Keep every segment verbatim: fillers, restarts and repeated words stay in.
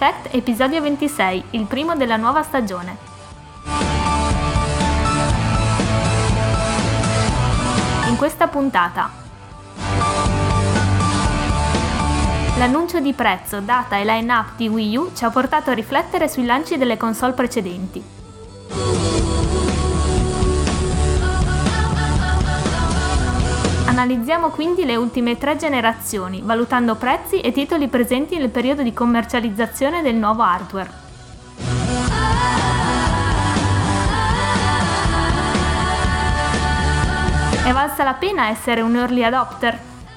Effect episodio ventisei, il primo della nuova stagione. In questa puntata l'annuncio di prezzo, data e line-up di Wii U ci ha portato a riflettere sui lanci delle console precedenti. Analizziamo quindi le ultime tre generazioni, valutando prezzi e titoli presenti nel periodo di commercializzazione del nuovo hardware. È valsa la pena essere un early adopter?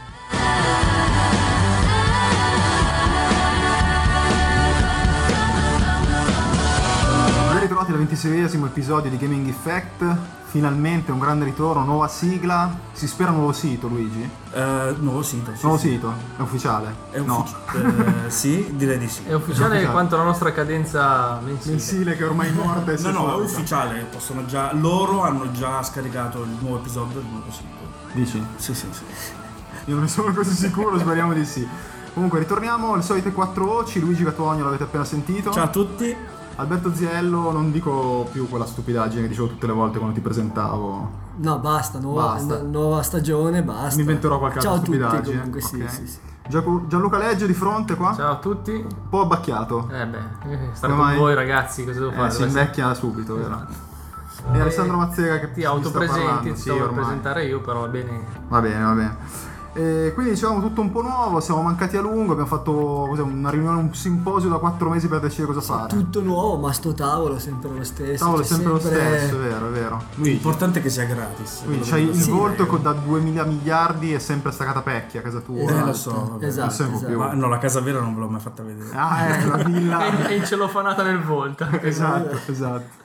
Ben ritrovati al ventiseiesimo episodio di Gaming Effect. Finalmente un grande ritorno, nuova sigla. Si spera nuovo sito, Luigi? Uh, nuovo sito. Sì, nuovo sì. sito? È ufficiale? È ufficiale. No. uh, sì, direi di sì. È ufficiale, ufficiale quanto la nostra cadenza mensile. Mensile che ormai è morta e No, no, è ufficiale. Possono già, loro hanno già scaricato il nuovo episodio del nuovo sito. Dici? Sì, sì, sì. Io non ne sono così sicuro, speriamo di sì. Comunque ritorniamo alle solite quattro voci. Luigi Gattuogno l'avete appena sentito. Ciao a tutti. Alberto Ziello, non dico più quella stupidaggine che dicevo tutte le volte quando ti presentavo. No, basta, nuova, basta. N- nuova stagione, basta. Mi inventerò qualche altra Ciao stupidaggine. A tutti, comunque, okay. sì, sì, sì. Gian- Gianluca Leggio di fronte qua. Ciao a tutti. Un po' abbacchiato. Eh beh, eh, stare Come con mai? voi ragazzi, cosa devo Eh, fare? si Deve invecchia subito, vero? Eh, E Alessandro Mazzega che ti ti sta autopresenti, parlando. ti Sì, devo ormai. presentare io, però va bene. Va bene, va bene. E quindi diciamo tutto un po' nuovo, siamo mancati a lungo, abbiamo fatto cos'è, una riunione, un simposio da quattro mesi per decidere cosa fare. Tutto nuovo, ma sto tavolo è sempre lo stesso. Il tavolo è sempre, sempre lo stesso, è vero, è vero. L'importante è che sia gratis. Quindi c'hai il sì, volto eh. da duemila miliardi e sempre staccata pecchia a casa tua. Esatto, Eh, lo so, vabbè. esatto, sempre esatto. più. Ma no, la casa vera non ve l'ho mai fatta vedere. Ah, è la villa. È, è incelofanata nel volto. Esatto, esatto.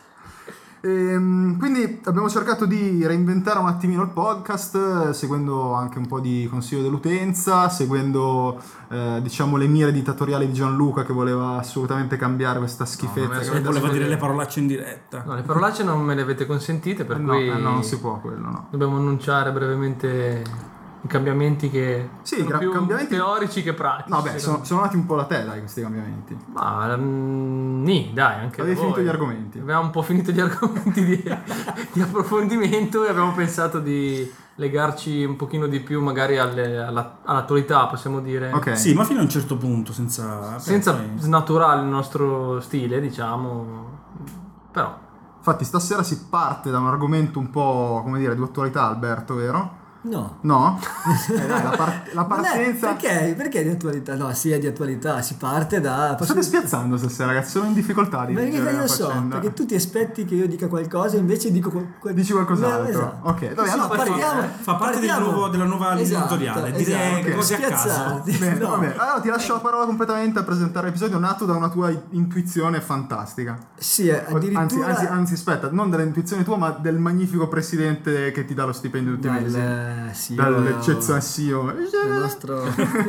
Ehm, quindi abbiamo cercato di reinventare un attimino il podcast, seguendo anche un po' di consiglio dell'utenza, seguendo eh, diciamo le mire dittatoriali di Gianluca che voleva assolutamente cambiare questa schifezza. No, non è che E avete voleva ascoltato. dire le parolacce in diretta. No, le parolacce non me le avete consentite, per Eh, no, cui eh, no, non si può quello, no. dobbiamo annunciare brevemente i cambiamenti che Sì, sono gra- più cambiamenti- teorici che pratici. No, beh, sono, secondo sono nati un po' da te, dai, questi cambiamenti. me. Ma mm, nì, dai, anche Avevi da finito voi. gli argomenti. Abbiamo un po' finito gli argomenti di, di approfondimento e abbiamo pensato di legarci un pochino di più magari alle- alla- all'attualità, possiamo dire. Ok. Sì, ma fino a un certo punto, senza... Senza poi- snaturare il nostro stile, diciamo. Però Infatti stasera si parte da un argomento un po', come dire, di attualità, Alberto, vero? No. No? Eh, dai, la, par- la Non è- partenza... perché? Perché è di attualità? No, sì, è di attualità. Si parte da. State spiazzando stasera, ragazzi, sono in difficoltà di Perché leggere io la lo so, faccenda. perché tu ti aspetti che io dica qualcosa, invece dico qual- qual- Dici qualcos'altro. No, esatto. Ok, vabbè, Sì, allora partiamo, fa parte del partiamo- nuovo- della nuova linea Esatto, editoriale, dire esatto, cose a caso. spiazzarti. Bene, No. vabbè. Allora ti lascio la parola completamente a presentare l'episodio nato da una tua intuizione fantastica. Sì, addirittura Anzi, anzi, anzi, aspetta, non dell'intuizione tua, ma del magnifico presidente che ti dà lo stipendio tutti i mesi. dal, sì, Dall'eccezione sì. il nostro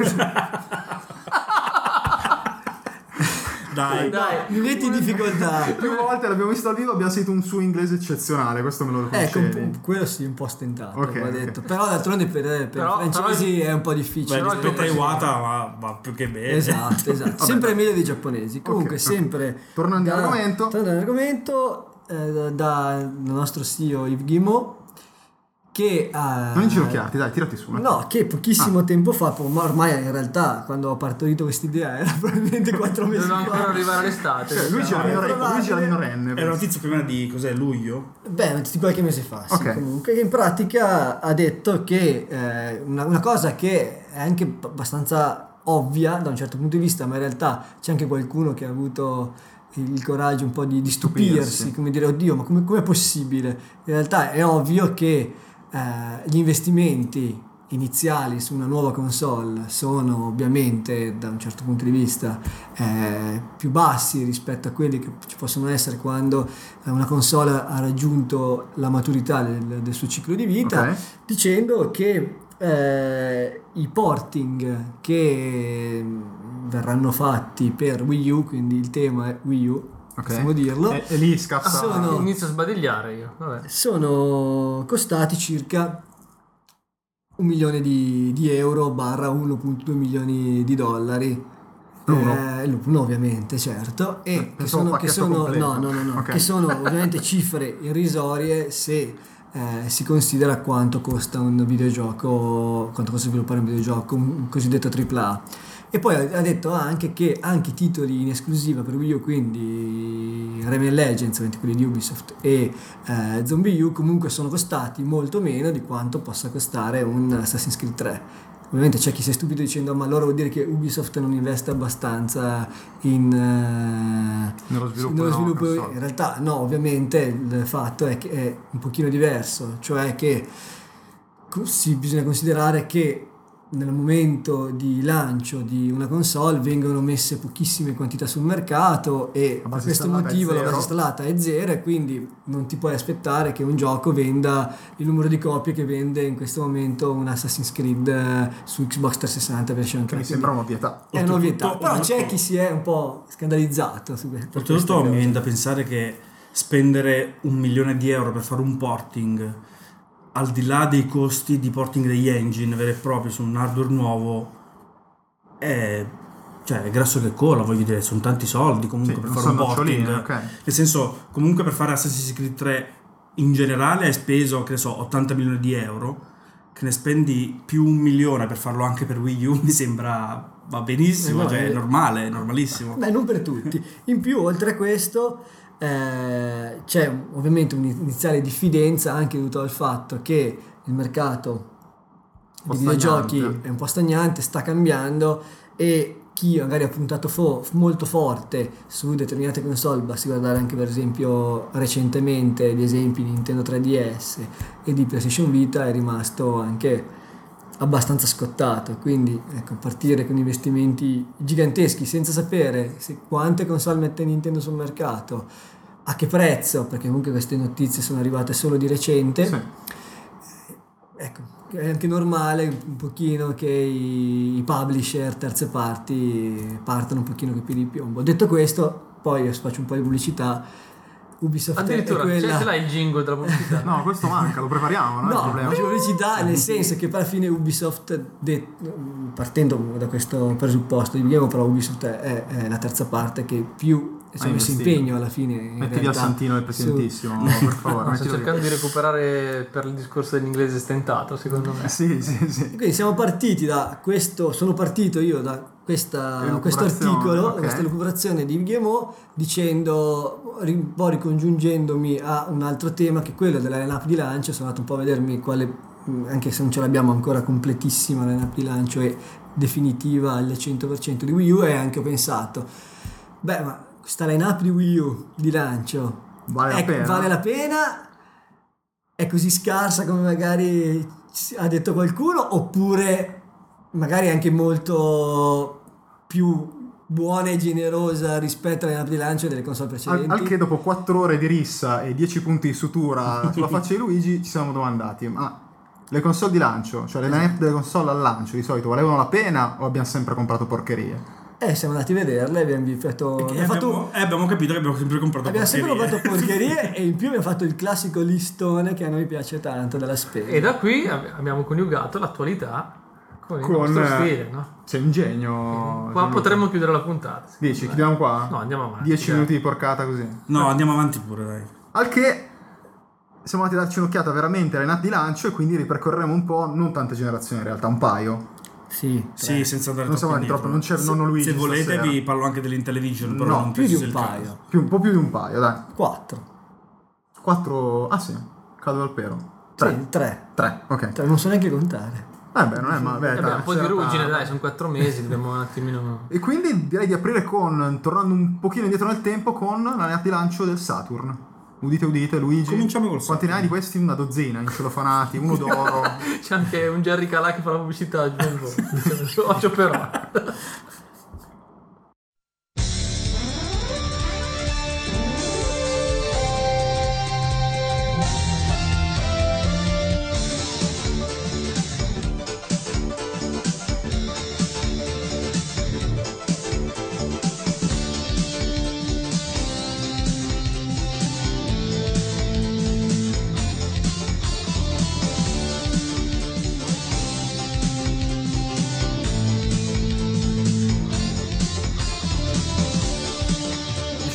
Dai, dai, mi metti in difficoltà. Più volte l'abbiamo visto al vivo, abbiamo sentito un suo inglese eccezionale, questo me lo Ecco, concedi. un po'- quello sì, un po' stentato, Ok, va ok. detto. Però d'altronde per, per Però- i francesi è un po' difficile. beh, Però il rispetto tuo ai Wata va, va più che bene. Esatto, esatto. Sempre meglio dei giapponesi. Comunque, ok. sempre. Tornando da- all'argomento. Tornando all'argomento, eh, dal nostro C E O Yves Guillemot, che ha. Non inginocchiarti, dai, tirati su. un attimo. No, che pochissimo tempo fa, ma ormai in realtà quando ho partorito quest'idea era probabilmente quattro mesi doveva ancora fa. arrivare all'estate. Cioè, lui diciamo. c'era minorenne, probabile. lui c'era minorenne. Era notizia prima di cos'è, luglio? Beh, di qualche mese fa, sì, Ok. comunque, che in pratica ha detto che eh, una, una cosa che è anche b- abbastanza ovvia da un certo punto di vista, ma in realtà c'è anche qualcuno che ha avuto il, il coraggio un po' di, di stupirsi, Stupirsi. come dire, oddio, ma come è possibile? In realtà è ovvio che eh, gli investimenti iniziali su una nuova console sono ovviamente da un certo punto di vista eh, più bassi rispetto a quelli che ci possono essere quando una console ha raggiunto la maturità del, del suo ciclo di vita, Ok. dicendo che eh, i porting che verranno fatti per Wii U, quindi il tema è Wii U, Ok. possiamo dirlo, E, e lì scappa. Sono- Inizio a sbadigliare io. Vabbè. sono costati circa un milione di, di euro barra uno virgola due milioni di dollari. L'uno? Eh, l'uno ovviamente, certo, e Eh, che pensavo sono, che pacchetto sono, completo. no, no, no, no, Ok. che sono ovviamente cifre irrisorie se eh, si considera quanto costa un videogioco, quanto costa sviluppare un videogioco, un cosiddetto tripla A. E poi ha ha detto anche che anche i titoli in esclusiva per Wii U, quindi Rayman Legends, ovviamente quelli di Ubisoft, e eh, Zombie U, comunque sono costati molto meno di quanto possa costare un Assassin's Creed tre. Ovviamente c'è chi si è stupito dicendo ma allora vuol dire che Ubisoft non investe abbastanza in, eh, Nello sviluppo nello della nuova sviluppo. console. In realtà no, ovviamente il fatto è che è un pochino diverso, cioè che co- si, bisogna considerare che nel momento di lancio di una console vengono messe pochissime quantità sul mercato e La per base questo installata è motivo la zero. base installata è zero e quindi non ti puoi aspettare che un gioco venda il numero di copie che vende in questo momento un Assassin's Creed eh, su Xbox trecentosessanta version Che tre. mi sembra un'ovvietà. È un'ovvietà, Oltretutto- però c'è oltretutto- chi si è un po' scandalizzato su questo. per queste Oltretutto mi cose. viene da pensare che spendere un milione di euro per fare un porting, al di là dei costi di porting degli engine veri e propri su un hardware nuovo, è, cioè, è grasso che cola, voglio dire, sono tanti soldi comunque Sì, per non fare un sono porting. noccioline, ok. Nel senso, comunque per fare Assassin's Creed tre in generale hai speso, che ne so, ottanta milioni di euro, che ne spendi più un milione per farlo anche per Wii U, mi sembra va benissimo, Eh no, cioè è eh. normale, è normalissimo. Beh, non per tutti. In più, oltre a questo, eh, c'è un- ovviamente un'iniziale diffidenza anche dovuto al fatto che il mercato po' di videogiochi stagnante. è un po' stagnante, sta cambiando e chi magari ha puntato fo- molto forte su determinate console, basti guardare anche per esempio recentemente gli esempi di Nintendo tre D S e di PlayStation Vita, è rimasto anche abbastanza scottato. Quindi ecco, partire con investimenti giganteschi senza sapere se quante console mette Nintendo sul mercato, a che prezzo, perché comunque queste notizie sono arrivate solo di recente. Sì. Ecco, è anche normale un pochino che i, i publisher, terze parti, partano un pochino con i piedi di piombo. Detto questo, poi faccio un po' di pubblicità. Ubisoft è Addirittura quella... c'è, ce l'hai il jingle della pubblicità. No, questo manca, lo prepariamo, non è il No, problema. faccio pubblicità nel senso che alla fine Ubisoft, de- partendo da questo presupposto, diciamo, però Ubisoft è, è la terza parte che più ci ha messo investito. impegno alla fine. in Metti via realtà, Santino del su- presidentissimo, per favore. Sto mettilo via. cercando di recuperare per il discorso dell'inglese stentato, secondo me. Sì, sì, sì. Quindi siamo partiti da questo, sono partito io da questa, questo Elucubrazione, articolo, ok. da questa recuperazione di G M O, dicendo, ri- un po' ricongiungendomi a un altro tema che è quello della line-up di lancio. Sono andato un po' a vedermi quale, mh, anche se non ce l'abbiamo ancora completissima la line-up di lancio e definitiva al cento per cento di Wii U, e anche ho pensato, beh, ma questa line-up di Wii U di lancio Vale la è- pena? vale la pena? È così scarsa come magari ci- ha detto qualcuno, oppure magari anche molto più buona e generosa rispetto alle line-up di lancio delle console Al, precedenti? al che dopo quattro ore di rissa e dieci punti di sutura sulla faccia di Luigi ci siamo domandati, ma le console di lancio, cioè le line-up delle console al lancio di solito valevano la pena o abbiamo sempre comprato porcherie? Eh, siamo andati a vederle, abbiamo fatto, E abbiamo fatto- abbiamo, e abbiamo capito che abbiamo sempre comprato abbiamo sempre porcherie. comprato porcherie e in più abbiamo fatto il classico listone che a noi piace tanto della spesa. E da qui ab- abbiamo coniugato l'attualità con il Con, nostro eh, stile, no? C'è un genio. Qua Gianluca. potremmo chiudere la puntata. Dici, chiudiamo qua? No, andiamo avanti. dieci dai. minuti di porcata così. No, andiamo avanti pure, dai. Al che siamo andati a darci un'occhiata veramente alle line-up di lancio e quindi ripercorreremo un po', non tante generazioni in realtà, un paio. Sì, Sì, senza andare Non siamo troppo andati indietro. troppo, non c'è nonno Luigi Se volete stasera. vi parlo anche dell'Intellivision, però No, non più di penso un sia il paio. caso. Più, un po' più di un paio, dai. quattro. Quattro... Ah sì, cado dal pero. Tre. Sì, tre. Tre, ok. Tre, non so neanche contare. Eh beh, non è male. Eh beh, dai, un po' di c'era ruggine, tanta. dai, sono quattro mesi, dobbiamo un attimino... E quindi direi di aprire con, tornando un pochino indietro nel tempo, con la line-up di lancio del Saturn. Udite, udite, Luigi. Cominciamo col Quanti ne hai di questi? Una dozzina, incelofanati, uno d'oro. C'è anche un Jerry Calà che fa la pubblicità, aggiungo. Occhio però.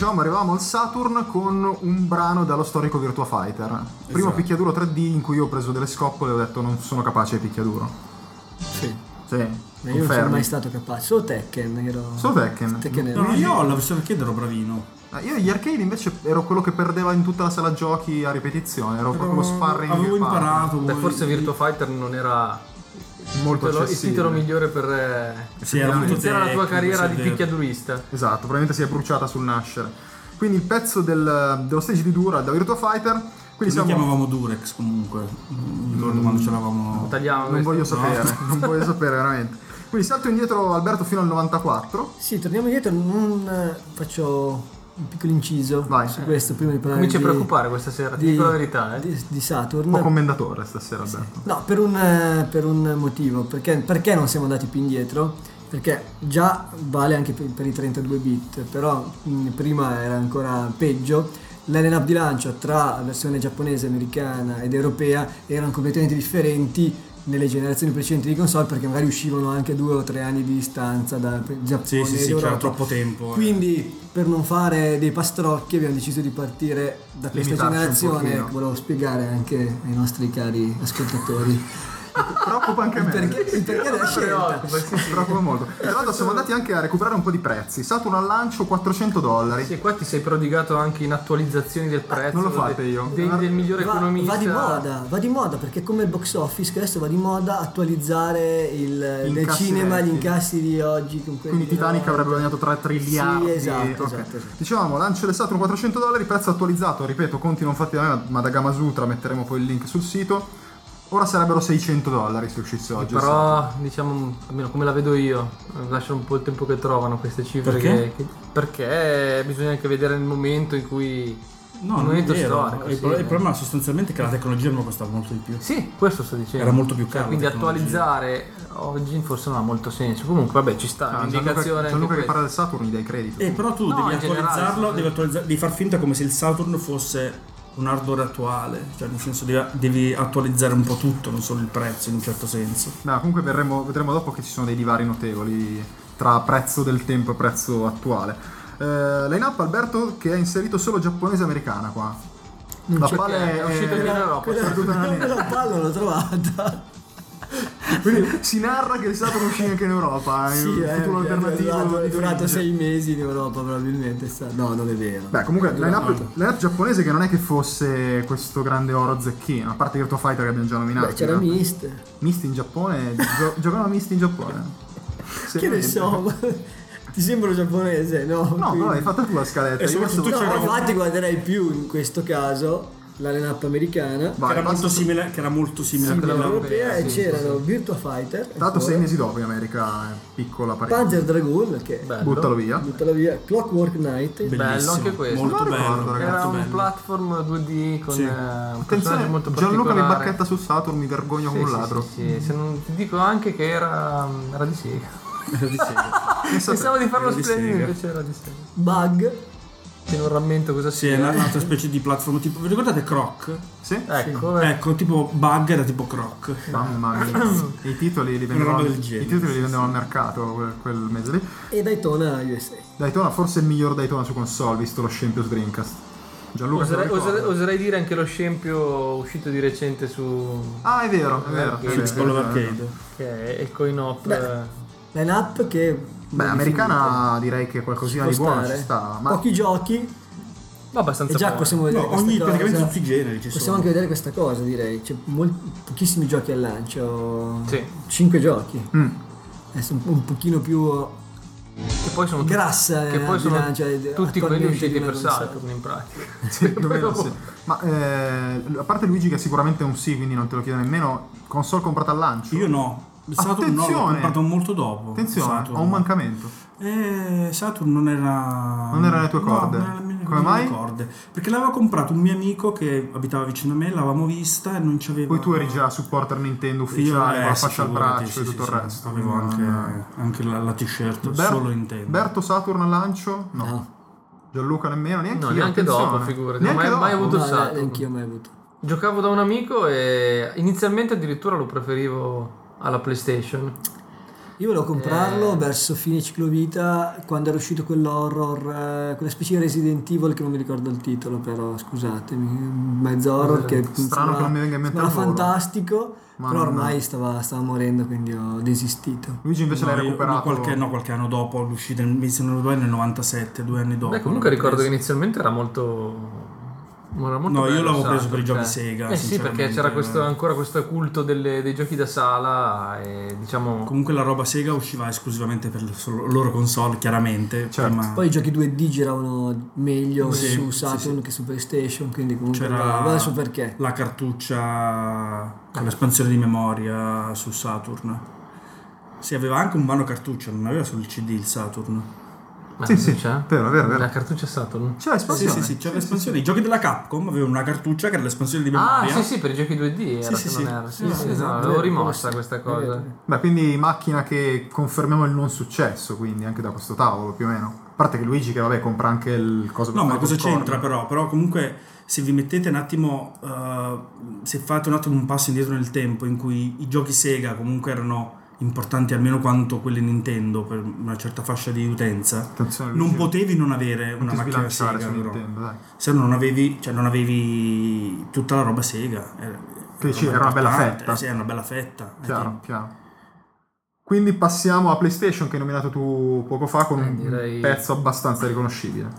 dicevamo, arrivavamo al Saturn con un brano dallo storico Virtua Fighter. Primo Esatto. picchiaduro tre D in cui io ho preso delle scoppole e ho detto non sono capace di picchiaduro. Sì. Sì, Ma io non sono confermi. mai stato capace. Solo Tekken ero. Solo Tekken? Tekken No, ero. no, io ho la versione arcade ero bravino. Eh, Io agli arcade invece ero quello che perdeva in tutta la sala giochi a ripetizione, ero proprio lo sparring. Avevo che parla. imparato. Beh, poi- forse Virtua Fighter non era Molto il titolo, il accessibile. titolo migliore per eh, Sì, era molto iniziare la tua tecnico, carriera sì, di è vero. picchiadurista. Esatto, probabilmente si è bruciata sul nascere. Quindi il pezzo del- dello stage di Dura da Virtua Fighter. Quindi Noi siamo. chiamavamo Durex comunque. Mi ricordo quando c'eravamo. Tagliamo Non questo. voglio sapere, non voglio sapere veramente. Quindi salto indietro Alberto fino al novantaquattro. Sì, torniamo indietro, non eh, faccio un piccolo inciso Vai. su questo prima di parlare Cominci a di, preoccupare questa sera, ti dico la verità. Eh. di, di Saturn. Un po' commendatore stasera Alberto. No, per un, eh, per un motivo, perché, perché non siamo andati più indietro? Perché già vale anche per, per i trentadue bit, però mh, prima era ancora peggio. Le line-up di lancio tra versione giapponese, americana ed europea erano completamente differenti nelle generazioni precedenti di console, perché magari uscivano anche due o tre anni di distanza da Giappone Sì, sì, ed sì, Europa. c'era troppo tempo. eh. Quindi per non fare dei pastrocchi abbiamo deciso di partire da questa Limitarci un generazione pochino. che volevo spiegare anche ai nostri cari ascoltatori Preoccupa anche me. perché, il perché della scelta. Preoccupa, sì, Mi sì. preoccupa molto. Tra l'altro siamo andati anche a recuperare un po' di prezzi. Saturn al lancio quattrocento dollari. Sì, qua ti sei prodigato anche in attualizzazioni del prezzo. non lo fate de- io. de- del migliore Va, economista. va di moda, va di moda perché come il box office che adesso va di moda attualizzare il, del incassi cinema, vecchi. gli incassi di oggi con quelli Quindi Titanic di- avrebbe guadagnato tre triliardi. Sì, esatto, Ok. esatto, esatto. Dicevamo, lancio del Saturn quattrocento dollari, prezzo attualizzato, ripeto, conti non fatti da me, ma da Gamasutra, metteremo poi il link sul sito. Ora sarebbero seicento dollari se uscisse oggi. il Saturn. Però, diciamo, almeno come la vedo io, eh, lasciano un po' il tempo che trovano queste cifre. Perché? che- che- perché bisogna anche vedere il momento in cui. No, il non è momento vero. storico. il, sì, pro- il eh. problema sostanzialmente è che la tecnologia non costava molto di più. Sì, questo sto dicendo. Era molto più Cioè, cara la quindi tecnologia. attualizzare oggi forse non ha molto senso. Comunque, vabbè, ci sta. Ah, l'indicazione. Gianluca, anche Gianluca che questa. parla del Saturn gli dai credito. Eh, però tu No, devi in generale, attualizzarlo, sì. devi, attualizza- devi far finta come se il Saturn fosse un hardware attuale, cioè nel senso devi, devi attualizzare un po' tutto, non solo il prezzo in un certo senso. No, comunque verremo- vedremo dopo che ci sono dei divari notevoli tra prezzo del tempo e prezzo attuale. Eh, line-up Alberto che ha inserito solo giapponese e americana qua. Non La c'è- palla è, è uscita in Europa, è perduta nella Quella neve. palla l'ho trovata. Quindi si narra che il Saturn uscì anche in Europa, in Sì, un eh, futuro è alternativo. durato, è di durato Fringe. sei mesi in Europa probabilmente. sta- No, non è vero. Beh, comunque È line-up, durato. line-up giapponese che non è che fosse questo grande oro zecchino, a parte Virtua Fighter che abbiamo già nominato. Beh, c'era Mist. Mist in Giappone, gio- giocavano a Mist in Giappone. Che ne Seriamente. so, ma ti sembro giapponese, no? No, Quindi- però hai fatto tu la scaletta. E io soprattutto adesso- No, c'era- infatti guarderei più in questo caso la line-up americana, Vai, che, era molto passa su- simile, che era molto simile a quella quella europea, e sì, c'erano Virtua Fighter, Tra l'altro sei mesi dopo in America, è piccola parecchio. Panzer Dragoon, che Bello. Buttalo via. buttala via, Clockwork Knight, Bellissimo, Bello anche questo. molto Non lo bello, ricordo, ragazzi. Era molto un bello. platform due D con Sì. eh, un personaggio Attenzione, molto Gianluca mi particolare. bacchetta sul Saturn, mi vergogno Sì, come un sì, ladro. sì, sì. Se non ti dico anche che era, era di Sega. Era di Sega. Pensa te. Pensavo di farlo era di splendido, Sega. invece era di Sega. Bug, Che non rammento cosa Sì, è sia. una- un'altra specie di platform tipo. Vi ricordate Croc? Sì? Ecco, eh. Ecco, tipo Bug era tipo Croc. Mamma mia. I titoli li Una vendevano, roba del genere, i titoli li sì, vendevano al mercato quel, quel mese lì. e Daytona U S A. Daytona, forse il miglior Daytona su console, visto lo scempio su Dreamcast. Gianluca se lo Oserei, ricorda. oserei- oserei dire anche lo scempio uscito di recente su. Ah, è vero, è vero. Sì, è Sì, vero, di è quello vero, è vero. d'arcade. Che è il coin op. Beh, eh. Line-up che Beh, americana direi che qualcosina ci di può buono stare. ci sta. Ma Pochi giochi, Ma abbastanza e già buono. possiamo vedere No, questa ogni, cosa. praticamente tutti i generi ci Possiamo sono. anche vedere questa cosa, direi. C'è mol- pochissimi giochi al lancio. Sì. cinque giochi. Mm. Adesso un, un pochino più Che poi sono grassa. che poi eh, sono bilancia, eh, tutti quelli attualmente usciti di una per console. Saturn in pratica. Sì, più o meno sì. Ma eh, a parte Luigi che sicuramente è un sì, quindi non te lo chiedo nemmeno, console comprata al lancio? Io no. Saturn no, l'ho Attenzione! comprato molto dopo. Attenzione, Saturn. ho un mancamento. Eh, Saturn non era. Non era nelle tue corde? No, non era nelle Come mie mai? corde. Perché l'aveva comprato un mio amico che abitava vicino a me, l'avevamo vista e non c'aveva. Poi tu eri già supporter Nintendo Io, ufficiale, eh, con la sì, fascia al figurati, braccio sì, e sì, tutto sì. il resto. Avevo Non- anche, anche la, la t-shirt Ber- solo Nintendo. Berto Saturn al lancio? No. No. Gianluca nemmeno, neanche No, io, neanche attenzione. dopo, figurati. Non ho Neanche mai, mai dopo. avuto il No, Saturn. neanch'io mai avuto. Giocavo da un amico e inizialmente addirittura lo preferivo alla PlayStation. Io volevo comprarlo Eh. verso fine ciclovita, quando era uscito quell'horror, eh, quella specie di Resident Evil che non mi ricordo il titolo, però scusatemi, mezzo horror che Strano che non mi venga in mente sembrava al volo. fantastico, Ma però no, ormai no. stava, stava morendo, quindi ho desistito. Luigi invece No, l'hai io- recuperato. no, qualche, no, qualche anno dopo l'uscita, mi sembra due nel novantasette, due anni dopo. Beh, comunque l'ho ricordo che preso. inizialmente era molto. Era molto No, io bello, l'avevo Saturn, preso per i giochi cioè. Sega, Eh sì, perché sinceramente. c'era questo, ancora questo culto delle- dei giochi da sala e diciamo. Comunque la roba Sega usciva esclusivamente per le solo- loro console, chiaramente. Certo. Prima Poi i giochi due D giravano meglio Sì, su sì, Saturn sì. che su PlayStation, quindi comunque c'era adesso perché? la cartuccia con l'espansione di memoria su Saturn. Sì, aveva anche un vano cartuccia, non aveva sul C D il Saturn. Ma Sì, sì, c'è? vero, vero, vero. La cartuccia Saturn? C'è Sì, l'espansione. sì, sì, c'era l'espansione. I giochi della Capcom avevano una cartuccia che era l'espansione di memoria. Ah, sì, sì, per i giochi due D era, Sì, se sì, non sì. era. Sì, Sì, sì, sì, no, esatto. l'avevo Vero, rimossa vero, questa sì, cosa. vero. Beh, quindi macchina che confermiamo il non successo, quindi anche da questo tavolo più o meno. A parte che Luigi che vabbè compra anche il coso per No, ma fare cosa popcorn. c'entra però? Però comunque se vi mettete un attimo, eh, se fate un attimo un passo indietro nel tempo in cui i giochi Sega comunque erano importanti almeno quanto quelli Nintendo per una certa fascia di utenza, Attenzione, non Luigi, potevi non avere non una ti macchina sbilanciare Sega, su però. Nintendo, dai. Se no non avevi, cioè non avevi tutta la roba Sega. Era, Che dici, era una bella importante, fetta. eh, sì, era una bella fetta. ai Chiaro, tempi. chiaro. Quindi passiamo a PlayStation che hai nominato tu poco fa con Eh, un direi- pezzo abbastanza riconoscibile.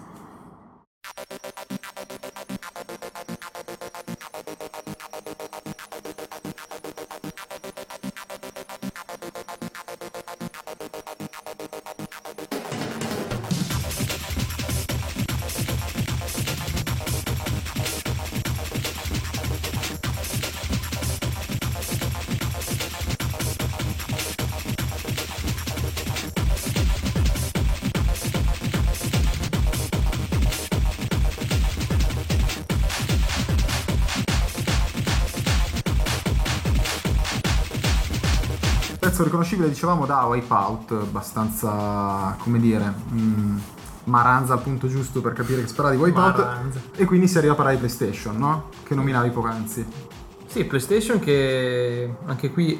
Pezzo riconoscibile, dicevamo, da Wipeout, abbastanza, come dire, mh, maranza al punto giusto per capire che spera di Wipeout. Maranza. E quindi si arriva a parlare di PlayStation, no? Che nominavi poc'anzi. Sì, PlayStation che anche qui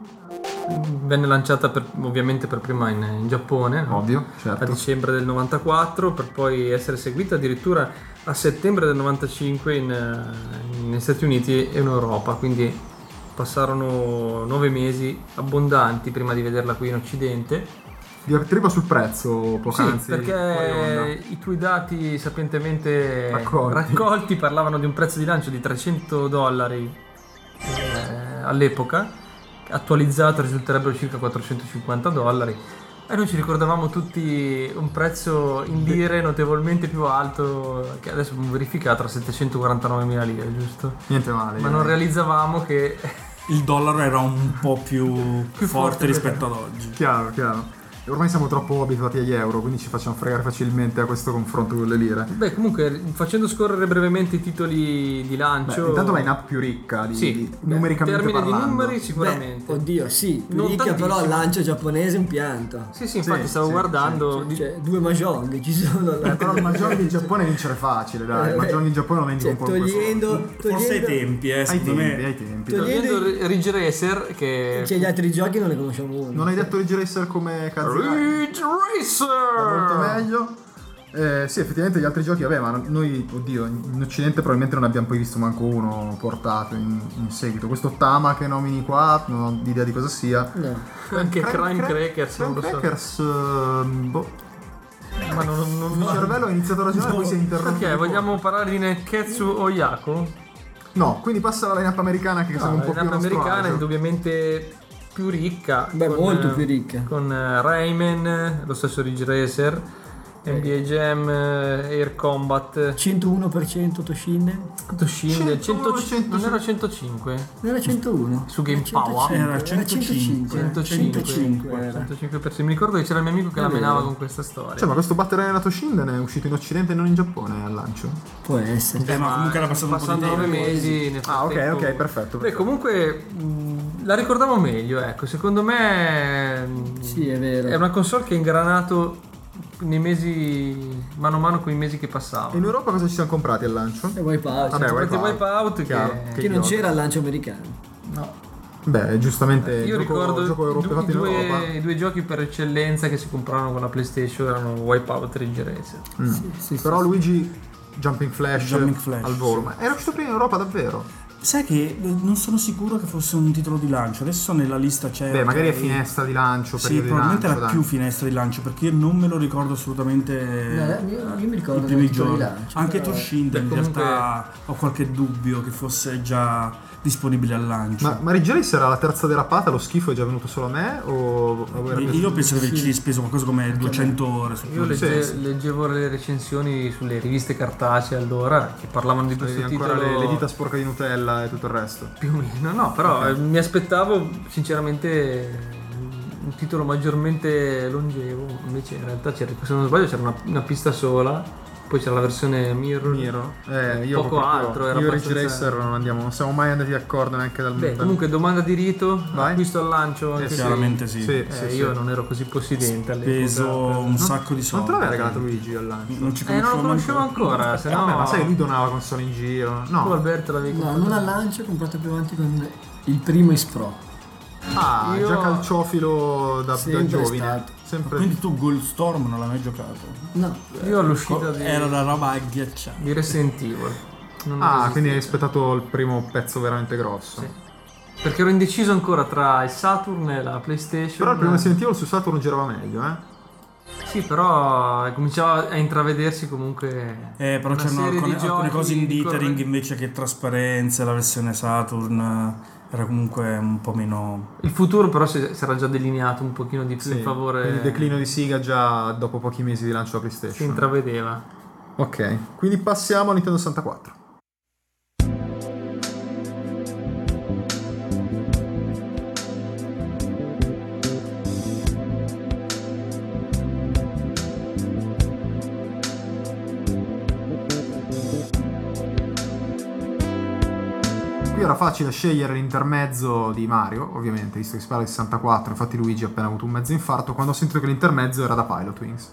venne lanciata per- ovviamente per prima in, in Giappone, no? Ovvio, A certo. dicembre del novantaquattro, per poi essere seguita addirittura a settembre del novantacinque in, eh, negli Stati Uniti e in Europa, quindi passarono nove mesi abbondanti prima di vederla qui in Occidente. Diatriba sul prezzo Sì, poc'anzi. fuori onda. perché i tuoi dati sapientemente Raccolti. raccolti parlavano di un prezzo di lancio di trecento dollari eh, all'epoca, attualizzato risulterebbero circa quattrocentocinquanta dollari. E noi ci ricordavamo tutti un prezzo in lire notevolmente più alto, che adesso abbiamo verificato, a settecentoquarantanovemila lire, giusto? Niente male. Ma non direi. realizzavamo che Il dollaro era un po' più, Più forte forte rispetto ad oggi. Chiaro, chiaro. E ormai siamo troppo abituati agli euro, quindi ci facciamo fregare facilmente a questo confronto con le lire. Beh, comunque, facendo scorrere brevemente i titoli di Beh, lancio. intanto la line-up più ricca, di, Sì, di- beh, numericamente termine di parlando. numeri sicuramente. Beh, oddio, sì, più Non ricca, però tantissimo. il lancio giapponese è un pianto. Sì, sì, infatti Sì, stavo sì, guardando. di- Cioè, due mahjong ci sono Eh, là. però il Mahjong in Giappone vincere facile, dai. Il Eh, Mahjong in Giappone lo vendi cioè, con qualunque togliendo, soldo. Forse ai togliendo- tempi, eh, Ai secondo tempi, me. ai tempi. Togliendo- Togliendo Ridge Racer, che. Cioè, gli altri giochi non ne conosciamo uno. Non hai detto Ridge Racer come Kazurai? Ridge Racer! Molto meglio. Eh, sì, effettivamente gli altri giochi, vabbè, ma noi, oddio, in Occidente probabilmente non abbiamo poi visto manco uno portato in, in seguito. Questo Tama che nomini qua, non ho idea di cosa sia. No. Anche Crime Cra- Crackers, non Crime lo so. Crackers, ehm, boh. Ma non, non, Il non- cervello ha iniziato a ragionare e poi si è interrotto. Perché? di Vogliamo colpo. parlare di Netketsu Oyako? No, quindi passa alla line-up americana che No, siamo un la po' più lineup nostro americana è agio. indubbiamente più ricca. Beh, con, molto eh, più ricca. Con eh, Rayman, lo stesso Ridge Racer, N B A Jam, eh, Air Combat, centouno per cento Toshinden? Toshinden, cento, cento, non era centocinque? Non era centouno? Su Game Era Power? Era centocinque. centocinque. centocinque era. centocinque per cento. Mi ricordo che c'era il mio amico che È la menava vero. con questa storia. Cioè, ma questo Battle Arena Toshinden è uscito in Occidente e non in Giappone al lancio? Può essere. Eh, ma comunque era passato un po' di Passando nove tempo. mesi. nel Ah, ok, frattempo- ok, perfetto. Beh, comunque mh, la ricordavo meglio, ecco. Secondo me mh, Sì, è vero. è una console che ha ingranato nei mesi, mano a mano con i mesi che passavano. In Europa cosa ci siamo comprati al lancio? E Wipeout. Vabbè, Comprati Wipeout. Wipeout che, Chiaro, che non idiota. c'era al lancio americano. no. Beh, giustamente Io gioco, ricordo gioco europeo i fatto in due, Europa. i due giochi per eccellenza che si compravano con la PlayStation erano Wipeout e Ridge Racer. Mm. Sì, sì, Però sì, Luigi Jumping Flash, Jumping Flash, al volo, sì. ma era uscito prima in Europa davvero? Sai che non sono sicuro che fosse un titolo di lancio, adesso nella lista c'è... Beh, magari è ok. finestra di lancio, Sì, periodo di probabilmente lancio, era dai. più finestra di lancio, perché io non me lo ricordo assolutamente No, io, io mi ricordo i primi il titolo di giorni. lancio, Anche però- Toshinden in Beh, comunque- realtà ho qualche dubbio che fosse già disponibile al lancio. Ma, ma Ridge Racer era la terza derapata, lo schifo è già venuto solo a me? O, o era io penso di averci speso qualcosa come duecento ore su Io questo. legge- Sì, sì. leggevo le recensioni sulle riviste cartacee allora che parlavano di questo Avevi ancora titolo le, le dita sporche di Nutella e tutto il resto. più o meno, no, però Ok. eh, mi aspettavo sinceramente un titolo maggiormente longevo, invece in realtà c'era, se non sbaglio c'era una, una pista sola, poi c'era la versione Mirror. Miro. Eh, io Poco proprio- altro, era Io e Ridge abbastanza- Racer non andiamo, non siamo mai andati d'accordo neanche dal Beh, dal- comunque domanda di rito, Vai. acquisto al lancio anche Eh, se- chiaramente sì. Sì, eh, sì, io sì. non ero così possidente Peso all'epoca. un sacco di Non soldi. te l'aveva regalato Luigi al lancio? Non ci Eh, non lo conoscevo conoscevo ancora, se no... Vabbè, ma sai che lui donava console in giro? Tu No. Alberto l'avevi No, comprato? non al lancio, ho comprato più avanti con il primo Is Pro. Ah, Io- già calciofilo da, da Sempre giovine. stato. Sempre. Quindi tu Goldstorm non l'hai mai giocato? No, Io all'uscita di, Era una roba agghiacciante. di Resident Evil. Non ho Ah, resistito. quindi hai aspettato il primo pezzo veramente grosso. Sì. Perché ero indeciso ancora tra il Saturn e la PlayStation. Però il primo Resident Evil su Saturn girava meglio, eh? Sì, però cominciava a intravedersi comunque. Eh, però una c'erano serie alcune, di alcune giochi cose in di dithering corre- invece che trasparenza, la versione Saturn eh, era comunque un po' meno... Il futuro però si si era già delineato un pochino di più Sì. in favore. Quindi il declino di Sega già dopo pochi mesi di lancio della Si PlayStation. intravedeva. Ok, quindi passiamo a Nintendo sessantaquattro. Qui era facile scegliere l'intermezzo di Mario, ovviamente, visto che si parla di sessantaquattro, infatti Luigi ha appena avuto un mezzo infarto, quando ho sentito che l'intermezzo era da Pilot Wings.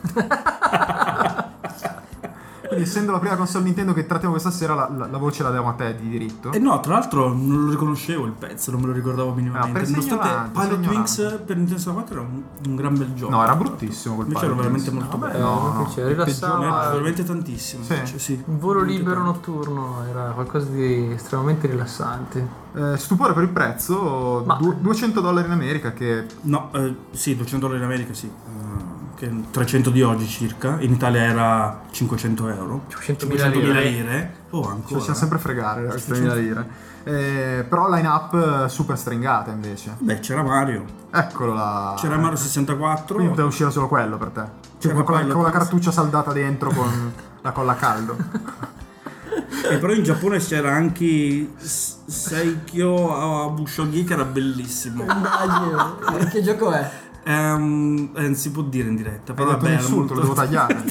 Quindi essendo la prima console Nintendo che trattiamo questa sera, la, la, la voce la diamo a te di diritto. E no, tra l'altro non lo riconoscevo il pezzo, non me lo ricordavo minimamente. Ah, per segno Nonostante avanti, Pilot segno Wings avanti. per Nintendo sessantaquattro era un, un gran bel gioco. No, era bruttissimo quel Invece era Pilot veramente Wings. molto No, bello. no, Eh, no. piaceva, Il rilassava. peggiore- No, veramente tantissimo. Sì. invece, sì. Il volo libero notturno era qualcosa di estremamente rilassante. Eh, stupore per il prezzo, Ma- du- duecento dollari in America, che No, eh, sì, duecento dollari in America sì. Eh, che trecento di oggi circa. In Italia era cinquecento euro. cinquecentomila cinquecentomila lire. lire. Oh, ci ancora. facciamo sempre fregare le tremila lire. Eh, però line-up super stringata invece. Beh, c'era Mario. Eccolo là. C'era Mario sessantaquattro. Quindi poteva uscire solo quello per te. Cioè, C'era con, la, Pilot con la Wings. cartuccia saldata dentro con la colla a caldo. E però in Giappone c'era anche S- Seikyo Abushogi che era bellissimo. immagino. Eh, che gioco è? Ehm, eh, non si può dire in diretta, Hai però detto un vabbè, era insulto, lo devo molto... tagliare.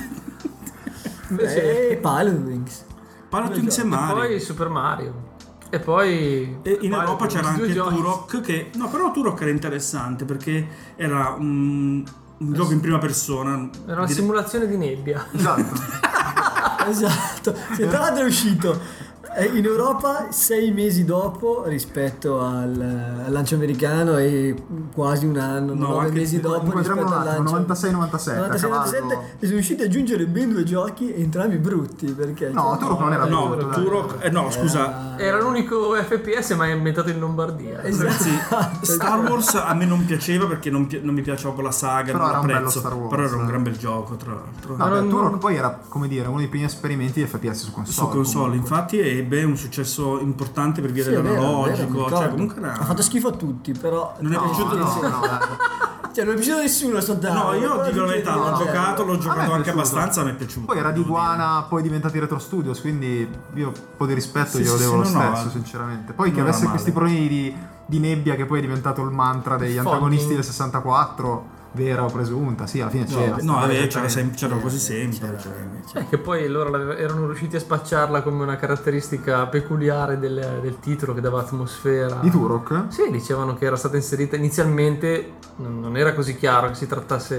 Eh, Pilot Wings. Pilot Wings e E Mario. poi Super Mario. E poi. E in poi Europa c'era due anche giochi. Turok che... No, però Turok era interessante perché era un, un gioco in prima persona. Era una Dire- simulazione di nebbia. Esatto. Esatto. Se tra l'altro è uscito eh, in Europa sei mesi dopo rispetto al, al lancio americano e quasi un anno, No, nove anche- mesi dopo Inquadriamo rispetto un al attimo, lancio novantasei novantasette, novantasei a cavallo. novantasette e sono riusciti ad aggiungere ben due giochi entrambi brutti perché No, cioè, Turok non era No, brutto, dai. Turok... Eh no, scusa. Era l'unico F P S mai inventato in Lombardia. Ragazzi, Star Wars a me non piaceva perché non, pi- non mi piaceva proprio la saga, Però non era la un bello prezzo, Star Wars, però era un eh. gran bel gioco tra l'altro. No, beh, non- Turok poi era, come dire, uno dei primi esperimenti di F P S su console. Su console, comunque. infatti ebbe un successo importante per via sì, è vero, è vero, mi dell'analogico, cioè ricordo. comunque era... ha fatto schifo a tutti però Non è No, piaciuto? no, Sì. no, dai. cioè non è piaciuto a nessuno soltanto No, io dico la verità, l'ho no, giocato, l'ho A me giocato è anche piaciuto. abbastanza, mi è piaciuto. Poi era di devo dire. Guana, poi diventati Retro Studios, quindi io un po' di rispetto Sì, glielo sì, devo sì, lo no, stesso, no, sinceramente. Poi che non era avesse male. questi problemi di, di nebbia che poi è diventato il mantra degli Fogging. antagonisti del sessantaquattro, vera o presunta, sì, alla fine c'era. No, sta vabbè, cosa c'era, esattamente. sem- c'era quasi sempre. C'era- cioè. Eh, che poi loro l'ave- erano riusciti a spacciarla come una caratteristica peculiare del, del titolo che dava atmosfera. Di Turok? Sì, dicevano che era stata inserita inizialmente, non non era così chiaro che si trattasse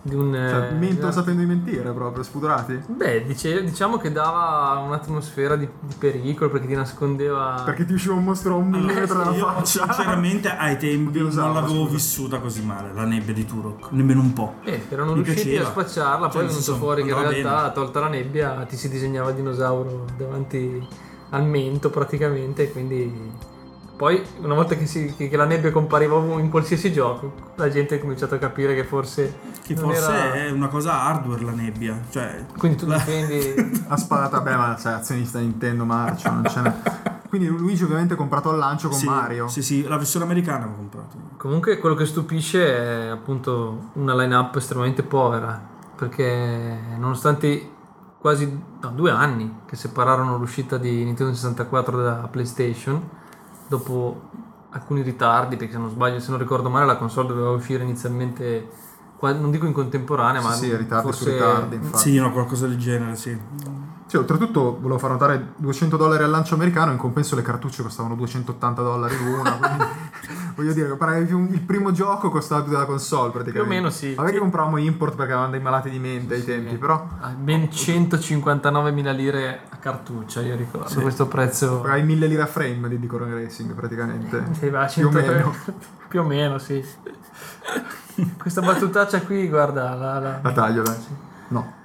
di un... Cioè, eh, mento di una- sapendo di mentire proprio, spudorati. Beh, dice- diciamo che dava un'atmosfera di, di pericolo perché ti nascondeva... Perché ti usciva un mostro a un millimetro dalla Io faccia. sinceramente ai tempi Dinosauro, non l'avevo scusa. vissuta così male, la nebbia di Turok, nemmeno un po'. Eh, erano Mi riusciti piaceva. a spacciarla, poi Cioè, è venuto insomma, fuori che in andava realtà, bene. tolta la nebbia, ti si disegnava il dinosauro davanti al mento praticamente, quindi... Poi, una volta che, si, che, che la nebbia compariva in qualsiasi gioco, la gente ha cominciato a capire che forse... Che non forse era- è una cosa hardware la nebbia, cioè Quindi tu difendi... A sparata, beh, ma sai, azionista Nintendo, Marcio, non ce n'è. Quindi Luigi ovviamente ha comprato al lancio con sì, Mario. Sì, sì, la versione americana avevo comprato. Comunque quello che stupisce è appunto una line-up estremamente povera, perché nonostante quasi no, due anni che separarono l'uscita di Nintendo sessantaquattro da PlayStation, dopo alcuni ritardi, perché se non sbaglio, se non ricordo male, la console doveva uscire inizialmente, qua- non dico in contemporanea, ma Sì, sì, ritardi forse su ritardi, infatti. Sì, no, qualcosa del genere, sì. Sì, oltretutto volevo far notare duecento dollari al lancio americano, in compenso le cartucce costavano duecentottanta dollari l'una, quindi voglio dire che pare più- il primo gioco costava più della console praticamente. Più o meno sì. Vabbè che compravamo import perché avevamo dei malati di mente ai tempi, però ah, ben centocinquantanovemila lire a cartuccia, io ricordo Sì. questo prezzo. pagavi mille lire a frame di Dico Racing praticamente. Sì, va, più o cento meno. più o meno, sì. Questa battutaccia qui, guarda, la, la- La taglio, dai. No.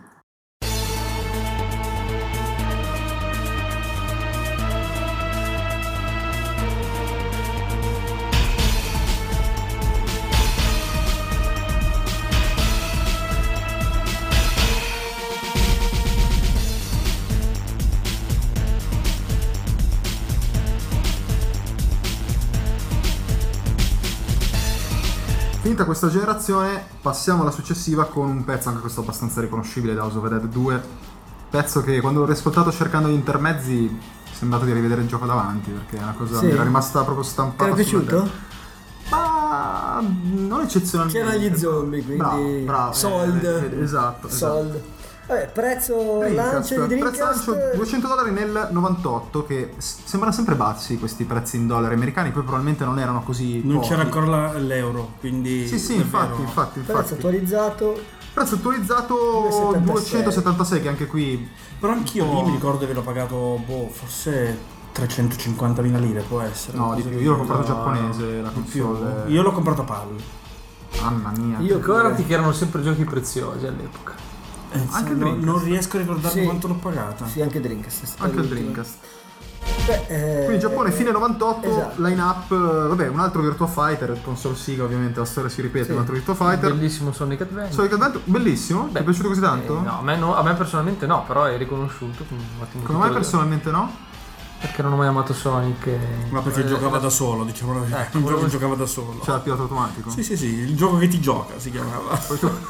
Finita questa generazione, passiamo alla successiva con un pezzo anche questo abbastanza riconoscibile da House of the Dead due. Pezzo che quando l'ho riascoltato cercando gli intermezzi mi è sembrato di rivedere il gioco davanti, perché è una cosa Sì. mi era rimasta proprio Ti stampata. era sulla piaciuto? testa. Ma non eccezionalmente. C'erano gli zombie, quindi Bravo, bravo. sold. Eh, esatto, Sold. esatto. Vabbè, prezzo Dreamcast, lancio di prezzo lancio Dreamcast. duecento dollari nel novantotto, che s- sembrano sempre bassi questi prezzi in dollari americani, poi probabilmente non erano così Non pochi. c'era ancora la- l'euro, quindi... Sì, sì, davvero- infatti, infatti, Prezzo infatti. attualizzato. Prezzo attualizzato duecentosettantasei. duecentosettantasei, che anche qui Però anch'io lì mi ricordo di averlo pagato, boh, forse trecentocinquantamila lire, può essere. no, una di cosa più. Io l'ho del comprato genere. giapponese, la Di più. console. Io l'ho comprato a palle. Mamma mia. Io Ricordati che erano sempre giochi preziosi all'epoca. Eh, Anche il no- Dreamcast. non riesco a ricordarmi Sì. quanto l'ho pagata. Sì, anche Dreamcast. è stato Anche il l'ultimo. Dreamcast. Beh, eh, Quindi Giappone fine novantotto, esatto. line up, vabbè, un altro Virtua Fighter, console Sega ovviamente, la storia si ripete, Sì. un altro Virtua Fighter. Bellissimo Sonic Adventure. Sonic Adventure, bellissimo, ti Beh, è piaciuto così tanto? Eh, no, a me, no- a me personalmente no, però è riconosciuto come un ottimo Secondo me titolo, personalmente no. perché non ho mai amato Sonic. e- Ma perché eh, giocava da solo, diciamo la verità. Ecco, un gioco volevo- che giocava da solo. C'era il pilota automatico. Sì, sì, sì, il gioco che ti gioca si chiamava.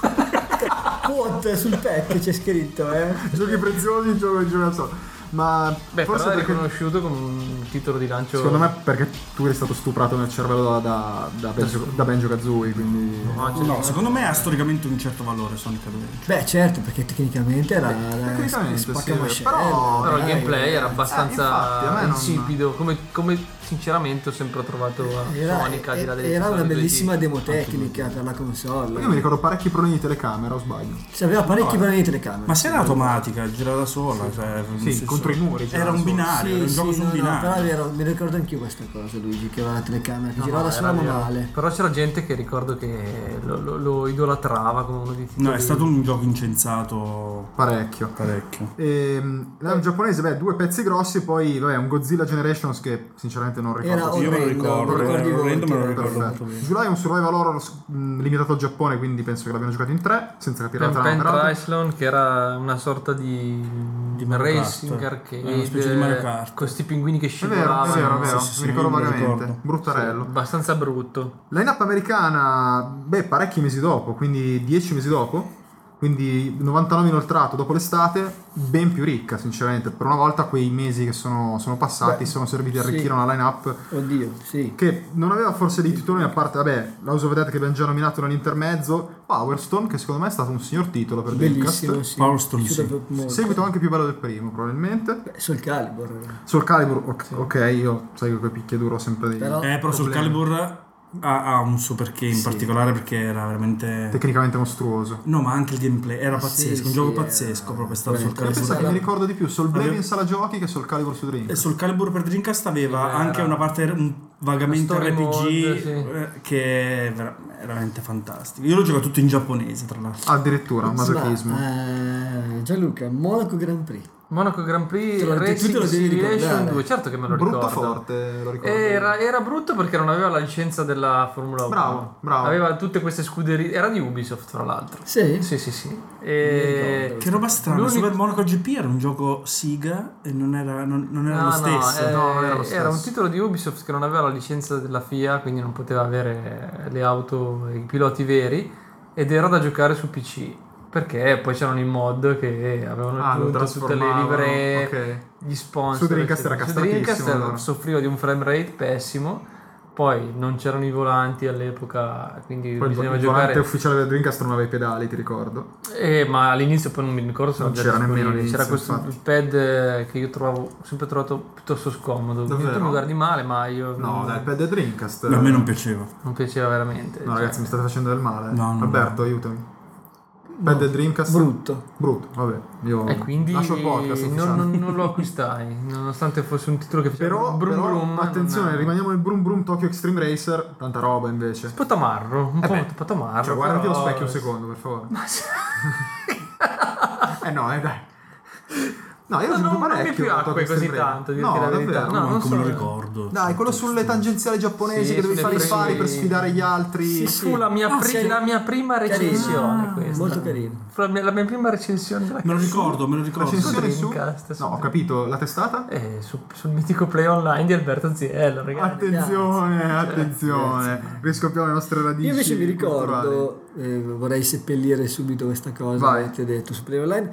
quote sul petto c'è scritto, eh. Giochi preziosi, gioco di gioco solo. Ma Beh, forse però è perché, riconosciuto come un titolo di lancio. secondo me perché tu eri stato stuprato nel cervello da, da, da, Benjo, da Benjo Kazooie, quindi... No, cioè, No, secondo me ha storicamente un certo valore Sonic Adventure. Beh, certo, perché tecnicamente era tecnicamente sì, spaccamascello, però- però il dai, gameplay era Eh, abbastanza infatti, a me non- insipido, come, come sinceramente ho sempre trovato a Era, Sonic al di là delle era una solite bellissima due D. demo tecnica per la console. Io mi ricordo parecchi problemi di telecamera, o sbaglio? Ci aveva parecchi No, problemi di telecamera. Ma se era automatica, girava da sola, cioè, nel Sì, senso- contro i muri girava Era un da sola. binario, era un Sì, gioco sì, su no, un no, binario. però è vero, mi ricordo anch'io questa cosa, Luigi, che aveva la telecamera che No, girava no, da sola era ma vero. male. Però c'era gente che ricordo che lo, lo- lo idolatrava come uno dei titoli. No, è stato un gioco incensato Parecchio. parecchio. Ehm, l'anno giapponese, beh, due pezzi grossi, poi vabbè, un Godzilla Generations che sinceramente non ricordo. Era se- Io me lo orrendo, ricordo, mi ricordi era orrendo, voi, me lo che- ricordo Perfetto. molto bene. July è un survival horror mh, limitato al Giappone, quindi penso che l'abbiano giocato in tre, senza capire la Pen trama. peraltro. Triathlon, che era una sorta di, Di Mario racing Kart. arcade, È una specie di Mario Kart. con questi pinguini che È vero, è scivolavano. vero, è vero, Sì, sì, sì, mi ricordo io me lo vagamente. ricordo. Bruttarello. Abbastanza brutto. Line-up americana, beh, parecchi mesi dopo, quindi dieci mesi dopo, quindi novantanove inoltrato dopo l'estate, ben più ricca sinceramente. Per una volta quei mesi che sono, sono passati Beh, sono serviti a sì. arricchire una line-up Oddio, sì. che non aveva forse dei titoli, a parte, vabbè, House of the Dead che abbiamo già nominato nell'intermezzo, Power Stone, che secondo me è stato un signor titolo per Bellissimo, Dreamcast. sì. Power Stone, Piaciuto sì. proprio molto. Seguito anche più bello del primo, probabilmente. Beh, Soul Calibur. Soul Calibur, ok, ok, io sai che quei picchiaduro ho sempre dei... Però- Eh, però sul problemi. Calibur ha, ha un suo perché in Sì. particolare, perché era veramente Tecnicamente mostruoso. no, ma anche il gameplay era Sì, pazzesco, un sì, gioco era pazzesco proprio, è stato sul veramente- Pensa Calibur. che mi ricordo di più Soul Blade Aveva- in sala giochi che Soul Calibur su E Dreamcast. sul Calibur per Dreamcast aveva Era- anche una parte un, vagamente Una R story P G mode, sì. eh, che è vera- veramente fantastico. Io l'ho giocato tutto in giapponese, tra l'altro. Addirittura, masochismo. Ma, eh, Gianluca, Monaco Grand Prix. Monaco Grand Prix Te lo- tu te Racing lo devi Simulation ricordare. due, certo che me lo Brutto ricordo. forte, lo ricordo. Era, era brutto perché non aveva la licenza della Formula uno. Bravo, bravo. Aveva tutte queste scuderie. Era di Ubisoft, tra l'altro. Sì? Sì, sì, sì. Mi E... ricordo. Che roba strana, L'unico- Super Monaco G P era un gioco Siga e non era, non, non era No, lo no, stesso. eh, No, non era lo era un stesso. titolo di Ubisoft che non aveva la licenza della F I A, quindi non poteva avere le auto e i piloti veri, ed era da giocare su P C. Perché poi c'erano i mod che avevano Ah, lo aggiunto tutte le trasformavano, livree, ok. gli sponsor. Su Dreamcast eccetera. era Su Dreamcast castratissimo, era- allora. soffriva di un frame rate pessimo, poi non c'erano i volanti all'epoca, quindi Poi il bisognava il volante giocare. ufficiale del Dreamcast non aveva i pedali, ti ricordo. Eh, ma all'inizio poi non mi ricordo se Non erano già c'era nemmeno disponibili. C'era all'inizio, questo infatti. pad eh, che io trovavo sempre trovato piuttosto scomodo. Davvero? Tu mi guardi male, ma io No, non, dai, il pad del Dreamcast. A me non piaceva. non piaceva veramente. No, cioè. ragazzi, mi state facendo del male. No, no, Alberto, aiutami. Pad del Dreamcast. Brutto. Brutto, vabbè. Io E quindi lascio il podcast non, ufficiale. non- non lo acquistai, nonostante fosse un titolo che faceva Però, brum però, brum. attenzione, non- rimaniamo nel Brum Brum Tokyo Extreme Racer. Tanta roba invece. Un po' tamarro, un Eh po', beh, un po' tamarro. Cioè, guardati però- allo specchio un secondo, per favore. Eh no, eh dai. No, io No, ho non, giocato non mi parecchio. piacque Tokyo così Extreme Racer. tanto, dirti No, la verità. davvero. No, non come so. lo ricordo. Dai, quello sulle tangenziali giapponesi Sì, che devi sulle fare i fari frame- per sfidare gli altri. Sì, sì. Fu la mia, Ah, pri- sì. la mia prima recensione Ah, questa. molto carino. Fu la mia, la mia prima recensione della Me lo ricordo, me lo La ricordo. recensione su... Dreamcast, sì. No, ho capito. La testata? Eh, su- sul mitico Play Online di Alberto Ziello, ragazzi. Attenzione, attenzione. Riscopriamo le nostre radici. Io invece mi culturali. ricordo, eh, vorrei seppellire subito questa cosa Vai. che ti ho detto su Play Online.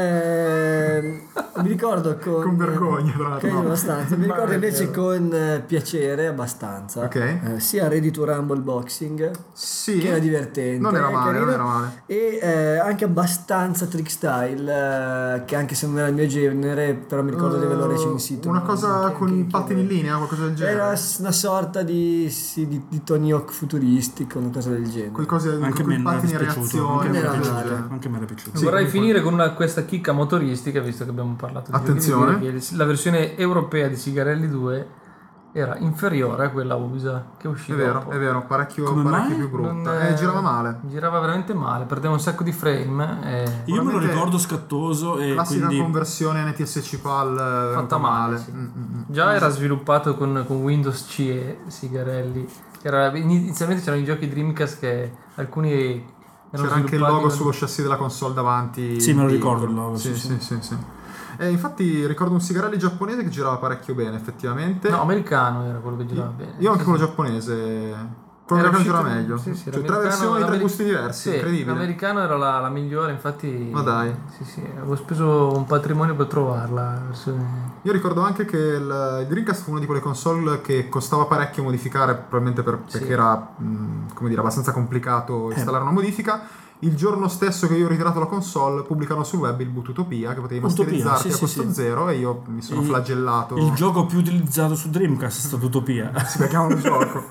Eh, mi ricordo con, Con vergogna, tra l'altro, che no. abbastanza. Mi ricordo Ma è invece vero. con eh, piacere abbastanza. Ok. Eh, sia Ready to Rumble Boxing, Sì. che era divertente, Non era male, carino, non era male. e eh, anche abbastanza trick style, eh, che anche se non era il mio genere, però mi ricordo di averlo Eh, recensito. Una cosa Anche- con anche- i pattini in linea, qualcosa del genere. Era s- una sorta di, sì, di, di Tony Hawk futuristico, una cosa del genere. Qualcosa Anche a con me i non era pattini in dispiaciuto. reazione. Anche a me era qualcosa del piaciuto. genere. Anche a me era piaciuto. Sì, Vorrei comunque. finire con una, questa chicca motoristica, visto che abbiamo parlato di giochi di Attenzione. guida, che la versione europea di Sigarelli due era inferiore a quella U S A che È usciva vero, dopo. è vero, parecchio, Come parecchio mai? più brutta. Non, Eh, girava male. Girava veramente male, perdeva un sacco di frame. E... Io me lo Probabilmente ricordo scattoso e Classica quindi conversione N T S C PAL eh, venuta male, male. sì. Mm, mm, mm. Già era sviluppato con, con Windows C E Sigarelli. Era, inizialmente c'erano i giochi Dreamcast che alcuni erano C'era anche il sviluppati logo con- sullo chassis della console davanti. Sì, me lo piccolo. ricordo il logo, Sì, sì, sì, sì, sì. E infatti ricordo un Sigarelli giapponese che girava parecchio bene, effettivamente. No, americano era quello che girava bene. Io anche Sì, quello sì. giapponese. Quello Era che girava uscito- meglio. sì, sì, Cioè, tre l'americano- versioni, tre l'ameri- gusti diversi, sì, incredibile. l'americano era la, la migliore, infatti. Ma dai. Sì, sì, avevo speso un patrimonio per trovarla. la versione- Io ricordo anche che il, il Dreamcast fu una di quelle console che costava parecchio modificare, probabilmente per- Sì. perché era mh, come dire, abbastanza complicato installare una modifica. Il giorno stesso che io ho ritirato la console, pubblicano sul web il boot Utopia, che potevi Utopia, masterizzarti sì, a sì, costo sì. zero, e io mi sono Il- flagellato. il gioco più utilizzato su Dreamcast è stato Utopia. Si chiama un gioco.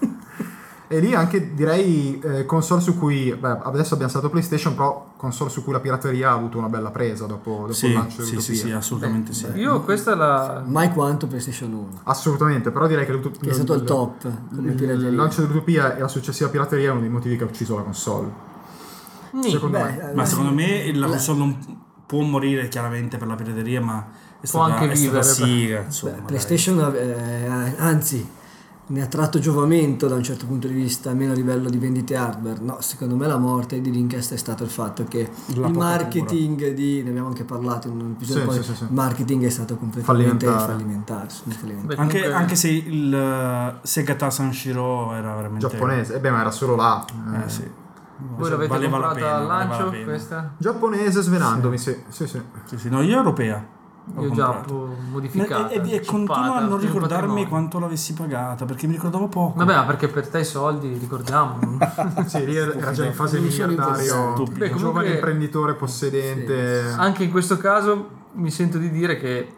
E lì anche direi eh, console su cui, beh, adesso abbiamo stato PlayStation, però console su cui la pirateria ha avuto una bella presa dopo, dopo il Sì, lancio sì, di sì, Utopia. sì, assolutamente sì. Io questa la. Mai quanto PlayStation uno, Assolutamente, però direi che l'Utopia che è stato il top come Il pirateria. lancio dell'Utopia e la successiva pirateria è uno dei motivi che ha ucciso la console. Nì, Secondo Beh, me. eh, Ma secondo me la la- console non può morire chiaramente per la pirateria, ma è stata, anche è stata vivere, siga, beh, insomma. dai. PlayStation eh, anzi ne ha tratto giovamento da un certo punto di vista, almeno a livello di vendite hardware. No, secondo me la morte di Dreamcast è stato il fatto che La il poca marketing di, ne abbiamo anche parlato in un episodio, Sì, poi, sì, sì, sì. il marketing è stato completamente Fallimentare. fallimentare, fallimentare. Beh, Anche, comunque- anche se il uh, Segata Sanshiro era veramente Giapponese, e beh, ma era solo là. Eh, Eh, sì. Voi l'avete Valeva la comprata pena, al valeva la lancio pena. questa? Giapponese svenandomi, sì, sì, sì. Sì, sì, no, io europea. L'ho Io già comprata. ho modificata. E, e, e continuo chippata, a non più ricordarmi patrimonio. quanto l'avessi pagata, perché mi ricordavo poco. Vabbè, ma perché per te i soldi, ricordiamo. Sì, lì era già in fase Non sono miliardario, importanti. Beh, comunque- giovane imprenditore possedente. Anche in questo caso mi sento di dire che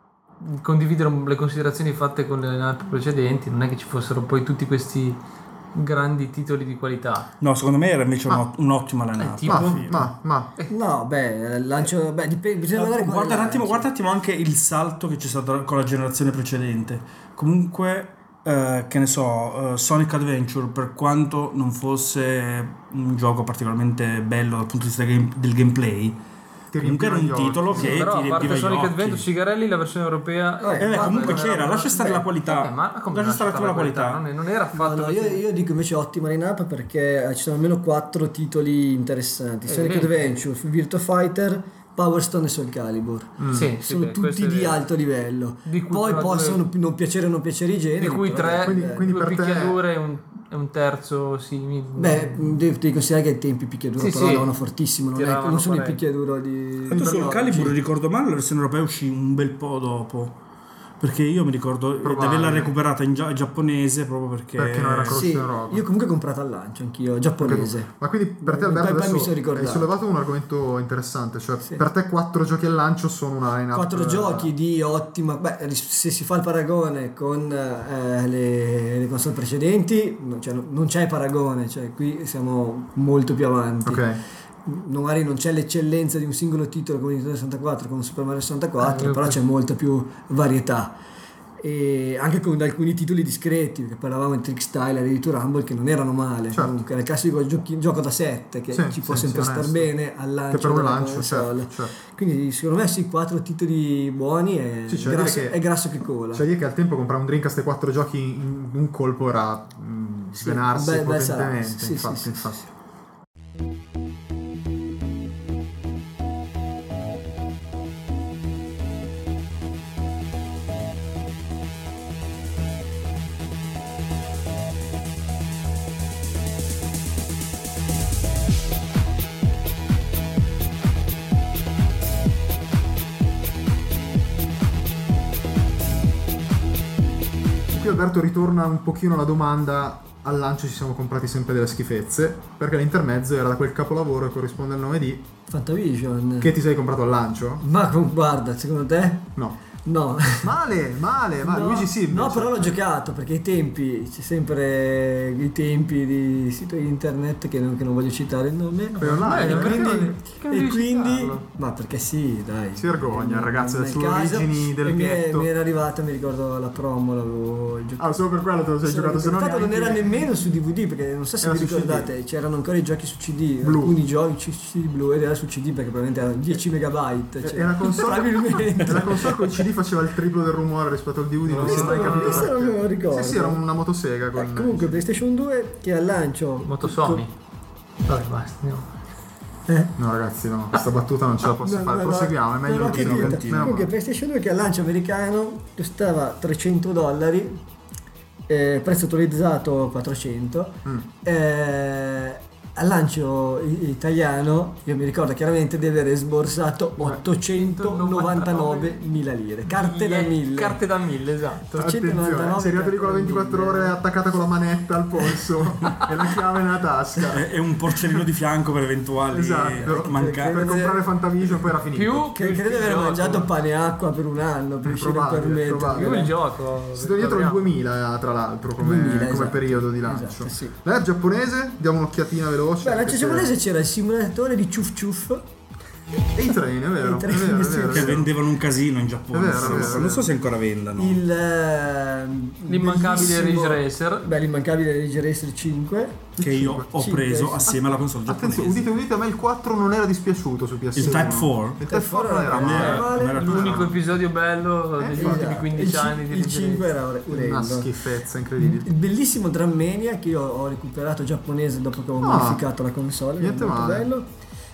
condividere le considerazioni fatte con le app precedenti, non è che ci fossero poi tutti questi grandi titoli di qualità. No, secondo me era invece Ma- un- un'ottima line-up. Eh, tipo- Ma, ma, ma, No, beh, il lancio... Beh, dipende, bisogna vedere qual è Guarda il un attimo, lancio. guarda un attimo anche il salto che c'è stato con la generazione precedente. Comunque, eh, che ne so, eh, Sonic Adventure, per quanto non fosse un gioco particolarmente bello dal punto di vista game- del gameplay, ti comunque era un riempiva gli titolo occhi. che Però ti a riempiva parte gli Sonic occhi. Adventure Cigarelli, la versione europea Eh, Eh, beh, vabbè, comunque non c'era, era- lascia stare beh, la qualità. Eh, ma come lascia stare tu la qualità. Non, non era No, fatto no, io, perché- io dico invece ottima line-up perché ci sono almeno quattro titoli interessanti: Eh, Sonic vedi. Adventure, Virtua Fighter, Power Stone e Soul Calibur. Sì, sì, Sono beh, questo tutti è di vero. alto livello. Di cui Poi tra due- possono pi- non piacere o non piacere i generi. di cui però, tre, eh, Quindi- quindi due per te- picchiadure e un, e un terzo simile. Beh, devi, devi considerare che ai tempi picchiaduro Sì, però sì. andavano fortissimo, non, è, Tiravano non sono i parecchio. picchiaduro di... Tanto sul no, Calibur, sì. ricordo male, la versione europea uscì un bel po' dopo. Perché io mi ricordo di Probabile. averla recuperata in gia- giapponese proprio perché... Perché non era ancora Sì, uscita in Europa. io comunque ho comprato al lancio anch'io, giapponese. Ma quindi per te Poi- Alberto poi mi adesso sono ricordato. hai sollevato un argomento interessante, cioè Sì. per te quattro giochi al lancio sono una line-up Quattro eh, giochi di ottima, beh, ris- se si fa il paragone con eh, le, le console precedenti, no, cioè, no- non c'è paragone, cioè qui siamo molto più avanti. Ok. Non- magari non c'è l'eccellenza di un singolo titolo come Nintendo sessantaquattro, come Super Mario sessantaquattro, Eh, io però questo- c'è molta più varietà. E anche con alcuni titoli discreti, perché parlavamo di Trick Style e di Rumble che non erano male. Certo. Comunque era il classico giochi- gioco da sette che Sì, ci può sì, sempre sì, star onesto. bene al lancio. Che per un della lancio, console. certo, certo. Quindi secondo me sì, quattro titoli buoni e Sì, c'è da grasso, dire che- è grasso che cola. Cioè dire che al tempo comprare un Dreamcast e quattro giochi in un colpo era mh, Sì, svenarsi beh, beh, potentemente, sarà. Sì, infatti, sì, sì, infatti. Qui Alberto ritorna un pochino alla domanda: al lancio ci siamo comprati sempre delle schifezze, perché l'intermezzo era da quel capolavoro che corrisponde al nome di Fantavision. che ti sei comprato al lancio? Ma guarda, secondo te? No. No. Male, male, male. No, Luigi sì, no, invece. però l'ho giocato perché i tempi, c'è sempre i tempi di sito internet che non, che non voglio citare il nome. Poi online, Beh, eh? perché Quindi- non- perché non e devi quindi, citarlo? ma perché sì, dai. Si vergogna, il ragazzo Nel delle sue caso, origini del e mi, è- ghetto. mi era arrivata, mi ricordo la promo, l'avevo giocato. Ah, solo per quello te lo sei Sì, giocato, se no infatti non neanche- era nemmeno su D V D perché non so se Era vi su C D. ricordate, c'erano ancora i giochi su C D, Blu. alcuni giochi C D blu ed era su C D perché probabilmente erano dieci megabyte. Cioè, E la console, probabilmente. e la console con il C D faceva il triplo del rumore rispetto al D V D, non si è Questo mai non- capito questo non perché. me lo ricordo. Sì, sì, era una motosega con... Eh, comunque PlayStation due che al lancio Motosomi. Vabbè, basta, andiamo. No ragazzi, no, questa battuta non ce la posso No, fare, no, no, proseguiamo, è meglio non ho che capito. continua. Comunque PlayStation due che al lancio americano costava trecento dollari, eh, prezzo attualizzato quattrocento. Mm. Eh, al lancio i- italiano io mi ricordo chiaramente di aver sborsato ottocentonovantanove mila lire, carte da mille. Carte da mille, esatto. Attenzione, ottocentonovantanove sei arrivato lì con la carte da ventiquattro mille. ore attaccata con la manetta al polso e la chiave nella tasca. È, è un porcellino di fianco per eventuali Esatto. mancati. Per comprare Fantavision poi era finito. Più, Che più credo di il aver gioco. mangiato pane e acqua per un anno per riuscire a probabile, permettere. probabile. Più il gioco. Siete dietro il duemila tra l'altro come, duemila, come esatto. periodo di lancio. Esatto, sì. La giapponese, diamo un'occhiatina veloce. Beh, al lancio perché- giapponese c'era il simulatore di Ciuf Ciuf. E i treni, è vero, I è treni, vero, è sì. vero, è Che vero. vendevano un casino in Giappone. È vero, sì, è vero, sì. è Non vero. so se ancora vendano. Il ehm, L'immancabile bellissimo- Ridge Racer. Beh, l'immancabile Ridge Racer cinque. Che io ho Cinque, preso sì. assieme alla console Attenzione, giapponese. udite, udite, a me il quattro non era dispiaciuto su P S uno. Il Type quattro? Il Type quattro non era non male. era male. Non era L'unico episodio bello Eh, degli esatto. ultimi quindici il, anni di il Ridge cinque Racer. era Una orrendo. schifezza incredibile. Il bellissimo Drummania che io ho recuperato giapponese dopo che ho Ah, modificato la console, era niente molto male. bello.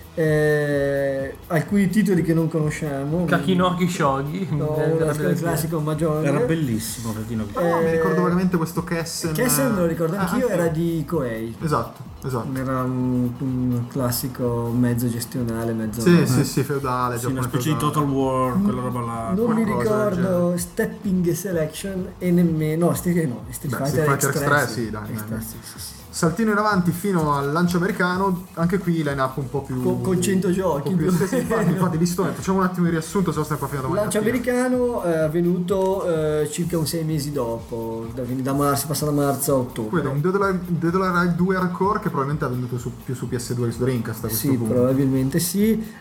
Eh, alcuni titoli che non conosciamo. Kakinoki Shogi. No, Eh, il della- classico Mahjong. Era bellissimo, Cretino. Ah, mi Eh, ricordo vagamente questo Kessen. Kessen me lo ricordo Ah, anch'io, anche era io. di Koei. Esatto. Esatto. Era un, un classico mezzo gestionale, mezzo... Sì, sì, sì, feudale. Sì, una Giappone specie di feudale. Total War, quella roba là. Non mi qualcosa del ricordo Stepping Selection e nemmeno... No, Street, no, Street Beh, Fighter, Street Fighter Extra, Extra, sì, dai, Extra, dai. sì, sì, sì. Saltino in avanti fino al lancio americano, anche qui line-up un po' più... Con- con cento giochi, un po' più, più o sì, sì, infatti, meno. infatti, visto, facciamo un attimo di riassunto, se no stiamo qua fino a Il domani lancio mattina. americano è avvenuto eh, circa un sei mesi dopo, da, quindi da marzo, passa da marzo a ottobre. Quello, un Dead or Alive- Dead or Alive due Hardcore che probabilmente ha venduto su- più su P S due che su Dreamcast a questo Sì, punto. probabilmente sì.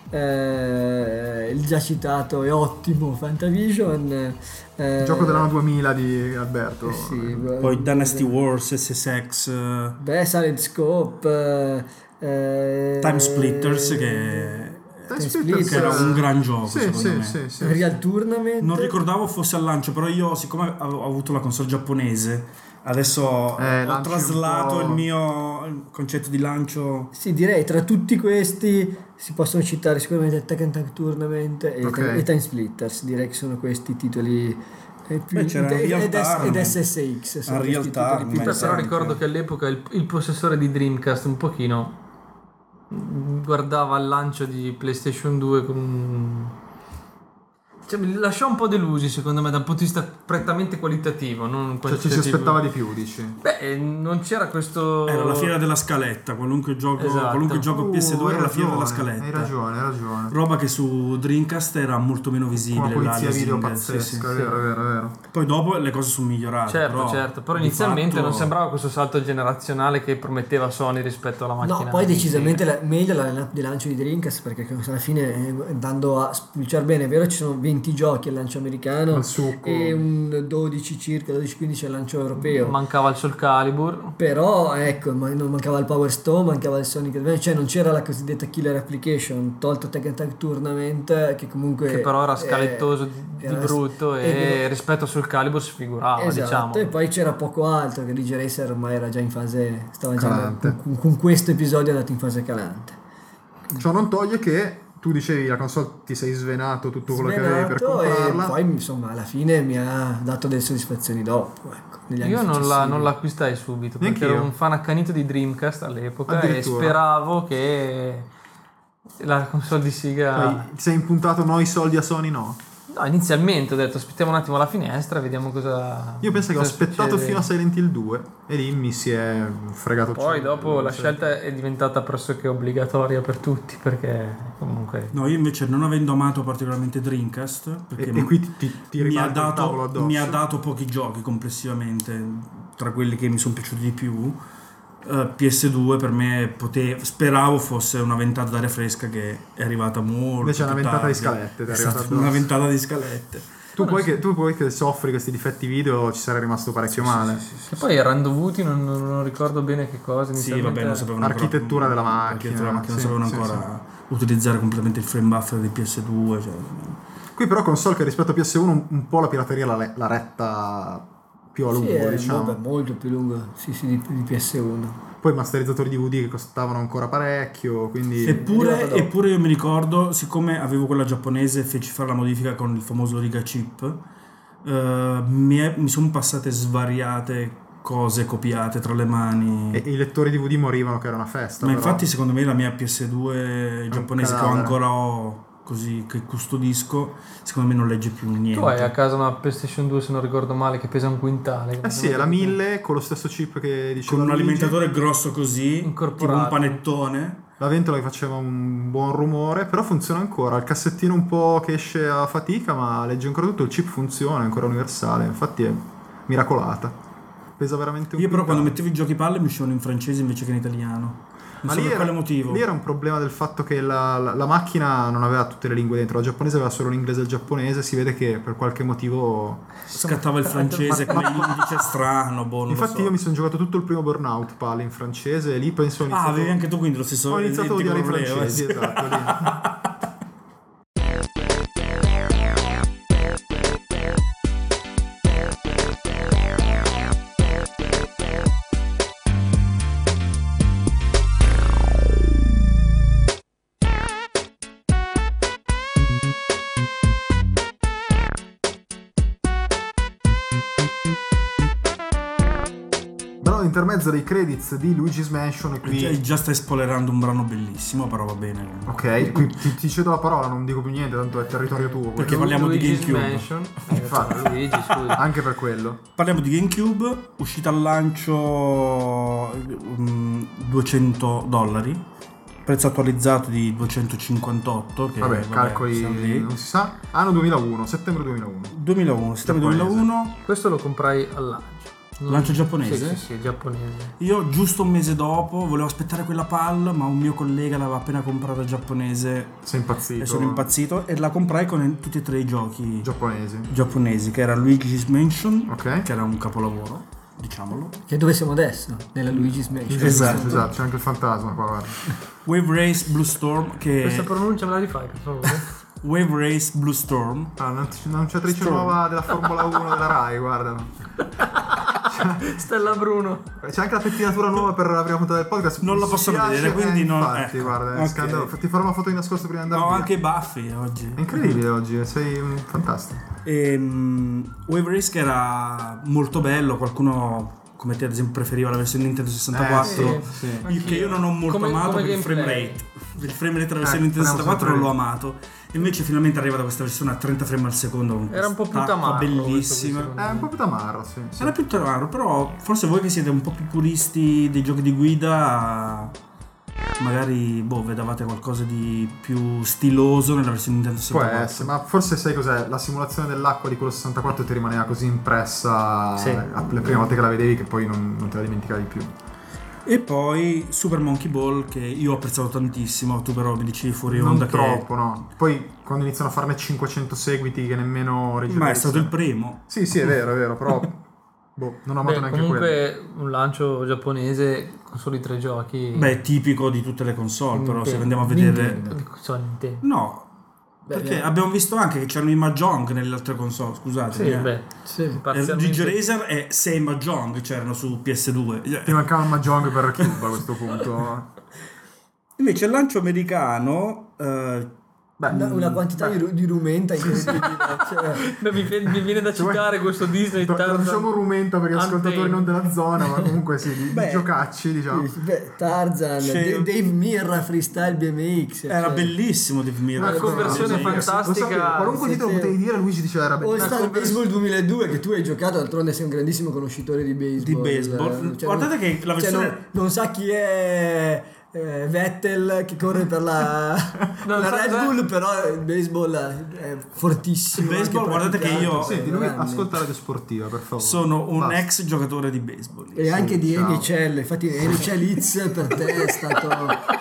Eh, il già citato e ottimo Fantavision. Eh, Gioco dell'anno duemila di Alberto. eh sì, Poi Dynasty Wars, S S X, eh, Beh, Silent Scope. Eh, Time Splitters che, Time Time Splitters che era un gran gioco Sì, secondo sì, me. sì, sì, Real Tournament. Non ricordavo fosse al lancio, però io siccome avevo avuto la console giapponese, adesso Eh, ho lanci un traslato po'. il mio concetto di lancio. Sì, direi tra tutti questi si possono citare sicuramente Tekken Tag Tournament e, Ok. e Time Splitters. Direi che sono questi i titoli eh, più Beh, c'era ed, Unreal ed, S- ed Tournament. S S X sono Unreal questi titoli più Tournament. Però pesanti. ricordo che all'epoca il, il possessore di Dreamcast un pochino guardava il lancio di PlayStation due con... Cioè, mi lasciò un po' delusi secondo me da un punto di vista prettamente qualitativo, non Cioè ci si quantitativo. aspettava di più, dici? Beh, non c'era questo... Era la fiera della scaletta, qualunque gioco, Esatto. qualunque gioco Uh, P S due era hai la fiera della ragione, scaletta. Hai ragione, hai ragione. Roba che su Dreamcast era molto meno Una visibile. polizia video l'aliasing, pazzesca, sì, sì. è vero, è vero, è vero. Poi dopo le cose sono migliorate. Certo, però, certo, però di inizialmente fatto- non sembrava questo salto generazionale che prometteva Sony rispetto alla macchina. No, poi decisamente la- meglio la lineup di lancio di Dreamcast perché alla fine eh, andando a spulciare bene, è vero ci sono venti giochi al lancio americano Al succo. e un dodici circa, dodici quindici al lancio europeo. Mancava il Soul Calibur. Però ecco, ma non mancava il Power Stone, mancava il Sonic Adventure, cioè non c'era la cosiddetta killer application, tolto Tekken Tag Tournament che comunque Che però era eh, scalettoso di, di era- brutto e, e- rispetto sul Calibur si figurava, esatto, diciamo. e poi c'era poco altro che Ridge Racer ormai era già in fase, stava già Calante. con, con questo episodio è andato in fase calante. Ciò non toglie che tu dicevi la console ti sei svenato tutto quello che avevi per Svenato, e comprarla. poi insomma alla fine mi ha dato delle soddisfazioni dopo, ecco, negli anni Io non, la, successivi. non l'acquistai subito perché Neanch'io. ero un fan accanito di Dreamcast all'epoca e Addirittura. speravo che la console di Sega... Sai, ti sei impuntato noi soldi a Sony, no? No, inizialmente ho detto aspettiamo un attimo alla finestra, vediamo cosa... Io penso che ho cosa aspettato succede. fino a Silent Hill due e lì mi si è fregato. Poi il dopo cervello, la sì. scelta è diventata pressoché obbligatoria per tutti perché comunque... No, io invece non avendo amato particolarmente Dreamcast, perché E, e qui ti, ti, ti mi, ha ribalta il tavolo dato, addosso. mi ha dato pochi giochi complessivamente, tra quelli che mi sono piaciuti di più. eh, P S due per me pote- speravo fosse una ventata d'aria fresca che è arrivata molto Invece è una più ventata di tardi. scalette, ti è Esatto, arrivata una addosso. ventata di scalette. Tu poi, che, tu poi che soffri questi difetti video ci sarei rimasto parecchio male. Che poi erano dovuti, non, non- non ricordo bene che cosa. Sì, inizialmente- vabbè, non sapevano Architettura ancora, della macchina, l'architettura della macchina, sì, non sapevano sì, ancora utilizzare completamente il frame buffer di P S due. Cioè. Qui però console che rispetto a P S uno un, un po' la pirateria l'ha, le- l'ha retta più a lungo, Sì, è diciamo. vabbè, molto più lungo sì, sì, di, di P S uno. Poi masterizzatori D V D che costavano ancora parecchio, quindi... Eppure, arrivata dopo. eppure io mi ricordo, siccome avevo quella giapponese e feci fare la modifica con il famoso Riga Chip, eh, mi, è- mi sono passate svariate cose copiate tra le mani. E, e i lettori D V D morivano che era una festa. Ma però. infatti secondo me la mia P S due giapponese che ho cadavere. ancora ho, così che custodisco, secondo me non legge più niente. Tu hai a casa una PlayStation due, se non ricordo male, che pesa un quintale. Eh sì, è la mille con lo stesso chip che diceva Con un Luigi. alimentatore grosso così, tipo Incorporato. un panettone. La ventola che faceva un buon rumore, però funziona ancora. Il cassettino un po' che esce a fatica, ma legge ancora tutto. Il chip funziona, è ancora universale. Infatti è miracolata. Pesa veramente un Io però quando quintale. mettevo i giochi palle mi uscivano in francese invece che in italiano. Non Ma so lì per era, quale motivo. lì era un problema del fatto che la, la- la macchina non aveva tutte le lingue dentro. La giapponese aveva solo l'inglese e il giapponese. Si vede che per qualche motivo... Scattava il francese come indice strano, boh, non Infatti lo so. io mi sono giocato tutto il primo Burnout palle in francese e lì penso ho Ah, iniziato... avevi anche tu quindi lo stesso Ho iniziato a identico odiare i problema, francesi, sì. esatto. Lì. l'intermezzo dei credits di Luigi's Mansion e qui... Già, già stai spoilerando un brano bellissimo, però va bene. Ok, qui ti, ti cedo la parola, non dico più niente, tanto è territorio tuo. Perché quello. parliamo di Luigi's GameCube. Mansion. Infatti. Eh, Luigi, scusa. Anche per quello. Parliamo di GameCube, uscita al lancio um, duecento dollari, prezzo attualizzato di duecentocinquantotto. Che, Vabbè, calcoli siamo lì. non si sa. Anno duemilauno, settembre duemilauno. duemilauno, settembre Giapponese. duemilauno, Questo lo comprai al lancio. lancio giapponese? Sì, sì, sì, giapponese. Io giusto un mese dopo volevo aspettare quella P A L, ma un mio collega l'aveva appena comprata giapponese Sei impazzito. e sono impazzito e la comprai con tutti e tre i giochi Giapponesi. giapponesi, che era Luigi's Mansion, Ok. che era un capolavoro, diciamolo. Che dove siamo adesso? Nella Luigi's Mansion. Esatto. Esatto, c'è anche il fantasma qua, guarda. Wave Race Blue Storm, che Questa pronuncia me la rifai, per favore? Wave Race Blue Storm. Ah, un'annunciatrice Storm. nuova della Formula uno della Rai, guarda. Stella Bruno. C'è anche la pettinatura nuova per la prima puntata del podcast. Non la Mi possono spiace, vedere, quindi eh, non- Infatti, ecco. guarda, è Ok. scandalo. Ti farò una foto di nascosto prima di andare No, via. anche Buffy oggi. È incredibile oggi, sei un fantastico. Ehm, Wave Race che era molto bello, qualcuno come te ad esempio preferiva la versione Nintendo sessantaquattro. Eh, sì, sì. Io- che io non ho molto Come- amato come per il frame gameplay. rate. Il frame rate della versione Eh, Nintendo parliamo sessantaquattro non l'ho sempre amato. E invece finalmente arriva da questa versione a trenta frame al secondo. con Era un po' più questa tamarro tappa questo bellissima. qui, È un po' più tamarro, sì. sì. Era più raro, però forse voi che siete un po' più puristi dei giochi di guida, magari boh, vedevate qualcosa di più stiloso nella versione Nintendo Può sessantaquattro. essere, ma forse sai cos'è? La simulazione dell'acqua di quello sessantaquattro ti rimaneva così impressa Sì. a- le prime volte che la vedevi che poi non, non te la dimenticavi più. E poi Super Monkey Ball, che io ho apprezzato tantissimo, tu però mi dicevi fuori Non onda che... troppo, no. Poi quando iniziano a farne cinquecento seguiti che nemmeno Ridge Ma è Racer- stato il primo. Sì, sì, è vero, è vero, però boh, non ho amato Beh, neanche quello. comunque un lancio giapponese con soli tre giochi. Beh, è tipico di tutte le console, però se Nintendo. andiamo a vedere... Nintendo. Cioè, Nintendo. No, Beh, perché beh. abbiamo visto anche che c'erano i Mahjong nelle altre console, scusate. Sì, eh. beh, Sì. Eh, parzialmente- Ridge Racer e sei Mahjong c'erano su P S due. Ti mancava il Mahjong per Cube a questo punto. Invece il lancio americano... eh, Beh, Una, una quantità di, ru- di rumenta incredibile. cioè, Beh, mi, fe- mi viene da Se vuoi- citare questo Disney tra- Tarzan. traduciamo rumenta per gli ascoltatori Untamed. non della zona, ma comunque sì, di, di Beh, giocacci, diciamo. beh, Tarzan, C'è- Da- Dave Mirra, Freestyle B M X. era cioè, bellissimo Dave Mirra. Una conversione Sì, fantastica. Lo sapevo, qualunque Sì, titolo sì. potevi dire, Luigi diceva era All bello. Star convers- Baseball duemiladue che tu hai giocato, d'altronde sei un grandissimo conoscitore di baseball. Di baseball. eh, Guardate non- che la cioè, versione- non, non sa chi è eh, Vettel che corre per la, Non la sa- Red Bull, però il baseball è fortissimo. Il baseball, anche guardate che io- praticato, Senti, lui grande. ascolta Radio Sportiva, per favore. Sono un Basta. ex giocatore di baseball. E anche di ciao. N H L, infatti N H L Hits per te è stato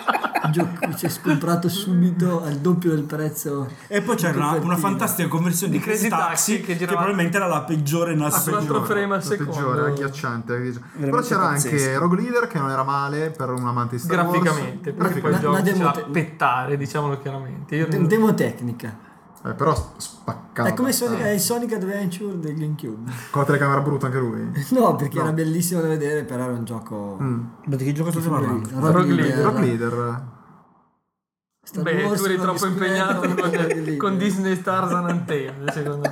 gio- ci è comprato subito al doppio del prezzo. E poi c'era una, una copertina. fantastica conversione Di di Crazy Crazy Taxi Taxi che, che girava- probabilmente era la peggiore in A assoluto. quattro frame al La peggiore, secondo. agghiacciante. Però Veramente c'era anche pazzesco. Rogue Leader che non era male per un amante di Star Wars. Graficamente, perché poi Una- il gioco una si demo va a te- pettare, diciamolo chiaramente. Io De- non- demo tecnica. Eh, però spaccava. È come Sonic, abbastanza. è il Sonic Adventure del GameCube. Con la telecamera brutta anche lui. No, perché No. era bellissimo da vedere, però era un gioco. Mm. Ma di che gioco state parlando? Rogue Leader. Rogue Leader. Star Beh, Wars, tu eri Rogue troppo Squadron, impegnato Rogue con, Leader. con Disney Tarzan Untamed, secondo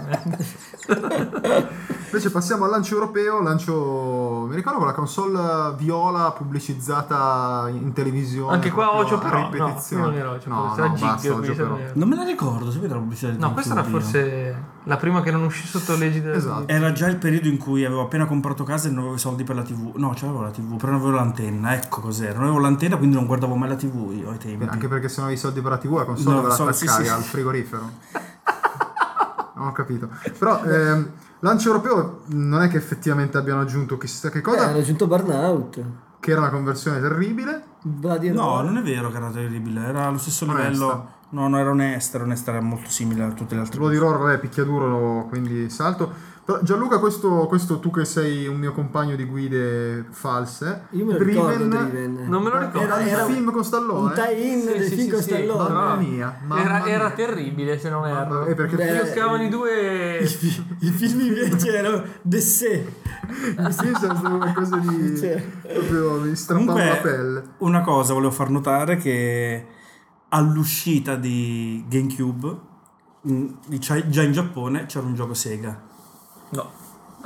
me. Invece passiamo al lancio europeo, lancio mi ricordo con la console viola pubblicizzata in televisione. Anche qua proprio Ocio a Pro. No, ripetizione. qui non era Ocio Pro, No, era no, Gig, basta, qui Ocio se Pro. non era. Non me la ricordo, sapete la pubblicità del No, questa era GameCube io? forse la prima che non uscì sotto l'egida. Esatto. Era già il periodo in cui avevo appena comprato casa e non avevo i soldi per la tivù. No, c'avevo la tivù, però non avevo l'antenna. Ecco cos'era. Non avevo l'antenna, quindi non guardavo mai la tivù io ai tempi. Beh, anche perché se non avevi i soldi per la tivù la console No, dove la so- attaccavi sì, sì. al frigorifero. Non ho capito. Però ehm, lancio europeo non è che effettivamente abbiano aggiunto chissà che Eh, cosa, hanno aggiunto Burnout. che era una conversione terribile. Bloody No, Roar. non è vero che era terribile, era allo stesso Onesta. livello. No, non era onesta, era onesta, era molto simile a tutte le altre Bloody cose. Roar, vabbè, picchiaduro, quindi salto. Però, Gianluca, questo, questo tu che sei un mio compagno di guide false. Io me lo ricordo Driven, Driven. Non me lo ricordo. Era, il era film con un Stallone. tie-in Sì, del sì, film sì, con sì. Stallone. Mamma No. mia, mamma Era, mia. era terribile se non erro. Eh, perché Beh, il Giocavano i due. I film invece erano The Sé. film sono state qualcosa di Cioè. proprio mi strappava la pelle. Comunque, una cosa volevo far notare che all'uscita di GameCube, mh, già già in Giappone c'era un gioco Sega. No.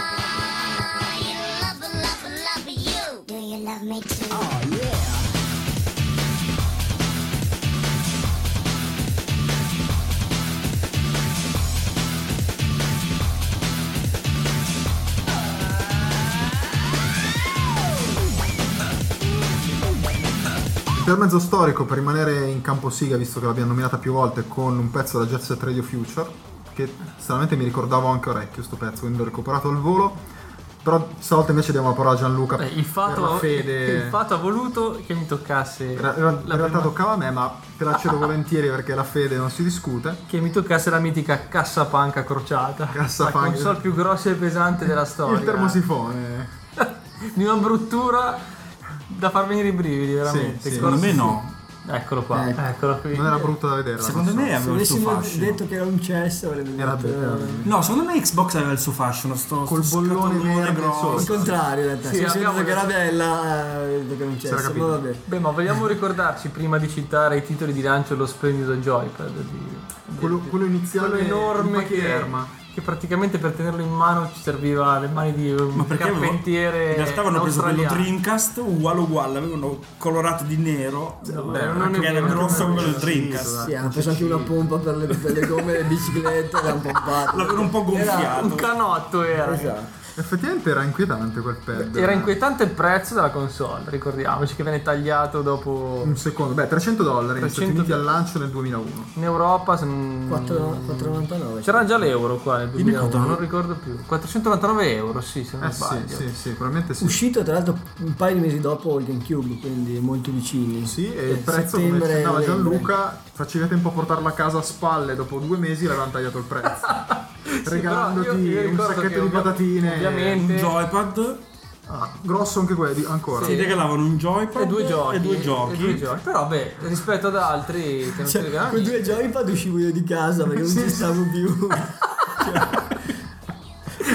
love, love, love you. Do you love me too? Oh yeah. Per mezzo storico, per rimanere in campo Siga, visto che l'abbiamo nominata più volte, con un pezzo da Jet Set Radio Future, che stranamente mi ricordavo anche orecchio sto pezzo, quindi l'ho recuperato al volo. Però stavolta invece diamo la parola a Gianluca. Beh, il, fatto, per la fede. il fatto ha voluto che mi toccasse In ra- in la realtà prima- toccava a me, ma te la cedo volentieri perché la fede non si discute. che mi toccasse la mitica cassapanca crociata, Cassapanca. la console più grossa e pesante della storia, Il termosifone. di una bruttura da far venire i brividi veramente. Sì, sì. Secondo me no. Eccolo qua, Ecco. eccolo qui. Non era brutto da vedere. Secondo me Se aveva il suo avessimo fascino. detto che era un cesso avrebbe Era detto, bello. eh, No, secondo me Xbox aveva il suo fascino. Sto, Col sto bollone scatolone verde grosso. il contrario in realtà. Sì, Se avessimo abbiamo detto che era detto- bella, eh, detto che era un Si era cesso, capito. ma vabbè. Beh, ma vogliamo ricordarci prima di citare i titoli di lancio dello splendido joypad di, Quello, quello iniziale quello enorme di che, Pacherma. che praticamente per tenerlo in mano ci serviva le mani di un Ma perché avevo- carpentiere in realtà avevano preso quello australiano. Dreamcast uguale uguale, avevano colorato di nero, Beh, eh, non è che era vero, grosso non è come il vero. Dreamcast. Sì, hanno preso anche una pompa per le, per le gomme delle biciclette, l'hanno pompato. L'avevano un po' gonfiato. Un canotto era. Esatto. Effettivamente era inquietante quel pad. Era inquietante il prezzo della console, ricordiamoci che viene tagliato dopo Un secondo, beh, trecento dollari negli Stati trecento Uniti al lancio nel duemilauno. in Europa. Se non... quattro virgola novantanove. C'era già l'euro qua nel duemilauno, ricordavo- non ricordo più. quattrocentonovantanove euro, sì, se non Eh sì, sbaglio. sì, sì, probabilmente sì. Uscito tra l'altro un paio di mesi dopo il GameCube, quindi molto vicini. Sì, e Eh, il prezzo, come settembre, accennava novembre. Gianluca, facevi tempo a portarla a casa a spalle, dopo due mesi l'avevano tagliato il prezzo. Regalandoti però io- io un ricordo sacchetto che di ovvia- patatine. ovviamente- Un joypad, Ah, grosso anche quello, di- ancora. ti regalavano un joypad E due giochi. e due e giochi. due giochi. Però beh, rispetto ad altri che non si Cioè, regalano con due niente. joypad uscivo io di casa perché non ci stavo più. La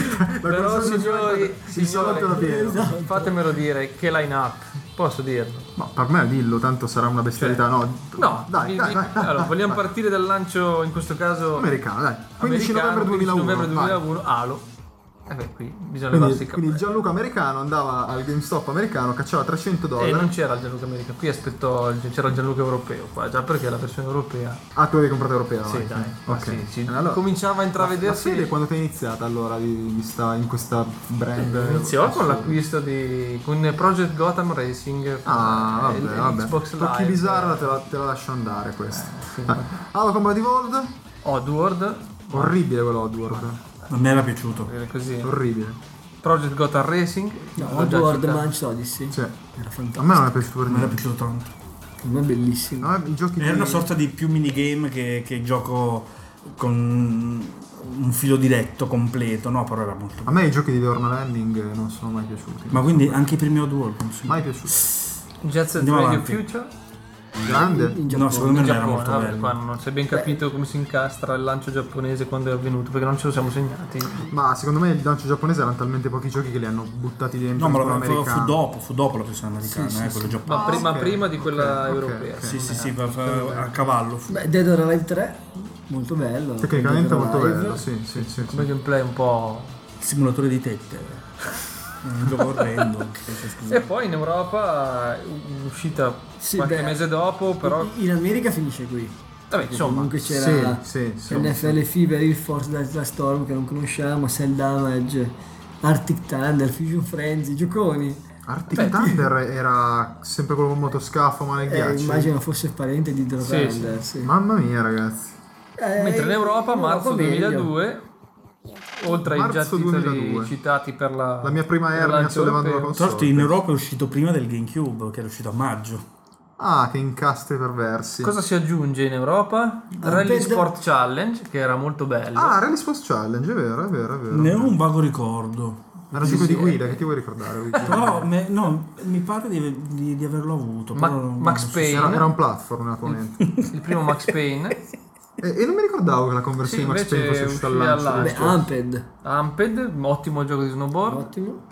Però console signori, il salotto da signori pieno. fatemelo dire, che line up, posso dirlo? No, per me dillo, tanto sarà una bestialità. No, No, dai, vi- dai, vi- dai, dai, allora, dai, vogliamo dai. partire dal lancio, in questo caso Americano, dai. quindici americano, novembre duemilauno. quindici novembre vai. duemilauno, Halo. Eh beh, qui bisogna levarsi Quindi, il quindi cappello. Gianluca americano andava al GameStop americano, cacciava trecento E dollari. non c'era il Gianluca America, qui aspettò, c'era il Gianluca europeo qua, già perché la versione europea. Ah, tu avevi comprato europea? Sì, vai, dai, ma ok. sì, sì. E allora- Cominciava a La intravedersi. fede quando ti è iniziata allora di, di sta, in questa brand? Iniziò con l'acquisto di con Project Gotham Racing. Ah, eh, vabbè, il vabbè. Xbox Tocchi Live. bizzarra te la, te la lascio andare questa. sì. Ah, Halo Combat Evolved? Oddworld, Orribile quello Oddworld. A me era piaciuto. dire così. Orribile. Project Gotham Racing. No, l'ho già Oddworld citato. Manch Odyssey. Cioè, Era a fantastico. me non è piaciuto per A me era niente. piaciuto tanto. Per me è bellissimo. No, i giochi Era di- una sorta di più minigame che, che gioco con un filo diretto completo, no? Però era molto A bello. me i giochi di Lorna Landing non sono mai piaciuti. Ma quindi anche i primi Oddworld non sono. Mai piaciuti. Jet Set Andiamo Radio avanti. Future. Grande. In Giappone. No, secondo me In non era Giappone, molto vabbè, bello. qua non si è ben capito come si incastra il lancio giapponese quando è avvenuto, perché non ce lo siamo segnati. Ma secondo me il lancio giapponese erano talmente pochi giochi che li hanno buttati dentro No, ma in quello fu, fu americano. dopo, fu dopo la versione americana, Sì, eh, sì, quello sì. giapponese. Ma prima, ok. prima di quella Ok, ok, europea. ok. Sì, sì, secondo sì, me. fa- fa- a cavallo. fu. Beh, Dead or Alive tre, molto bello. Tecnicamente Dead or molto Alive. bello, sì, sì, sì. Come sì. gameplay un po'. Simulatore di tette. Un gioco orrendo. E poi in Europa uscita Sì, qualche beh, mese dopo, però. In America finisce qui. Vabbè, insomma. Comunque c'era Sì, sì, sì. N F L Fever, Air Force Delta Storm che non conosciamo, Cell Damage, Arctic Thunder, Fusion Frenzy, gioconi. Arctic Thunder era sempre quello con motoscafo, ma nel Eh, ghiaccio. immagino fosse parente di Hydro Sì, Thunder, sì. Mamma mia, ragazzi. Eh, Mentre in Europa, in marzo meglio. duemiladue, oltre ai già Marzo titoli duemiladue. citati per la. La mia prima per ernia lancio sollevando la europeo. console. Tra l'altro in Europa è uscito prima del GameCube, che era uscito a maggio. Ah, che incastri perversi. Cosa si aggiunge in Europa? Rally per- Sport Challenge, che era molto bello. Ah, Rally Sports Challenge, è vero, è vero, è vero. Ne ho un vago ricordo. Era un gioco di guida, che ti vuoi ricordare, Luigi? Però me- no, mi pare di, di- di averlo avuto. Ma- però non- Max non so Payne. Era, era un platform, naturalmente. Il primo Max Payne. e, e non mi ricordavo che la conversione Sì, di Max invece Payne fosse uscita al uscì lancio. al Beh, lancio. Amped, Amped, ottimo gioco di snowboard. ottimo.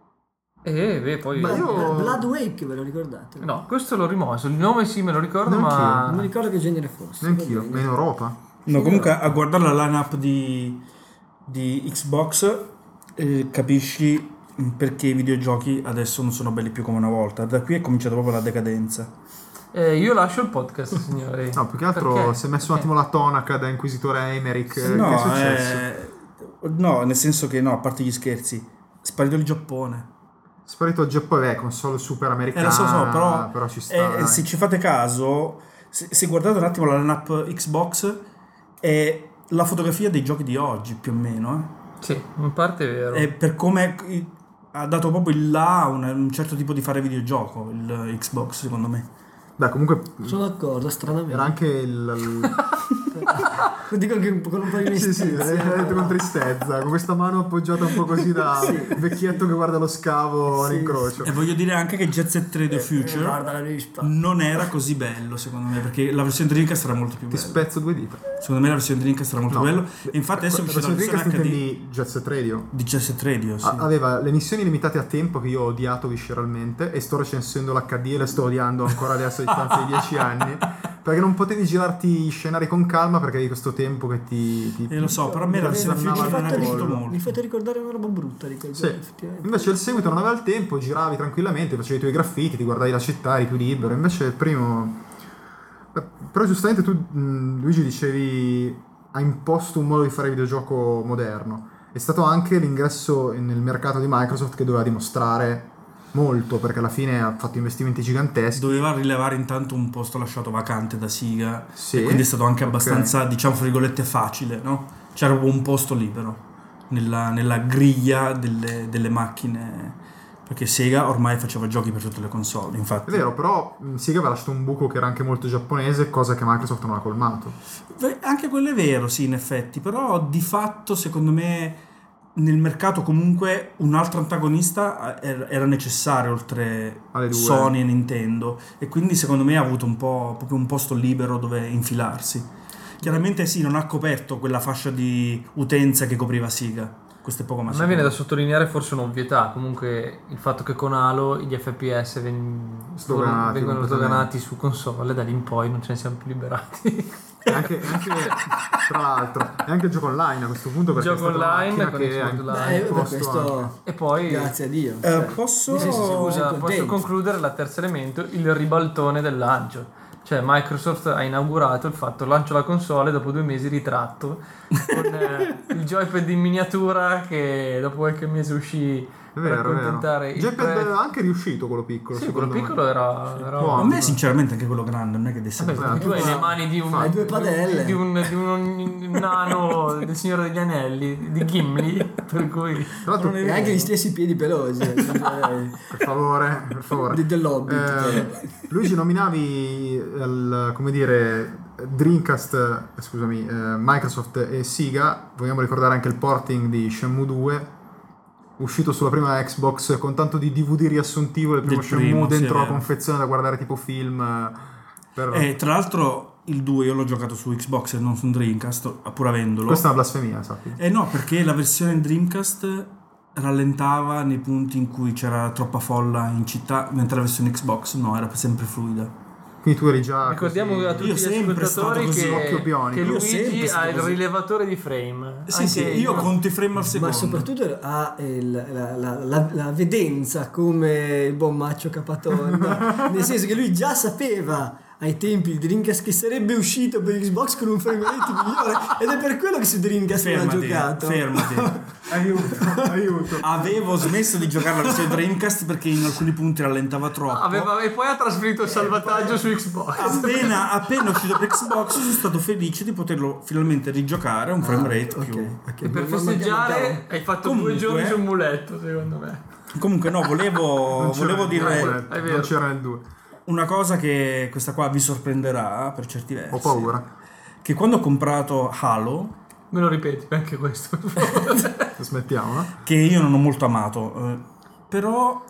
E beh, poi. Ma io- Blood Wake, ve lo ricordate? No, questo l'ho rimosso. Il nome sì me lo ricordo, Neanch'io. ma. Non mi ricordo che genere fosse. Neanch'io, va ma bene. in Europa. No, comunque a guardare la line-up di, di Xbox eh, capisci perché i videogiochi adesso non sono belli più come una volta. Da qui è cominciata proprio la decadenza. Eh, io lascio il podcast, signori. No, più che altro Perché? si è messo un attimo la tonaca da inquisitore Emerick. eh, no, che è successo? eh, no, nel senso che no, a parte gli scherzi, sparito il Giappone. Sparito il Giappone, console super Eh, americana. lo so, so, però, però ci sta. eh, dai. se ci fate caso, se, se guardate un attimo la line-up Xbox, è la fotografia dei giochi di oggi, più o meno. Sì, in parte è vero. Eh. È per come i- ha dato proprio il là a un, un certo tipo di fare videogioco, il Xbox, secondo me. Beh, comunque Sono d'accordo, stranamente. era anche il. il- Dico che con un po' di sì, sì, mestizia. l'hai detto con tristezza, con questa mano appoggiata un po' così da vecchietto che guarda lo scavo Sì, all'incrocio. E voglio dire anche che Jet Set Radio Future Guarda la rispa. non era così bello, secondo me, perché la versione Dreamcast era molto più Ti bella. spezzo due dita. Secondo me la versione Dreamcast era molto No. bella. E infatti adesso è La uscita la versione versione Dreamcast H D intendi Jet Set Radio? di Jet Set Radio, sì. A- Aveva le missioni limitate a tempo che io ho odiato visceralmente e sto recensendo l'H D e le sto odiando ancora adesso a distanza di dieci anni perché non potevi girarti gli scenari con calma perché avevi questo tempo che ti... ti E lo so, però a me la Mi versione fate- Future non mi è fate- piaciuto Mi molto. fate ricordare una roba brutta di quel Sì. gioco, effettivamente. Invece il seguito non aveva il tempo, giravi tranquillamente, facevi i tuoi graffiti, ti guardavi la città, eri più libero. Invece il primo... Beh, però giustamente tu, mh, Luigi, dicevi ha imposto un modo di fare videogioco moderno. È stato anche l'ingresso nel mercato di Microsoft che doveva dimostrare molto, perché alla fine ha fatto investimenti giganteschi. Doveva rilevare intanto un posto lasciato vacante da Sega. Sì, E quindi è stato anche ok. abbastanza, diciamo, fra virgolette, facile, no? C'era proprio un posto libero nella, nella griglia delle, delle macchine. Perché Sega ormai faceva giochi per tutte le console, infatti. È vero, però mh, Sega aveva lasciato un buco che era anche molto giapponese, cosa che Microsoft non ha colmato. Beh, anche quello è vero, sì, in effetti, però di fatto, secondo me, nel mercato comunque un altro antagonista era era necessario oltre Alle due. Sony e Nintendo, e quindi secondo me ha avuto un po' proprio un posto libero dove infilarsi. Chiaramente sì, non ha coperto quella fascia di utenza che copriva Sega. questo è poco ma A me sicuro. viene da sottolineare forse un'ovvietà, comunque il fatto che con Halo gli F P S ven- Sdoganati vengono completamente. sdoganati su console, da lì in poi non ce ne siamo più liberati. E anche, anche tra l'altro, e anche il gioco online a questo punto, perché Gioco è stata una online macchina con che Xbox ha Live. ha Beh, per imposto questo anche. E poi, grazie a Dio. Eh, Cioè, posso... nel senso, siamo scusa, contenti. posso concludere la terza elemento, il ribaltone del lancio. Cioè Microsoft ha inaugurato il fatto lancio la console e dopo due mesi ritratto con eh, il joypad in miniatura che dopo qualche mese uscì È per vero, è vero. accontentare Il il joypad pre- è anche riuscito quello piccolo, Sì, secondo quello me. piccolo era, era Può. A me sinceramente anche quello grande non è che desse Vabbè, Vabbè, tu hai fa- le mani di un, Hai due padelle. di un, di un nano del Signore degli Anelli, di Gimli, per cui Tra l'altro, E anche gli stessi piedi pelosi. eh, direi. per favore, per favore. Di- dell'Hobbit. Eh, Luigi, nominavi il, come dire, Dreamcast, eh, scusami, eh, Microsoft e Sega. Vogliamo ricordare anche il porting di Shenmue due, uscito sulla prima Xbox con tanto di D V D riassuntivo del primo Del Shenmue primo, sì, dentro è la vero. confezione da guardare tipo film. eh, Per... E tra l'altro il due io l'ho giocato su Xbox e non su Dreamcast, pur avendolo. Questa è una blasfemia, sappi. Eh no, perché la versione Dreamcast rallentava nei punti in cui c'era troppa folla in città, mentre la versione Xbox no, era sempre fluida. Quindi tu eri già ricordiamo così- a tutti Io gli sempre ascoltatori stato così, che, occhio bionico. che Io Luigi sempre ha stato il così. rilevatore di frame. Sì, Anche sì, io io- conto i frame al secondo. Ma soprattutto ha il- la, la- la- la vedenza come il buon Maccio Capatonda, nel senso che lui già sapeva ai tempi di Dreamcast che sarebbe uscito per Xbox con un frame rate migliore ed è per quello che su Dreamcast non ha Fermati, giocato. fermati. Aiuto, aiuto. Avevo smesso di giocare la versione Dreamcast perché in alcuni punti rallentava troppo. Aveva- e poi ha trasferito il salvataggio su Xbox. Appena, appena uscito per Xbox sono stato felice di poterlo finalmente rigiocare a un frame rate Ok, più. ok. E per Ma- ma- festeggiare hai fatto Comunque- due giorni sul muletto, secondo me. Comunque no, volevo, Non c'era volevo il dire due, è vero. non c'era nel due. una cosa che questa qua vi sorprenderà per certi versi. Ho paura. Che quando ho comprato Halo, Me lo ripeti anche questo. Smettiamo, no? che io non ho molto amato, eh, però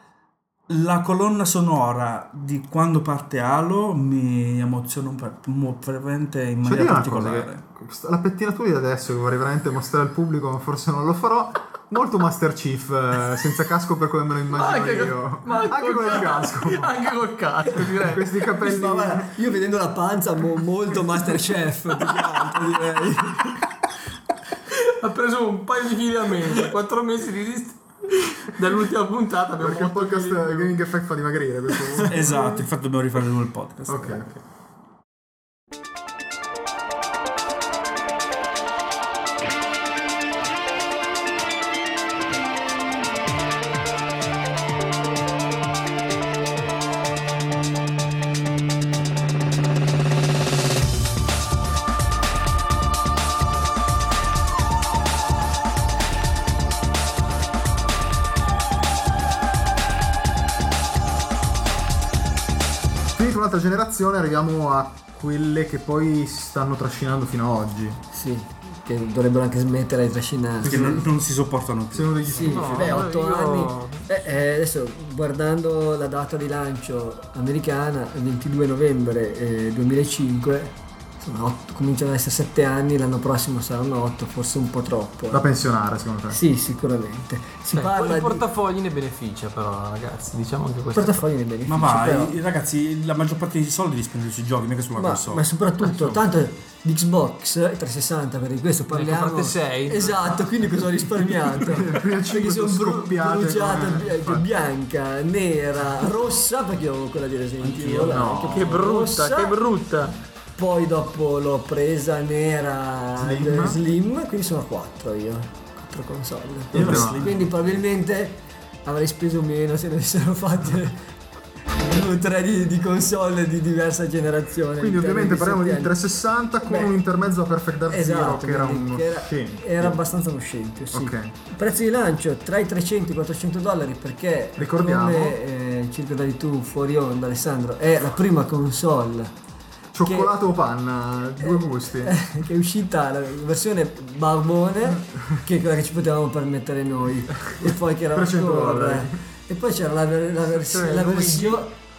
la colonna sonora di quando parte Halo mi emoziona un po', mo- veramente in Cioè, maniera dire una cosa, particolare. che questa- la pettinatura di adesso che vorrei veramente mostrare al pubblico, ma forse non lo farò. Molto Master Chief, eh, senza casco per come me lo immagino Anche io. con- ma Anche col con il casco. casco. Anche col casco, direi. Questi capelli. Ma guarda, io vedendo la panza mo- molto Masterchef più che altro, direi. Ha preso un paio di chili a meno, quattro mesi di dist- dall'ultima puntata abbiamo Perché il otto podcast chili in più. Gaming Effect fa dimagrire. questo- Esatto, infatti dobbiamo rifare il podcast. Ok, ok. Finita un'altra generazione, arriviamo a quelle che poi si stanno trascinando fino ad oggi. Sì, che dovrebbero anche smettere di trascinare. Perché non, non si sopportano più. Sono degli Sì, stufi. beh, otto io- anni. Eh, eh, adesso guardando la data di lancio americana, il ventidue novembre eh, duemilacinque, insomma, otto- cominciano ad essere sette anni, l'anno prossimo saranno otto, forse un po' troppo. Da pensionare, secondo te? Sì, sicuramente. Si Beh, poi parla il di portafogli ne beneficia però, ragazzi, diciamo che questo portafogli nei benefici. Ma vai, però- ragazzi, la maggior parte dei soldi li spendete sui giochi, mica sulla ma, console. ma soprattutto tanto di Xbox trecentosessanta, per questo parliamo. comprate sei? Esatto, quindi cosa ho risparmiato? prime cinque Perché sono sono bru- scoppiate bruciata, come- bi- eh, bianca, nera, rossa, perché avevo quella di Resident Evil. no. anche che brutta, rossa. che brutta. Poi dopo l'ho presa nera Slim. eh, slim, quindi sono a quattro io, quattro console. Io Quindi, no. quindi probabilmente avrei speso meno se ne avessero fatte due o tre di, di console di diversa generazione. Quindi in termini ovviamente parliamo di sette anni. trecentosessanta con Beh, un intermezzo a Perfect Dark Zero Esatto, che era quindi uno che era, scempio. era abbastanza uno scempio, sì. Ok. Il prezzo di lancio tra i trecento e i quattrocento dollari perché Ricordiamo. come eh, circa davi tu fuori onda Alessandro è la prima console Cioccolato o panna, due gusti. che è uscita la versione barbone che è quella che ci potevamo permettere noi e poi che era trecento ancora dollari. e poi c'era la, ver- la, vers- Versione la Luigi. versione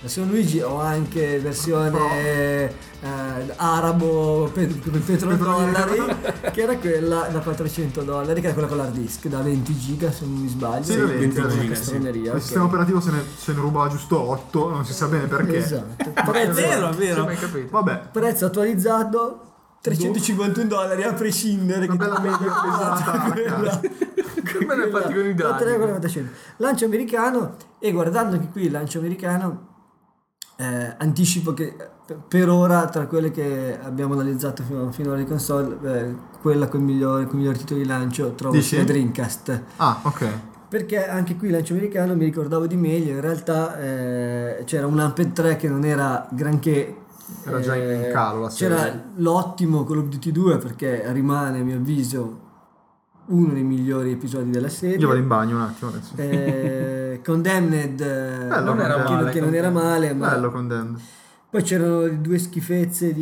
versione Luigi o anche versione eh, arabo pe- pe- petrodollari, che era quella da quattrocento dollari, che era quella con l'hard disk da venti giga se non mi sbaglio. Sì, da venti, una da venti, castroneria, Il ok. sistema operativo se ne, se ne ruba giusto otto, non si sa bene perché. Esatto. È Prezzo, vero, è Non vero. ho mai capito. Vabbè, prezzo attualizzato trecentocinquantuno dollari a prescindere. una bella media pesata. quella, Come ne fatti con i dati? tre virgola quarantacinque. Lancio americano, e guardando anche qui il lancio americano, eh, anticipo che eh, per ora tra quelle che abbiamo analizzato fino, fino alle console, eh, quella con il migliore, con i migliori titoli di lancio trovo Dici? sia Dreamcast. Ah, ok. Perché anche qui il lancio americano mi ricordavo di meglio, in realtà eh, c'era un Amped tre che non era granché. Era già in calo la C'era serie. l'ottimo Call of Duty due, perché rimane a mio avviso uno dei migliori episodi della serie. Io vado in bagno un attimo adesso. eh, Condemned, eh, Bello, che, era che- male, che non era male, ma Bello Condemned. poi c'erano due schifezze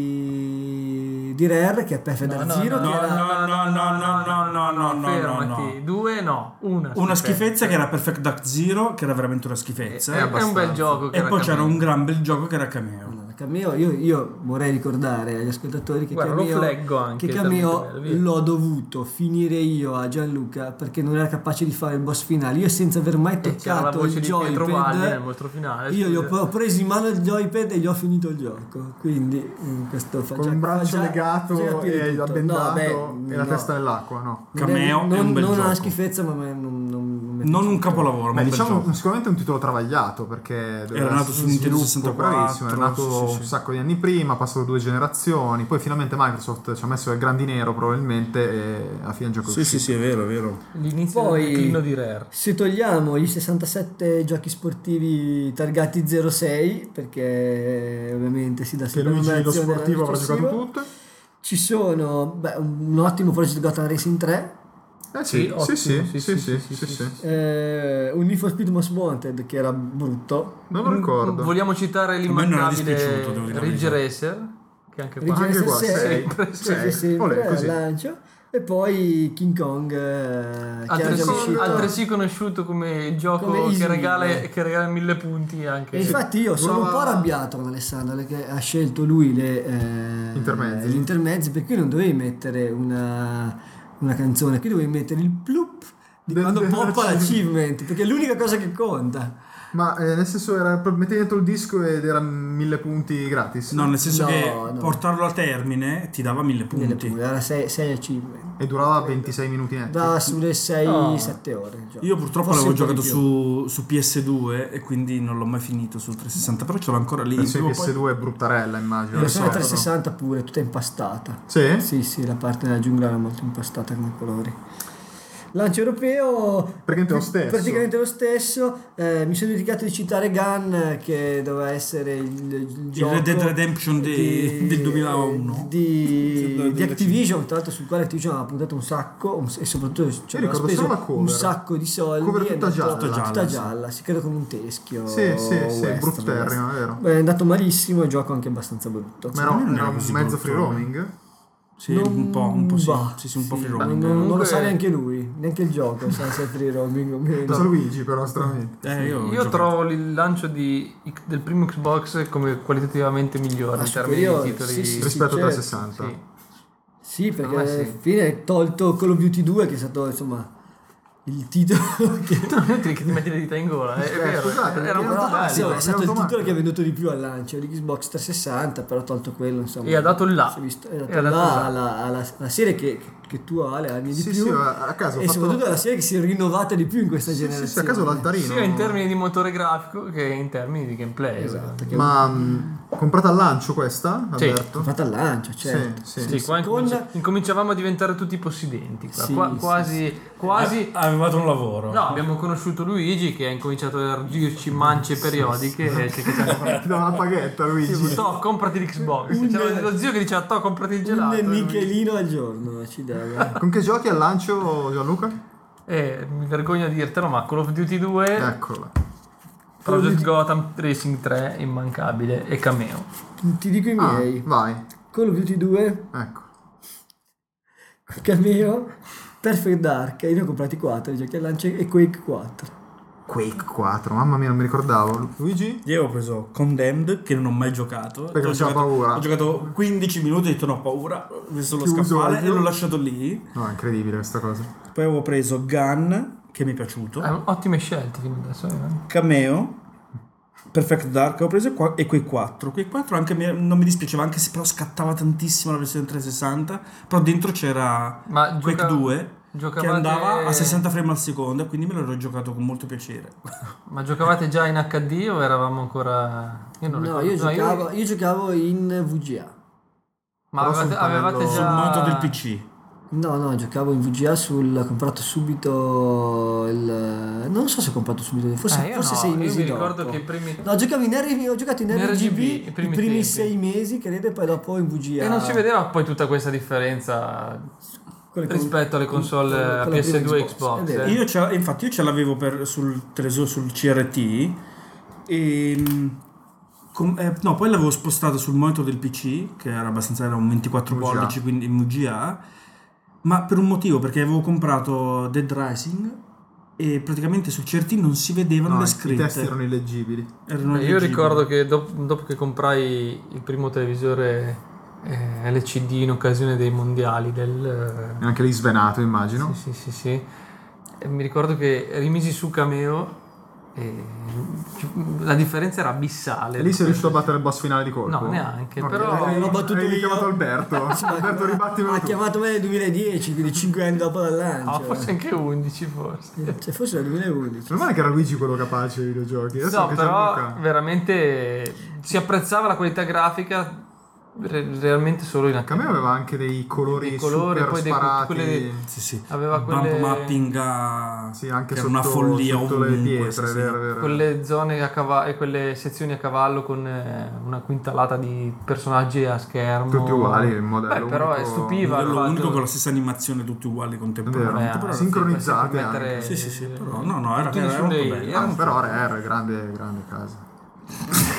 di, di Rare, che è Perfect No, Dark no, Zero, no, che no, era no, no, no, no, no, no, no, fermati. no, no. Due no, una. Una schifezza che era Perfect Dark Zero, che era veramente una schifezza. È, è un bel gioco. che E era poi c'era cambiato. un gran bel gioco che era Cameo. Allora, Cameo, io, io vorrei ricordare agli ascoltatori che Guarda, lo Cameo, fleggo anche, che talmente Cameo bello, via. l'ho dovuto finire io a Gianluca perché non era capace di fare il boss finale. Io senza aver mai E c'era la toccato voce il di Pietro Valli nel joypad, mostro finale. io gli ho, scusa. ho preso in mano il joypad e gli ho finito il gioco. Quindi in questo fa Con già- un braccio fa già- legato fa già capire e tutto. abbendato No, beh, e la no. testa nell'acqua, no? Non Cameo è non, un bel non gioco. una schifezza, ma non, non, non mi è Non un piaciuto. capolavoro, ma Beh, un bel diciamo gioco. sicuramente un titolo travagliato perché doveva nato essere su in Nintendo sviluppo, sessantaquattro, bravissimo, era nato sì, sì, un sì. sacco di anni prima, ha passato due generazioni, poi finalmente Microsoft ci ha messo il grandinero probabilmente e alla fine il gioco è Sì, sì, uscito. sì, è vero, è vero. L'inizio Poi- del declino di Rare. Se togliamo i sessantasette giochi sportivi targati zero sei, perché ovviamente si dà Che sempre Luigi lo numerazione sportivo all'anno avrà giocato successivo, tutte. ci sono beh, un ottimo Project Gotham Racing tre, Eh sì, Sì, ottimo, sì, sì, sì, sì, sì, sì, sì, sì, sì, sì. eh, un Need for Speed Most Wanted che era brutto, Non lo ricordo. Vogliamo citare me non era dispiaciuto, devo l'immancabile dire la Ridge verità. Racer, che anche qua. Ridge anche Racer qua, sei, sei, sei. sempre Olè, al così. lancio, e poi King Kong eh, che era Altresì, già uscito. altresì conosciuto come il gioco Come Easy che regala, Mille. che regala mille punti anche. E infatti io sono un po' Durava- arrabbiato con Alessandro perché ha scelto lui le, eh, Intermezzi. gli intermezzi, per cui non dovevi mettere una, una canzone, qui dovevi mettere il plup di Del- quando del- poppa del- l'achievement, perché è l'unica cosa che conta. Ma eh, nel senso era mettevi dentro il disco ed era mille punti gratis. No, nel senso No, che no. portarlo a termine ti dava mille Nelle punti. pure, era sei achievement. E durava ventisei minuti netti. Da sulle sei sette No. ore. il gioco. Io purtroppo Forse l'avevo un po' di giocato più. su, su P S due e quindi non l'ho mai finito sul trecentosessanta, però ce l'ho ancora lì. La versione Prima o P S poi- due è bruttarella, immagino. La versione lo so, trecentosessanta pure, tutta impastata. Sì? Sì, sì, la parte della giungla era molto impastata come colori. Lancio europeo Praticamente lo stesso. praticamente lo stesso. Eh, mi sono dimenticato di citare Gun, che doveva essere il, il gioco Red Dead Redemption di- del duemilauno. di, Del di Activision, tra l'altro sul quale Activision aveva puntato un sacco un- e soprattutto ci aveva ricordo speso solo la cover. un sacco di soldi. Cover è tutta andato- gialla. Tutta gialla, tutta sì. gialla, si credo con un teschio. Sì, sì, sì, western, brutterrimo, è vero. Beh, è andato malissimo, il gioco anche abbastanza brutto. Ma era, non era era un così mezzo brutto, free eh. roaming? Sì, un po', un po' sì. Bah, Sì, sì, un po' free non, roaming. non- non lo Comunque- sa neanche lui, neanche il gioco sa se è free roaming o meno. Lo sa Luigi però stranamente. Eh, io ho Io giocato. trovo il lancio di, del primo Xbox come qualitativamente migliore Ah, in termini superiore, di titoli. sì, sì, Rispetto certo. al trecentosessanta. Sì. Sì, perché Ah, sì. alla fine hai tolto Call of Duty due, che è stato insomma il titolo che Non è inutile che ti metti le dita in gola, è, è Eh, vero. scusate, era perché molto non- bello. sì, è stato il automatico. titolo che ha venduto di più al lancio di Xbox trecentosessanta, però ha tolto quello insomma. E ha dato il là. Si è visto, è dato E ha dato là il là. alla, alla- alla serie che, che tu Ale ami di Sì, più, sì, a caso ho e fatto- soprattutto la serie che si è rinnovata di più in questa Sì, sì, generazione. sì, a caso l'altarino. Sia in termini di motore grafico che in termini di gameplay. Esatto, che Ma mh, comprata al lancio questa, Sì. Alberto? fatta al lancio, certo. Sì, sì. Sì, qua Con- incominci- incominciavamo a diventare tutti possidenti. Qua. Sì, Qua- sì, quasi, quasi. Avevate un lavoro. No, abbiamo conosciuto Luigi che ha incominciato a dirci mance periodiche. e che- che ci ha- Ti do una paghetta, Luigi. Sì, to, comprati l'Xbox. Un- C'era lo zio che diceva to, comprati il gelato. Un e lui- nichelino al giorno ci dava. Con che giochi al lancio, Gianluca? Eh, mi vergogno a dirtelo, ma Call of Duty due, Eccola. Project Gotham Racing tre, immancabile, e Cameo. Ti dico i Ah, miei. vai. Call of Duty due, Ecco. Cameo, Perfect Dark, io ne ho comprati quattro i giochi al lancio, e Quake quattro. Quake quattro, mamma mia, non mi ricordavo. Luigi? Io ho preso Condemned, che non ho mai giocato. Perché ho c'era giocato, paura. Ho giocato quindici minuti e ho detto no, paura. Ho visto lo Chiuso, scaffale ovvio. e l'ho lasciato lì. No, è incredibile questa cosa. Poi avevo preso Gun, che mi è piaciuto. Eh, ottime scelte fino adesso. Eh. Cameo, Perfect Dark ho preso qua, e quei quattro. Quei quattro anche mi, non mi dispiaceva, anche se però scattava tantissimo la versione trecentosessanta. Però dentro c'era Ma Quake gioca- due che giocavate- andava a sessanta frame al secondo e quindi me l'ero giocato con molto piacere. Ma giocavate già in acca di o eravamo ancora... Io non No, ricordo. io No, giocavo, io giocavo in V G A. Ma Però avevate, sul pannello- avevate Sul già... moto del P C. No, no, giocavo in V G A sul... ho comprato subito il... non so se ho comprato subito, forse, Eh, io forse no, sei io mesi mi dopo. ricordo che i primi... No, giocavo in R G B, ho giocato in, In R G B, R G B, i i primi primi, tempi. sei mesi, credo, e poi dopo in V G A. E non si vedeva poi tutta questa differenza Con le con- rispetto alle console con- con la P S prima due e Xbox, Xbox. è vero. eh. Io ce, infatti io ce l'avevo per, sul televisore, sul C R T e mm, com- eh, no, poi l'avevo spostato sul monitor del P C che era abbastanza, era un ventiquattro V G A. pollici, quindi in V G A, ma per un motivo, perché avevo comprato Dead Rising e praticamente sul C R T non si vedevano No, le i scritte. testi erano illeggibili. Erano Beh, io illeggibili. ricordo che dop- dopo che comprai il primo televisore eh, L C D in occasione dei mondiali del... E anche lì svenato, immagino. Sì, sì, sì, sì. E mi ricordo che rimisi su Cameo e la differenza era abissale. E lì sei riuscito a battere il boss finale di colpo? No, neanche, Ok. però- Hai- L'ho battuto hai io. chiamato Alberto. Alberto, ribattimelo Ha tu. chiamato me nel duemiladieci, quindi cinque anni dopo dal lancio. Ah, forse anche undici, forse. Cioè, forse era il duemilaundici. Non male che era Luigi quello capace ai videogiochi. Adesso No, che c'è però Luca. veramente si apprezzava la qualità grafica re- realmente solo in H D. Cameo aveva anche dei colori, Dei colori, super poi dei- sparati. quelle- Sì, sì. Aveva Bump quelle- mapping a... Sì, anche che era sotto, una follia sotto le ovunque, pietre, sì, sì. vero, vero. Quelle zone a cavallo e quelle sezioni a cavallo con eh, una quintalata di personaggi a schermo. Tutti uguali, il modello Beh, però unico. stupiva il Modello fatto- unico con la stessa animazione, tutti uguali contemporaneamente. Vero. Però, Beh, sincronizzate sì, poteva anche. sì, sì, sì, però no, no, era, Tutti era su molto dei- bello. era Ah, un- però Rare, grande, grande casa.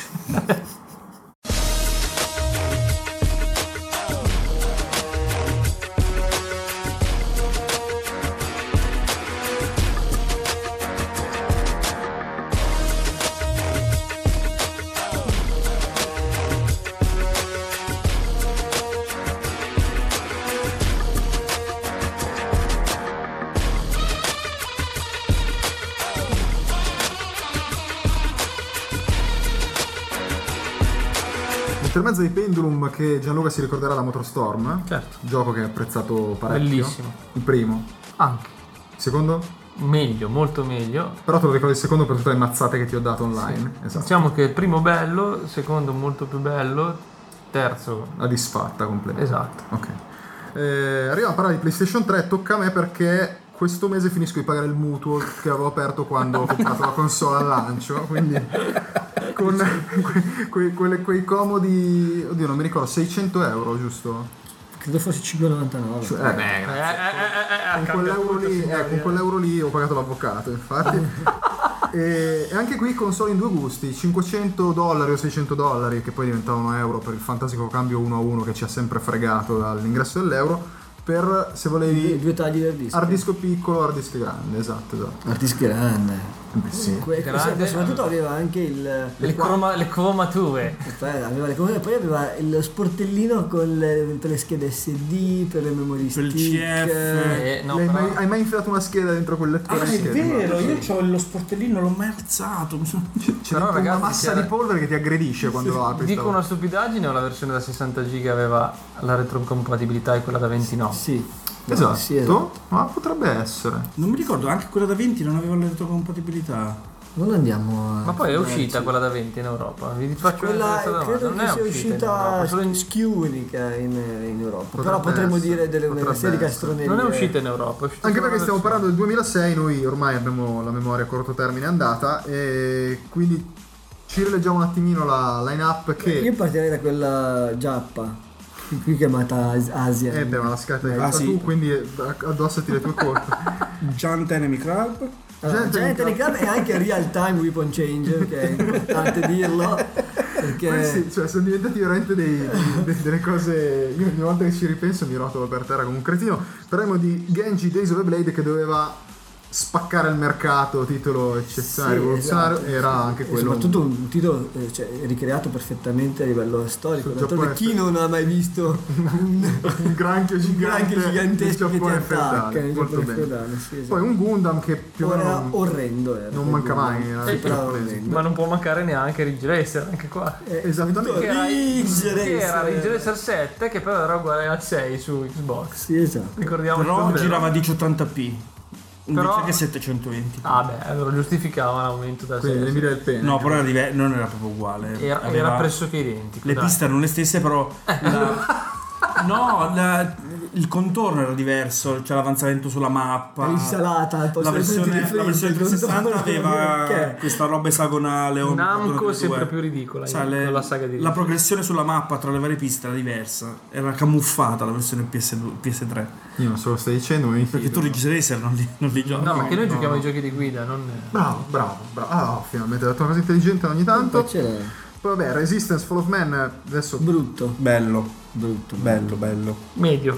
Intermezzo di Pendulum, che Gianluca si ricorderà da Motorstorm, Certo. gioco che ha apprezzato parecchio. Bellissimo. Il primo. Anche. Il secondo? Meglio, molto meglio. Però te lo ricordi il secondo per tutte le mazzate che ti ho dato online. Esatto. Diciamo che il primo bello, il secondo molto più bello, terzo La disfatta completa. esatto. Ok. Eh, arriviamo a parlare di PlayStation tre, tocca a me perché questo mese finisco di pagare il mutuo che avevo aperto quando ho comprato la console al lancio, quindi con que- que- quelle- quei comodi, oddio non mi ricordo, seicento euro giusto? Credo fosse cinque e novantanove. Cioè, eh, beh, Eh, eh, eh, eh, con cambia quell'euro tutto, lì, eh, signori, con eh. quell'euro lì ho pagato l'avvocato, infatti. e, e anche qui console in due gusti, cinquecento dollari o seicento dollari, che poi diventavano euro per il fantastico cambio uno a uno che ci ha sempre fregato dall'ingresso dell'euro, per, se Due, volevi, due tagli del disco. hard disco piccolo, hard disk grande, esatto, esatto. Hard disk grande. Beh, sì. Que- Grande. questo- soprattutto aveva anche il... Le, croma, le cromature. Aspetta, aveva le cose, poi aveva il sportellino con le, per le schede S D, per le memory Per il stick. C F. Eh, no, L'hai però- mai- hai mai infilato una scheda dentro quel lettore? Ah, di è schede? vero, io ho lo sportellino, non l'ho mai alzato. mi sono- C'è Però, dentro ragazzi, una massa c'era- di polvere che ti aggredisce quando lo apri. Dico una stupidaggine o la versione da sessanta giga aveva la retrocompatibilità e quella da ventinove? Sì. Esatto, Sì, esatto. ma potrebbe essere. Non mi ricordo, anche quella da venti non aveva la retrocompatibilità. Non andiamo a... Ma poi è uscita sì. quella da venti in Europa. Vi faccio Quella questa domanda. credo Non che è sia uscita in uscita Europa, solo in- SKU unica in, in Europa. Potrebbe Però potremmo essere, dire delle una potrebbe serie di essere. castronerie. Non è uscita in Europa. È uscita Anche solo perché stiamo una parlando del duemilasei, noi ormai abbiamo la memoria a corto termine andata e quindi ci rileggiamo un attimino la line-up che... Io partirei da quella giappa, qui chiamata As- Asia. Eh beh, ma la scatola Eh, hai ah, fatta sì. tu, quindi addossati le tue colpe. Giant Enemy Club. Allora, Gente, Giant Enemy Club è anche Real Time Weapon Changer, che è importante dirlo, perché Questi, cioè, sono diventati veramente dei, dei- delle cose. Io ogni volta che ci ripenso mi rotolo per terra come un cretino. Parliamo di Genji Days of the Blade che doveva spaccare il mercato, titolo eccezionale, Sì, rivoluzionario, esatto. era anche E quello. soprattutto un titolo eh, cioè, ricreato perfettamente a livello storico. Sul D'altronde Giappone chi non ha mai visto un, un granchio un gigante granchio gigantesco nel che ti Giappone attacca feudale, nel molto Giappone bene. feudale, sì, esatto. Poi un Gundam che più o Era meno orrendo, era non quel manca Gundam. mai, era Sì, super però preso. orrendo. Ma non può mancare neanche Ridge Racer, anche qua. Eh, Esattamente. Che era, Ridge che era Racer. Ridge Racer sette, che però era uguale al sei su Xbox. Sì, esatto. Ricordiamo Però girava a dieci ottanta p invece Però- che settecentoventi. Ah beh, allora giustificava l'aumento da Quindi le sei. mire del pene. No, però era diver- non era proprio uguale. Era, Aveva- era pressoché identico. Le dai. piste erano le stesse, però la- no, la- il contorno era diverso, c'era l'avanzamento sulla mappa. L'insalata al posto La del versione, frente di la versione frente, il trecentosessanta contorno, aveva che- questa roba esagonale. un- Namco due- sempre due. più ridicola Sai, in- le- con la saga di la Ridge. progressione sulla mappa tra le varie piste era diversa, era camuffata la versione P S due, P S tre. Io non so cosa stai dicendo, mi Perché fido. tu Ridge Racer non li, non li giochi. No, perché noi no, giochiamo no. ai giochi di guida, non... Bravo, bravo, bravo. Ah, oh, finalmente hai detto una cosa intelligente ogni tanto. Poi c'era Poi vabbè, Resistance Fall of Man adesso brutto, Bello, brutto, bello, bello. medio.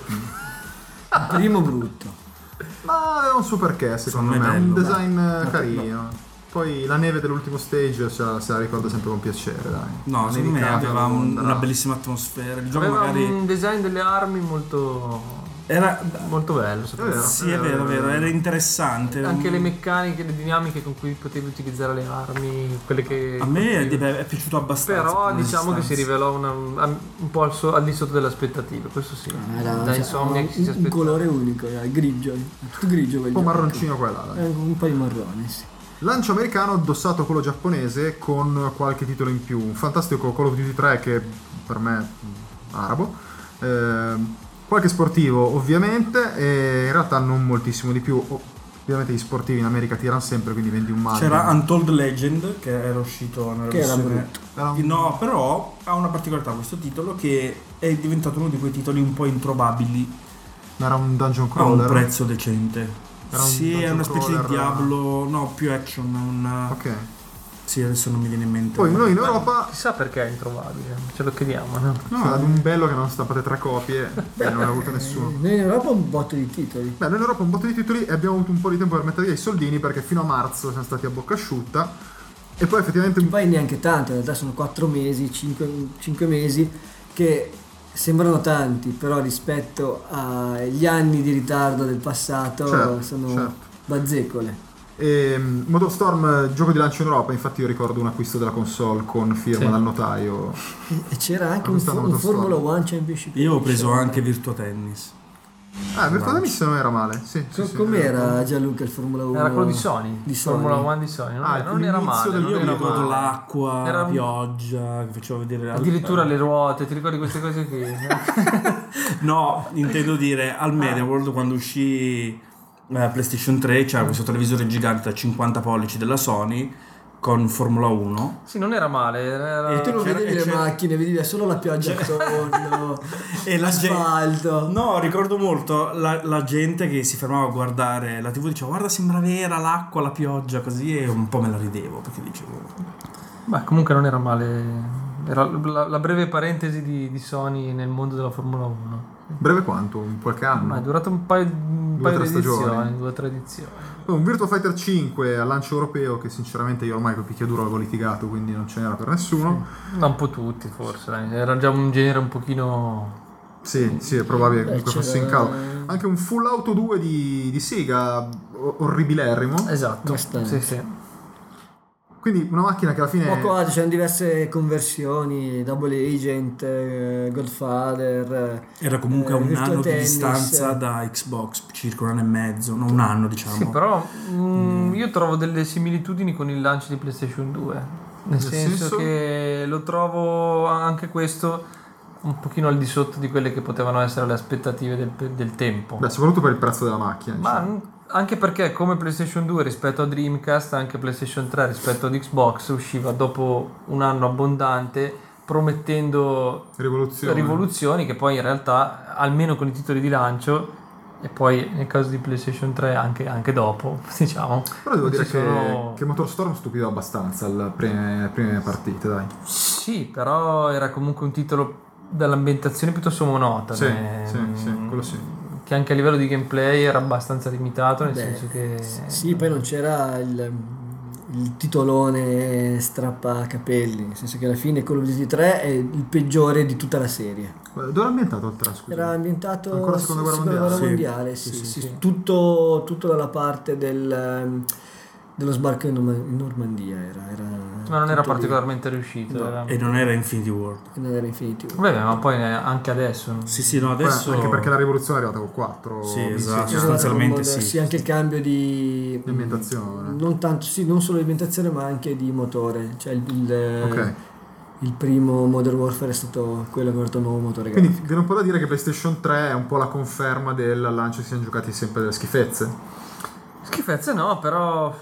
primo brutto. ma aveva un suo perché secondo Secondo me me, è un bello. design No, carino. Poi la neve dell'ultimo stage se la, se la ricordo sempre con piacere, dai. No, La secondo me nevicata, aveva un- Londra. una bellissima atmosfera. Il gioco Aveva magari un design delle armi molto era. molto bello, secondo È me. vero. Sì, è vero, è vero, era interessante. Anche le meccaniche, le dinamiche con cui potevi utilizzare le armi, quelle che... A me è, è piaciuto abbastanza. Però come diciamo che si distanza. rivelò una- un po' al, so- al di sotto delle aspettative, questo sì. Era da cioè, Insomniac ci si un, un aspettava. colore unico, era grigio, tutto grigio quel Un po' gioco. marroncino qua e là, dai. Eh, un po' di marrone, sì. Lancio americano addossato a quello giapponese con qualche titolo in più. Un fantastico Call of Duty tre che per me è arabo. Ehm, qualche sportivo ovviamente e in realtà non moltissimo di più. O- Ovviamente gli sportivi in America tirano sempre, quindi vendi un mago. C'era Untold Legend che era uscito nella Che era versione. brutto. Era un- No, però ha una particolarità questo titolo che è diventato uno di quei titoli un po' introvabili Era un dungeon a un crawler. prezzo decente. Era un Sì, è dungeon una specie di crawler. Diablo, no, più action. Un... Ok. Sì, adesso non mi viene in mente. Poi noi in Europa Chissà perché è introvabile, ce lo chiediamo, no? no, ad un bello che non stampate tre copie e non ha avuto nessuno. Noi in Europa un botto di titoli. Beh, noi in Europa un botto di titoli e abbiamo avuto un po' di tempo per mettere via i soldini perché fino a marzo siamo stati a bocca asciutta e poi effettivamente Poi neanche tanto, in realtà sono quattro mesi, cinque mesi che sembrano tanti, però rispetto agli anni di ritardo del passato Certo, sono certo. bazzecole. E, um, Motorstorm, gioco di lancio in Europa, infatti io ricordo un acquisto della console con firma Sì. dal notaio. E c'era anche un, Acquistato fo- un Motorstorm. Formula One Championship. Io ho preso Edition. anche Virtua Tennis. Ah, Virtua Tennis non era male, sì. sì, Co- sì, Com'era Gianluca il Formula uno? Era quello di Sony, Di Sony. Formula One di Sony, non, Ah, era, non era l'inizio male, del- non Io mi era ricordo male. l'acqua, Era la un- pioggia, che facevo vedere Addirittura le ruote, ti ricordi queste cose qui? No, intendo dire al Media World quando uscì eh, PlayStation tre c'era questo televisore gigante da cinquanta pollici della Sony con Formula uno. Sì, non era male, era... E Tu non C'era- vedevi le c'era- macchine, vedevi solo la pioggia attorno, E la gente- l'asfalto. No, ricordo molto la, la gente che si fermava a guardare la tivù e diceva guarda sembra vera l'acqua, la pioggia, così, e un po' me la ridevo perché dicevo Beh, comunque non era male. Era la, la breve parentesi di, di Sony nel mondo della Formula uno. Breve quanto? Un qualche anno? Ma è durato un paio, un Due o paio tre di edizioni, stagioni. due o tre edizioni. Poi un Virtua Fighter cinque al lancio europeo che sinceramente io ormai col picchiaduro avevo litigato, quindi non ce n'era per nessuno. Ma un po' tutti forse, dai. Era già un genere un pochino... Sì, sì, è probabile che Beh, comunque fosse c'era- in calo. Anche un Full Auto due di, di Sega, o- orribilerrimo. Esatto, Abbastanza. sì sì. Quindi una macchina che alla fine... Poco altro, c'erano diverse conversioni, Double Agent, eh, Godfather. eh, era comunque eh, un Virtua anno di Tennis. distanza da Xbox, circa un anno e mezzo, no, un anno diciamo. Sì, però mm, io trovo delle similitudini con il lancio di PlayStation due. Nel Nel senso, senso? che lo trovo anche questo un pochino al di sotto di quelle che potevano essere le aspettative del, del tempo. Beh, soprattutto per il prezzo della macchina. Ma diciamo. n- anche perché come PlayStation due rispetto a Dreamcast, anche PlayStation tre rispetto ad Xbox usciva dopo un anno abbondante promettendo Rivoluzione. rivoluzioni che poi in realtà, almeno con i titoli di lancio e poi nel caso di PlayStation tre anche, anche dopo, diciamo, Però devo non dire ci che, sono- che Motorstorm stupiva abbastanza alle prime, prime partite, dai. Sì, però era comunque un titolo dall'ambientazione piuttosto monotona. Sì, eh, sì, sì, quello sì. Che che anche a livello di gameplay era abbastanza limitato, nel Beh, senso che sì, poi non c'era il, il titolone strappa capelli, nel senso che alla fine Call of Duty tre è il peggiore di tutta la serie. Dove è ambientato il tre, scusa? Era ambientato Ancora seconda guerra seconda mondiale? guerra Sì. mondiale, sì, Sì, sì, sì. Tutto, tutto dalla parte del, ehm, dello sbarco in, Norma- in Normandia era, era ma non era tutto lì. particolarmente riuscito. No. era- E non era Infinity Ward. E non era Infinity War. Vabbè, ma poi anche adesso. Sì, sì, no, Poi adesso... anche perché la rivoluzione è arrivata col quattro. Sì, mi esatto. insegna. sostanzialmente Esatto, sì. sì, anche il cambio di Di ambientazione. non tanto, sì, non solo di ambientazione ma anche di motore, cioè il, il, Ok. il primo Modern Warfare è stato quello che ha avuto un nuovo motore Quindi grafico. viene un po' da dire che PlayStation tre è un po' la conferma del lancio si siano giocati sempre delle schifezze. Schifezze no, però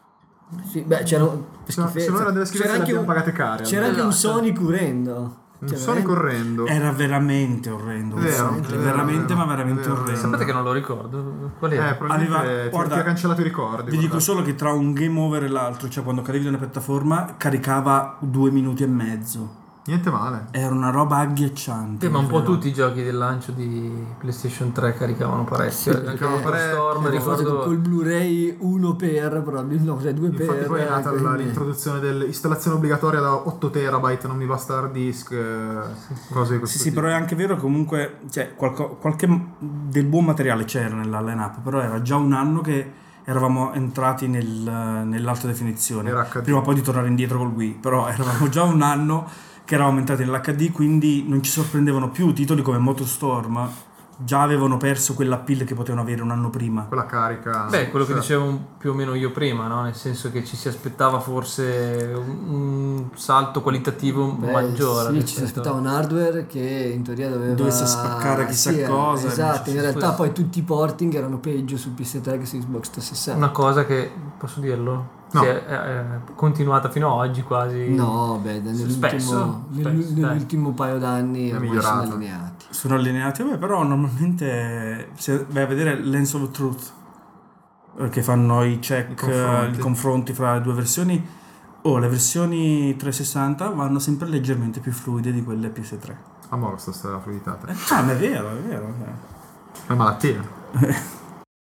Sì, beh, c'erano Se no- se non erano delle schifezze le abbiamo pagate care, C'era allora. anche un Esatto. Sony currendo. Un Cioè, Sony veramente- correndo. Era veramente orrendo. È vero, veramente, è vero, veramente è vero, ma veramente è vero. orrendo. sapete che non lo ricordo. Qual era? Eh, probabilmente Aveva- ti- guarda, ti ha cancellato i ricordi. Vi dico guardate. solo che tra un game over e l'altro, cioè quando cadevi da una piattaforma, caricava due minuti e mezzo. Niente male. Era una roba agghiacciante. Sì, ma un po' davvero. tutti i giochi del lancio di PlayStation tre caricavano parecchio. Anche caricavano parecchio, Storm, mi Ricordo ricordo. col Blu-ray uno per probabilmente no, cioè due Infatti per poi è nata quindi- la- l'introduzione dell'installazione obbligatoria da otto terabyte, non mi basta hard disk, eh, cose di questo Sì, sì, tipo. però è anche vero che comunque cioè, qualco- qualche m- del buon materiale c'era nella line-up, però era già un anno che eravamo entrati nel, nell'alta definizione. Era acca di. Prima o poi di tornare indietro col Wii, però eravamo già un anno che eravamo entrati nell'H D, quindi non ci sorprendevano più titoli come MotoStorm. Già avevano perso quell'appeal che potevano avere un anno prima. Quella carica. Beh, quello che Cioè, dicevo un- più o meno io prima, no? Nel senso che ci si aspettava forse un, un salto qualitativo Beh, maggiore. sì, ci si rispetto- aspettava un hardware che in teoria doveva Dovesse spaccare chissà sì, cosa, esatto, invece- in realtà Questo. poi tutti i porting erano peggio su P S tre che su Xbox trecentosessanta. Una cosa che, posso dirlo? No. Si è, è- è continuata fino ad oggi quasi. No, beh, nell'ultimo, Spesso, nell- spesso, dai. nell'ultimo paio d'anni È ormai migliorato. sono allineati. Sono allineati, vabbè, però normalmente se vai a vedere Lens of Truth, eh, che fanno i check, I confronti. i confronti fra le due versioni, o le versioni trecentosessanta vanno sempre leggermente più fluide di quelle P S tre. a morso sta la fluidità. Eh, ah, ma è vero, è vero. eh. È malattia.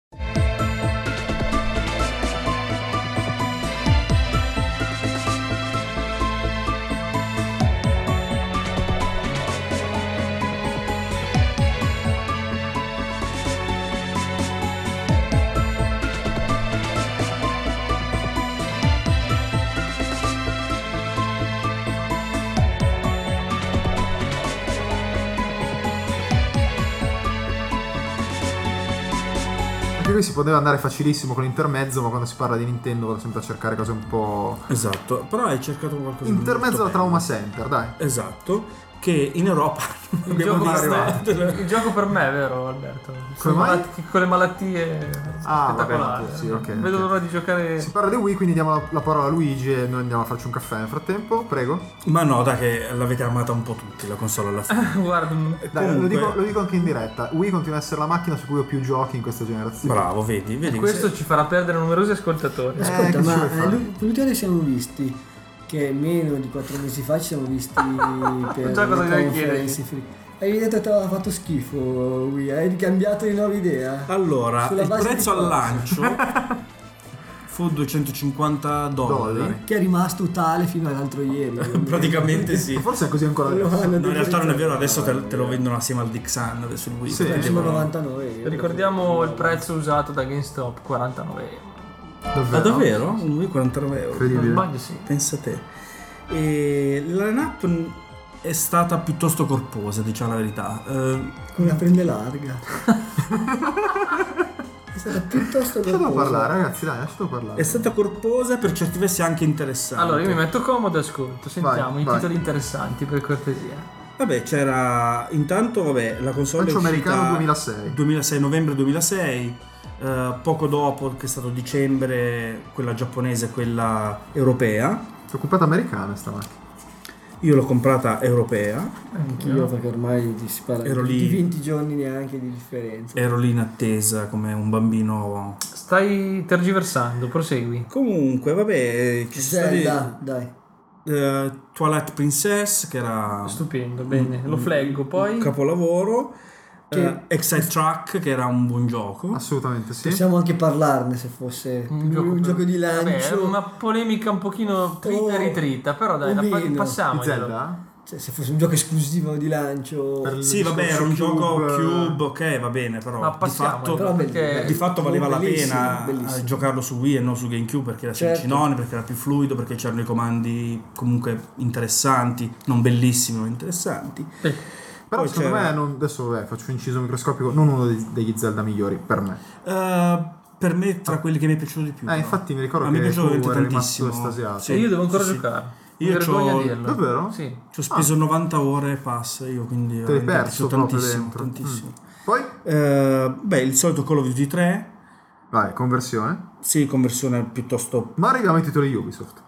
Anche qui si poteva andare facilissimo con l'intermezzo, ma quando si parla di Nintendo vado sempre a cercare cose un po'. Esatto, però hai cercato qualcosa di Intermezzo molto da Trauma bello. Center, dai. Esatto, che in Europa non Il abbiamo gioco, visto. per me, il gioco per me, vero Alberto? Come Con, mai? malati- con le malattie Ah, vabbè, spettacolari. no, sì, ok, Vedo ok. l'ora di giocare. Si parla di Wii, quindi diamo la, la parola a Luigi e noi andiamo a farci un caffè nel frattempo, prego. Ma no, dai, che l'avete amata un po' tutti la console alla fine. Guarda, Dai, lo, Comunque- dico, lo dico anche in diretta. Wii continua a essere la macchina su cui ho più giochi in questa generazione. Bravo, vedi, vedi. che questo sei- ci farà perdere numerosi ascoltatori. Eh, Ascolta, che ci ma vuoi eh, fare? l'u- l'ultima che siamo visti, che meno di quattro mesi fa ci siamo visti per Già cosa la devi conference free. Hai detto che ti aveva fatto schifo, Wii, hai cambiato di nuova idea? Allora, Sulla il base prezzo di al cosa? lancio fu duecentocinquanta dollari. Dollari. Che è rimasto tale fino all'altro ieri. Sì, sì. Forse è così ancora Lo adesso. hanno No, in realtà non è vero, adesso te, deprezzati. te lo vendono assieme al Dixan adesso il Wii. Sì, perché Sono devono- novantanove euro. Ricordiamo il prezzo usato da GameStop, quarantanove euro. Ah, davvero? Un Wii quarantanove euro. Non Incredibile. sbaglio, sì. Pensa te. E la line-up è stata piuttosto corposa, diciamo la verità. Eh, Con una prende larga. È stata piuttosto Lasciatelo corposa. parlare, ragazzi, dai, lasciatelo parlare. è stata corposa e per certi versi anche interessante. Allora, io mi metto comodo e ascolto. Sentiamo Vai, i vai. titoli interessanti, per cortesia. Vabbè, c'era intanto, vabbè, la console Lancio è uscita americano duemilasei. duemilasei, novembre duemilasei, eh, poco dopo, che è stato dicembre, quella giapponese e quella europea. Preoccupata americana sta macchina. Io l'ho comprata europea, Anch'io, perché ormai si parla Ero di lì. venti giorni neanche di differenza. ero lì in attesa come un bambino. Stai tergiversando, prosegui. Comunque, vabbè, ci sono stati Zelda, dai. eh, Twilight Princess, che era Stupendo, bene. Lo fleggo poi. un capolavoro. Che- Eh, Excite Track, che era un buon gioco. Assolutamente sì. Possiamo anche parlarne se fosse un gioco, un gioco di Vabbè, lancio. è una polemica un pochino trita O- e ritrita, però dai, o la pa- meno. Di passiamoglielo. Zelda? Cioè, se fosse un gioco esclusivo di lancio. Per il Sì, vabbè, era un discorso gioco Cube, Cube, ok, va bene, però Ma di passiamo, fatto, però belli- perché- di fatto valeva la bellissimo, pena bellissimo. eh, giocarlo su Wii e non su GameCube perché era Certo. semplicinone, perché era più fluido, perché c'erano i comandi comunque interessanti, non bellissimi, ma interessanti. Sì. Però Poi secondo c'era- me, non- adesso vabbè, faccio un inciso microscopico, non uno degli, degli Zelda migliori per me. Eh, per me tra quelli che mi è piaciuto di più. Eh, però. infatti mi ricordo Ma mi che è piaciuto tu veramente eri rimasto tantissimo. estasiato. Sì, E io devo ancora sì, sì. giocare. Io Mi vergogno c'ho- a dirlo. Davvero? Sì. Ci ho speso novanta ore e passa io, quindi Te l'hai veramente perso mi è piaciuto proprio tantissimo, dentro. tantissimo. Mm. Poi? Eh, beh, il solito Call of Duty tre, Vai, conversione. sì, conversione piuttosto. Ma arriviamo ai titoli Ubisoft.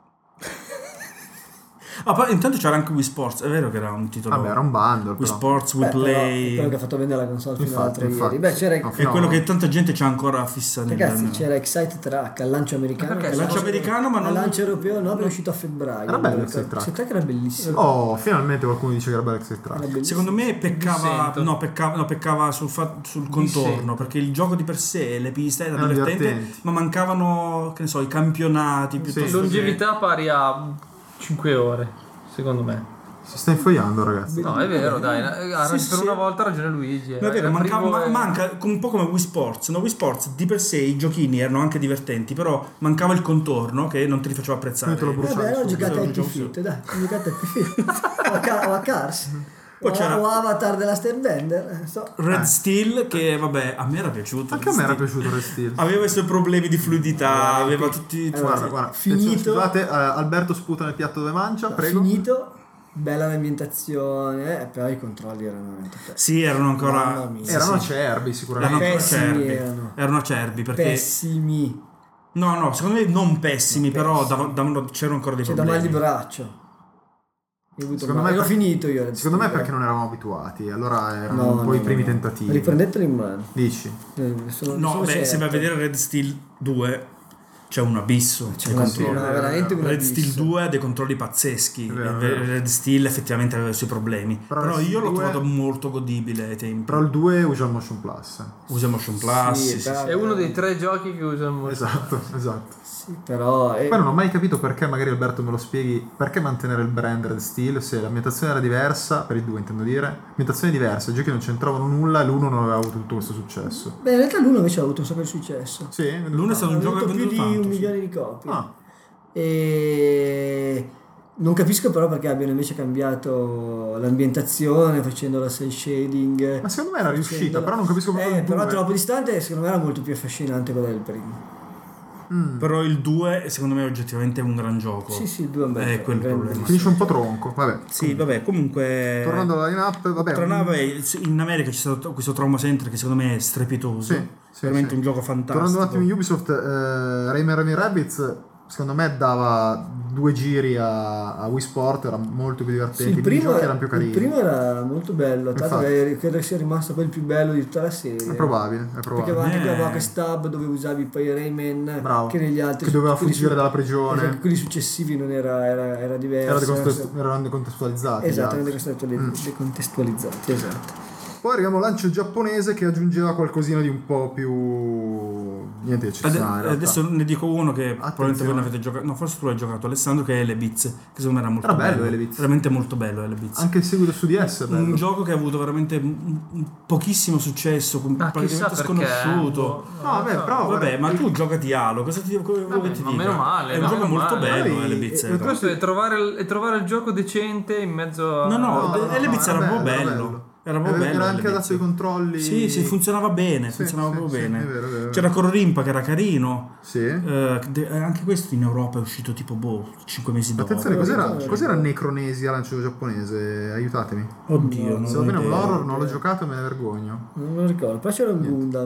Ah, poi intanto c'era anche Wii Sports, è vero che era un titolo. Vabbè, era un bundle Wii però. Sport, Wii Beh, però, Play. è quello che ha fatto vendere la console fino Infatti, all'altro infatti. ieri. Beh, c'era, No, È fino quello a- che tanta gente c'ha ancora fissa nel ragazzi, c'era Excite Track al lancio americano. Ma perché? che Il lancio al americano, ma al non- lancio europeo no, è uscito a febbraio. Era bello Il Excite Track. Excite Track era bellissimo. Oh, finalmente qualcuno dice che era bello Excite Era Track. bellissimo. Secondo me peccava, Dissento. no, peccava, no, peccava sul, fa- sul contorno, Dissento. perché il gioco di per sé, le piste erano Erano divertenti, divertenti. ma mancavano, che ne so, i campionati piuttosto che- Longevità pari a cinque ore, secondo me. Si sta infoiando, ragazzi. No, è vero, dai. ha- Sì, sì, per sì. una volta ha ragione Luigi. Ma è vero, il manca, primo ma- è- manca un po' come Wii Sports. No, Wii Sports di per sé i giochini erano anche divertenti, però mancava il contorno che non te li faceva apprezzare. Io te lo brucio. Vabbè, ho subito, giocato a lo Happy gioco Feet, dai, ho giocato a Happy Feet. o, a Ca- o a Cars. Poi o, c'era- o Avatar della Stairbender. eh, So. Red Eh. Steel, che vabbè, a me era piaciuto. Anche a Red me era Steel. piaciuto Red Steel. Aveva i suoi problemi di fluidità, aveva tutti. Eh, Guarda, guarda. Finito. Attenzione, Scusate, eh, Alberto sputa nel piatto dove mangia, prego. Finito, bella l'ambientazione, eh, però i controlli erano veramente pessimi. Sì, erano ancora. Mamma mia. sì, Erano sì. acerbi Erano sicuramente. ancora Pessimi acerbi. erano. Erano acerbi perché. Pessimi, No, no, secondo me non pessimi, No, però pessimi. dav- davano- c'erano ancora dei c'è da problemi. mal di braccio. Io ho avuto Secondo mal- me ero per- finito io. Red Secondo me Steel, perché non eravamo abituati, allora erano No, un po' no, i no, primi no. tentativi. Riprendetelo in mano. Dici? Eh, sono- No, sono beh, se certo. vai a vedere Red Steel due c'è un abisso C'è nei una- controlli. no, veramente un Red abisso. Steel due ha dei controlli pazzeschi. È vero, e è vero. Red Steel effettivamente aveva i suoi problemi. Però Però, Red io l'ho Steel due trovato molto godibile ai tempi. Però il due usa il motion plus. Usa Motion Plus. Sì, sì, sì, però- sì. È uno dei tre giochi che usano. Esatto, esatto. Sì, però eh, Poi non ho mai capito perché, magari Alberto me lo spieghi, perché mantenere il brand Red Steel se l'ambientazione era diversa, per il due intendo dire, ambientazione diversa, i giochi non c'entravano nulla e l'uno non aveva avuto tutto questo successo. beh, in realtà l'uno invece ha avuto un sacco di successo. Sì, L'uno è stato un Ha gioco che ha venduto più venduto di tanto. un sì. milione di copie. Ah, E non capisco però perché abbiano invece cambiato l'ambientazione facendo la cel shading. ma secondo me era riuscita, facendola- però non capisco Eh, proprio il però due. troppo distante, secondo me era molto più affascinante quella del primo. Mm. Però il due secondo me è oggettivamente un gran gioco. Sì, sì, il due è un bel È gioco, quel un gran- problema. Finisce un po' tronco, vabbè. Sì, vabbè, comunque. Tornando alla line-up, vabbè. Tornava, un- vabbè, in America c'è stato questo Trauma Center che secondo me è strepitoso. Sì, sì, veramente sì. un gioco fantastico. Tornando un attimo in Ubisoft, eh, Rayman Rayman Rabbids secondo me dava due giri a, a Wii Sport, era molto più divertente, Sì, il i primo, minigiochi era, erano più il carini. primo era molto bello, tanto Infatti. che credo sia rimasto poi il più bello di tutta la serie. È probabile, è Perché probabile. aveva anche Eh. quella Rock Stab dove usavi poi Rayman Bravo. che negli altri Che doveva quelli fuggire su- dalla prigione. esatto, quelli successivi non era, era, era diverso. Era decontestu- erano decontestualizzati. gli Esatto, altri. decontestualizzati, decontestualizzati, esatto. Poi arriviamo al lancio giapponese che aggiungeva qualcosina di un po' più... niente di Ade- eccezionale. in realtà. adesso ne dico uno che probabilmente voi Attenzione. non avete giocato. No, forse tu l'hai giocato, Alessandro, che è Elebiz. Che secondo me era molto Era bello, Elebiz. Veramente molto bello Elebiz. Anche il seguito su D S è bello. Un gioco che ha avuto veramente un- un pochissimo successo, com- Ah, chissà praticamente perché. sconosciuto. boh, No, vabbè, non so. però- Vabbè, ma tu giocati Halo, cosa ti, cosa vuoi che ti ma dica? meno male, È un ma gioco meno molto male. bello, Poi- Elebiz. e- era. Questo è trovare, il, è trovare il gioco decente in mezzo a. No, no, No, no, Elebiz no, era era proprio bello, era bello. bello. Era proprio Era bello. anche Elebiz. adatto ai controlli. Sì, sì, funzionava bene, Sì, funzionava sì, proprio sì, bene. è vero, è vero. C'era Cororimpa che era carino. Sì. Eh, de- anche questo in Europa è uscito tipo boh, cinque mesi dopo. Attenzione, cos'era, no, cos'era Necronesia lancio giapponese? Aiutatemi. Oddio, non Se ho va bene un idea. horror, non l'ho giocato e me ne vergogno. Non me lo ricordo, però c'era un Gundam.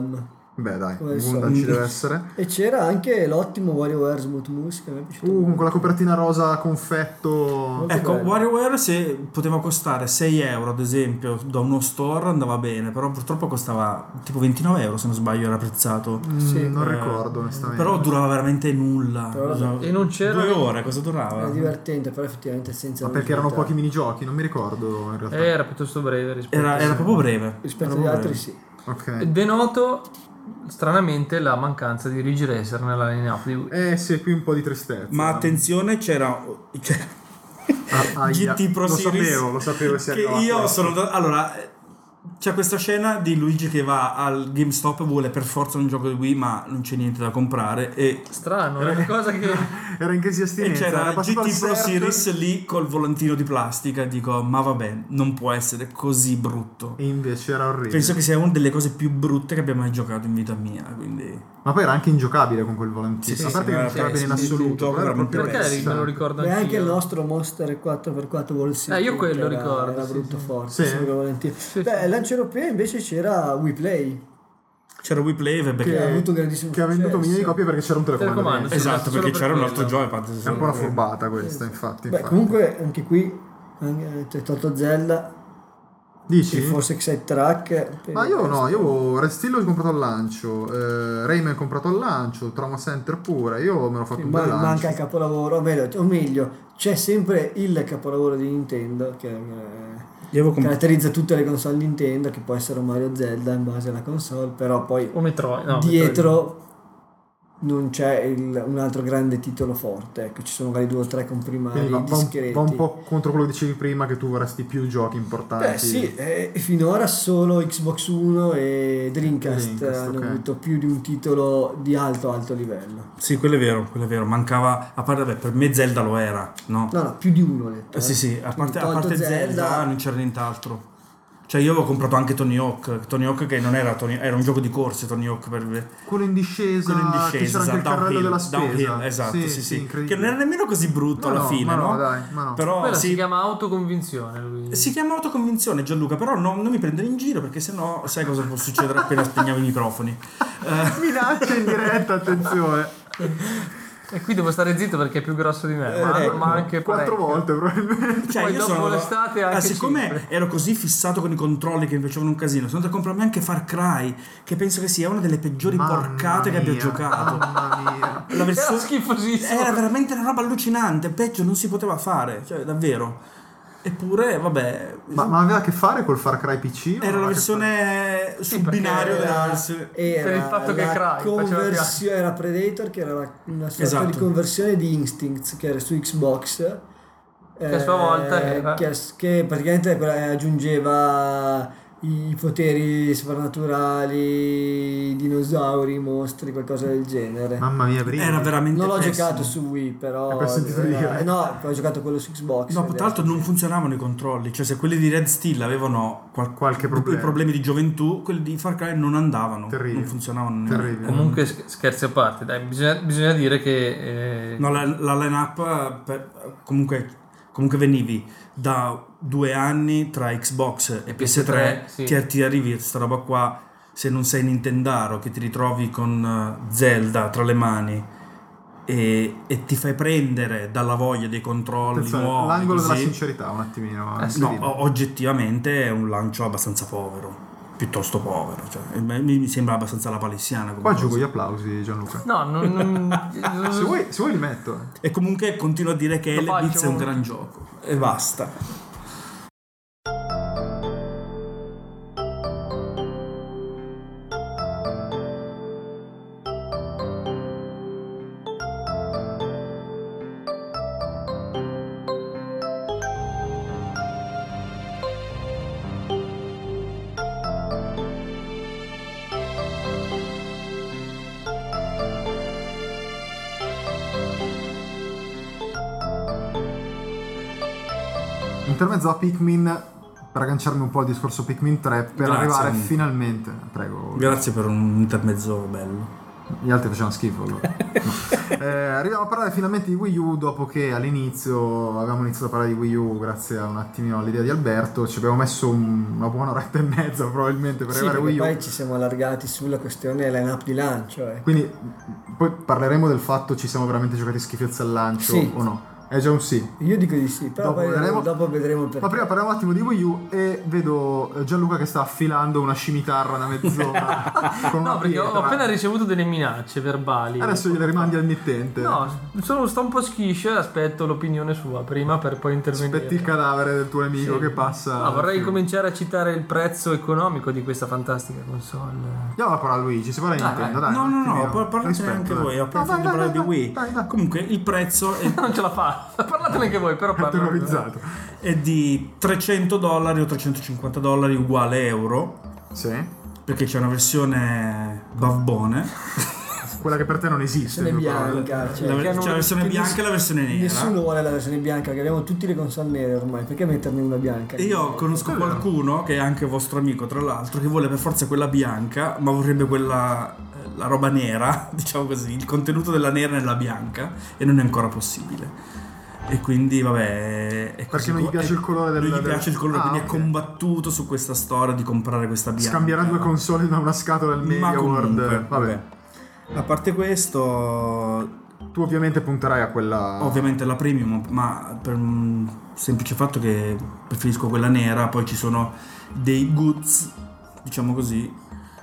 Beh dai, Come al Gundam solito. ci deve essere. E c'era anche l'ottimo WarioWare Smooth Moose che mi è piaciuto Uh, con molto. quella copertina rosa confetto. Molto Ecco, bello. WarioWare se poteva costare sei euro ad esempio da uno store andava bene, però purtroppo costava tipo ventinove euro se non sbaglio, era prezzato. Mm, Sì. non Eh, ricordo onestamente. Però durava veramente nulla. Però- Durava- E non c'era- Due ore, cosa durava? Era divertente, però effettivamente senza Ma perché erano originalità. pochi minigiochi, non mi ricordo in realtà. Era piuttosto breve rispetto Era, era a- proprio breve. Rispetto Era agli proprio altri breve. sì. Ok. Denoto stranamente la mancanza di Ridge Racer nella line-up di Wii. Eh sì, qui un po' di tristezza. Ma attenzione, c'era, c'era Ah, aia. G T Pro Lo Series sapevo, lo sapevo, si che arrivava io questo. sono andato- allora eh, c'è questa scena di Luigi che va al GameStop e vuole per forza un gioco di Wii ma non c'è niente da comprare e, Strano, è una cosa che... Era in crisi e astinenza. c'era era G passato al T Pro surf. Series lì col volantino di plastica, dico ma vabbè non può essere così brutto. E invece era orribile. Penso che sia una delle cose più brutte che abbia mai giocato in vita mia, quindi Ma poi era anche ingiocabile con quel volantino. Sì, a sì, parte sì, che non era faceva bene in pessimo, assoluto. gioco però era veramente proprio Perché pessimo. me lo ricordo Beh, anch'io. anche il nostro Monster quattro per quattro Wall City. Eh, io quello che era- ricordo, Era sì, brutto sì. forte. Sì. sempre volentieri. Sì, Beh, sì. lancio europeo invece c'era Wii Play. c'era Wii Play vabbè, Che che- ha avuto un grandissimo Che ha venduto successo. milioni di copie perché c'era un telecomando. Telecomando, dentro. sì. esatto, solo perché per c'era un quello. altro gioco a parte È un po' una furbata questa, infatti. Beh, infatti. comunque anche qui anche- c'è tolto Zelda Dici? e forse Excite Track. Ma io no, io avevo Red Steel l'ho comprato al lancio, eh, Rayman comprato al lancio, Trauma Center pure, io me l'ho fatto Sì, un ma- bel lancio. manca il capolavoro, o meglio, o meglio, c'è sempre il capolavoro di Nintendo che eh, io avevo comprato caratterizza tutte le console Nintendo, che può essere un Mario Zelda in base alla console, però poi O Metroid, no, dietro non c'è il- un altro grande titolo forte, ecco, ci sono magari due o tre comprimari Quindi va, va un, discreti. va un po' contro quello che dicevi prima, che tu vorresti più giochi importanti. Beh sì, e finora solo Xbox One e Dreamcast, Dreamcast, hanno ok. avuto più di un titolo di alto alto livello. Sì, quello è vero, quello è vero. Mancava, a parte, vabbè, per me Zelda lo era, no? No, no, più di uno ho detto. Eh, sì, eh. sì, a Quindi parte, a tolto parte Zelda, non c'era nient'altro. Cioè io avevo comprato anche Tony Hawk, Tony Hawk che non era Tony, era un gioco di corse Tony Hawk per me. Quello in discesa, Quello in che discesa, c'era anche il carrello downhill, della spesa. downhill, esatto, sì, sì, che incredibile. non era nemmeno così brutto Ma alla no, fine, ma no, no? dai, ma no. Però Quella sì, si chiama autoconvinzione, lui. si chiama autoconvinzione Gianluca, però non, non mi prendere in giro perché sennò sai cosa può succedere appena spegniamo i microfoni. Eh, Minaccia in diretta, attenzione. E qui devo stare zitto perché è più grosso di me, Eh, ma, ecco, ma anche quattro parecchio. volte probabilmente. Cioè, Poi io dopo sono l'estate Ah, anche siccome cinque. ero così fissato con i controlli che mi facevano un casino, sono andato a comprarmi anche Far Cry, che penso che sia una delle peggiori Mamma porcate che abbia mia, giocato. Mamma mia. La versione- Era schifosissimo. Era veramente una roba allucinante, peggio non si poteva fare, cioè davvero. Eppure, vabbè, Ma, ma aveva a che fare col Far Cry P C? o era la aveva a che versione sul perché binario della Era, versione. era Per il fatto che la Cry faceva conversione, era Predator, che era la- una sorta Esatto. di conversione di Instincts che era su Xbox, Che a sua volta eh, era- che, che praticamente quella- aggiungeva i poteri soprannaturali, dinosauri, mostri, qualcosa del genere. fare? Mamma mia, brividi. Era veramente Non l'ho pessimo. giocato su Wii, però. Hai per sentito era- dire? No, ho giocato quello su Xbox. No, ed tra l'altro era- non funzionavano i controlli, cioè se quelli di Red Steel avevano qual- Qualche problema. i problemi di gioventù, quelli di Far Cry non andavano, Terribile. non funzionavano nemmeno. Terribile. Comunque sch- scherzi a parte, dai, bisogna, bisogna dire che eh, No, la, la line-up per- comunque, comunque venivi da due anni tra Xbox e P S tre, sì. ti, ti arrivi a sta roba qua, se non sei Nintendaro, che ti ritrovi con eh, Zelda tra le mani e, e ti fai prendere dalla voglia dei controlli Attenzione, nuovi. l'angolo della così. sincerità un attimino. Eh, No, incredibile. o- oggettivamente è un lancio abbastanza povero, piuttosto povero, cioè, mi, mi sembra abbastanza la palissiana come Qua cosa. giugo gli applausi, Gianluca. no, non, non- Se vuoi, se vuoi li metto. eh. E comunque continuo a dire che Lo Elebiz faccio. è un gran gioco e basta. Intermezzo a Pikmin, per agganciarmi un po' al discorso Pikmin tre, per Grazie, arrivare amico. finalmente, prego. Grazie per un intermezzo bello. Gli altri facevano schifo allora. No. Eh, arriviamo a parlare finalmente di Wii U dopo che all'inizio avevamo iniziato a parlare di Wii U grazie a un attimino all'idea di Alberto. Ci abbiamo messo un, una buona oretta e mezza probabilmente per Sì, arrivare a perché Wii U. poi ci siamo allargati sulla questione line-up di lancio. Eh. Quindi poi parleremo del fatto ci siamo veramente giocati schifezze al lancio Sì. o no. È già un sì. Io dico di sì, però Dopo poi vedremo. dopo vedremo il perché. Ma prima parliamo un attimo di Wii U e vedo Gianluca che sta affilando una scimitarra da mezz'ora con una No, perché ho pietra. appena ricevuto delle minacce verbali. Adesso gliele rimandi al mittente. No, sono, sto un po' schiscio e aspetto l'opinione sua prima per poi intervenire. Aspetti il cadavere del tuo nemico Sì. che passa. No, vorrei cominciare a citare il prezzo economico di questa fantastica console. Andiamo a parlare a Luigi, si parla di Dai, Nintendo, vai. dai. No, no, un no, attimino. par- parlatene Rispetto, anche dai. voi. Ho appena No, vai, finito di parlare di vai, Wii. vai, vai. Comunque, il prezzo è, Non ce la fa. Parlatene anche voi, però È parlo. terrorizzato. è di trecento dollari o trecentocinquanta dollari uguale euro, Sì. perché c'è una versione bavbone, Quella che per te non esiste. Versione in due parole. bianca, cioè, la, che c'è hanno- la versione che bianca ness- e la versione nera. Nessuno vuole la versione bianca, perché abbiamo tutte le console nere ormai, perché metterne una bianca? E io conosco qualcuno, che è anche vostro amico tra l'altro, che vuole per forza quella bianca, ma vorrebbe quella, eh, la roba nera, diciamo così, il contenuto della nera nella bianca, e non è ancora possibile. E quindi vabbè, è così. Perché non gli piace è- il colore del- non gli del- piace il colore, Ah, quindi ok. è combattuto su questa storia di comprare questa bianca. Scambierà due console da una scatola del Ma Media World. comunque, Vabbè. a parte questo, Tu ovviamente punterai a quella. ovviamente la premium, ma per un semplice fatto che preferisco quella nera. Poi ci sono dei goods, diciamo così,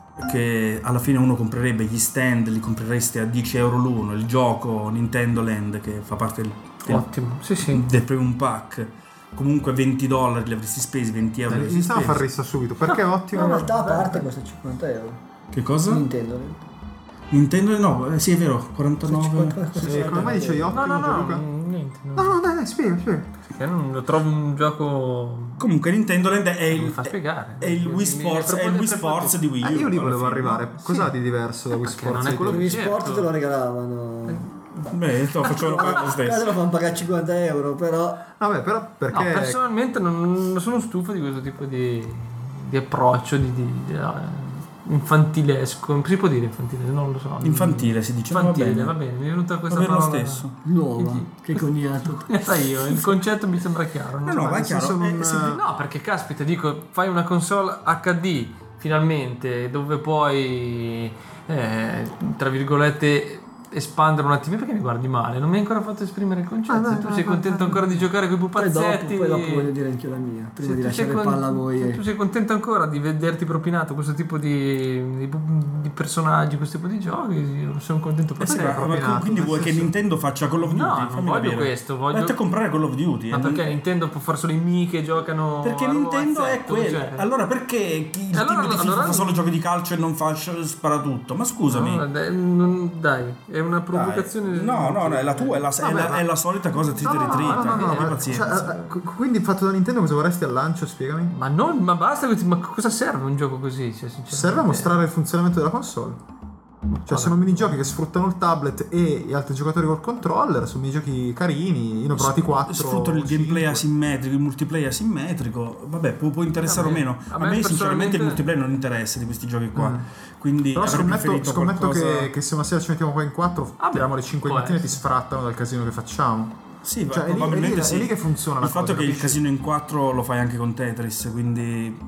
che alla fine uno comprerebbe. Gli stand li compreresti a dieci euro l'uno, il gioco Nintendo Land che fa parte del, del, Ottimo, sì sì. del premium pack, comunque venti dollari li avresti spesi, venti euro Eh, li avresti Iniziamo a far spesi. rissa subito. Perché è Ma ottimo? in realtà a parte costa cinquanta euro. Che cosa? Nintendo. Nintendo no, eh, sì è vero, quarantanove. cinquanta Eh, come mai dicevi No, ottimo, no, no, Gianluca? niente. No, No. no, dai, dai, spiega, spiega. Che non lo trovo un gioco. Comunque Nintendo Land è Mi il, fa spiegare. è il Mi- Wii mi- mi Sports, propone è il Wii tre Sports foto. di Wii U. Ah, io lì alla volevo fine. arrivare. Cos'ha di diverso da Wii perché Sports? non è quello Wii Certo. Sport te lo regalavano. Beh, no, facciamo lo Qua stesso. te lo fanno pagare cinquanta euro, però Vabbè, però perché. No, personalmente non, non sono stufo di questo tipo di, di approccio, di, di, di, eh, infantilesco. Si può dire infantile? Non lo so. Infantile si dice. Infantile, va va bene. bene, mi è venuta questa Va bene lo parola. stesso. nuova, che cognato. Sai io, il concetto mi sembra chiaro. No, non no, so. ma è nel chiaro. senso è non- sempli- No, perché caspita, dico, fai una console acca di finalmente dove puoi, eh, tra virgolette, espandere un attimino. Perché mi guardi male? Non mi hai ancora fatto esprimere il concetto. Ah, vai, Se tu vai, sei vai, contento vai. ancora di giocare con i Poi dopo, pupazzetti. poi dopo voglio dire anche io la mia, prima Se di tu sei lasciare con- palla a voi. se e- tu sei contento ancora di vederti propinato questo tipo di, di, di personaggi, questo tipo di giochi, io sono contento per Eh sì, te. ma- ma propinato, quindi nel vuoi che senso- Nintendo faccia Call of Duty? No, non Fammi voglio capire. questo, voglio- Vatti a comprare Call of Duty. Ma eh, perché non- Nintendo può fare solo i Mi che giocano Perché al Nintendo è pupazzetto, quello. cioè. Allora perché chi- il Allora- team di FIFA allora- fa solo giochi di calcio e non fa spara tutto? Ma scusami. No, dai, non- dai, è una provocazione. Dai. No, no, no, è la tua, è la, è la- è la solita cosa trita e No, no, no, ritrita. no, no, abbi ma- pazienza. cioè, eh, qu- quindi fatto da Nintendo cosa vorresti al lancio? Spiegami. Ma non, ma basta, ma cosa serve un gioco così? Cioè, sinceramente? Serve a mostrare il funzionamento della console. Cioè sono minigiochi che sfruttano il tablet e gli altri giocatori col controller, sono minigiochi carini, io ne ho provati quattro. Sfruttano il gameplay cinque. asimmetrico, il multiplayer asimmetrico. Vabbè, può, può interessare o Vabbè, meno. a A me me, sinceramente personalmente- il multiplayer non interessa di questi giochi qua. Mm. Quindi Però avrei scommetto, preferito scommetto qualcosa... che, che se una sera ci mettiamo qua in quattro, Vabbè, tiriamo alle cinque di può mattina e ti essere. sfrattano dal casino che facciamo. Sì, Cioè, è lì- probabilmente è lì- sì. è lì che funziona Il la fatto cosa, è che il capisci? casino in quattro lo fai anche con Tetris, quindi...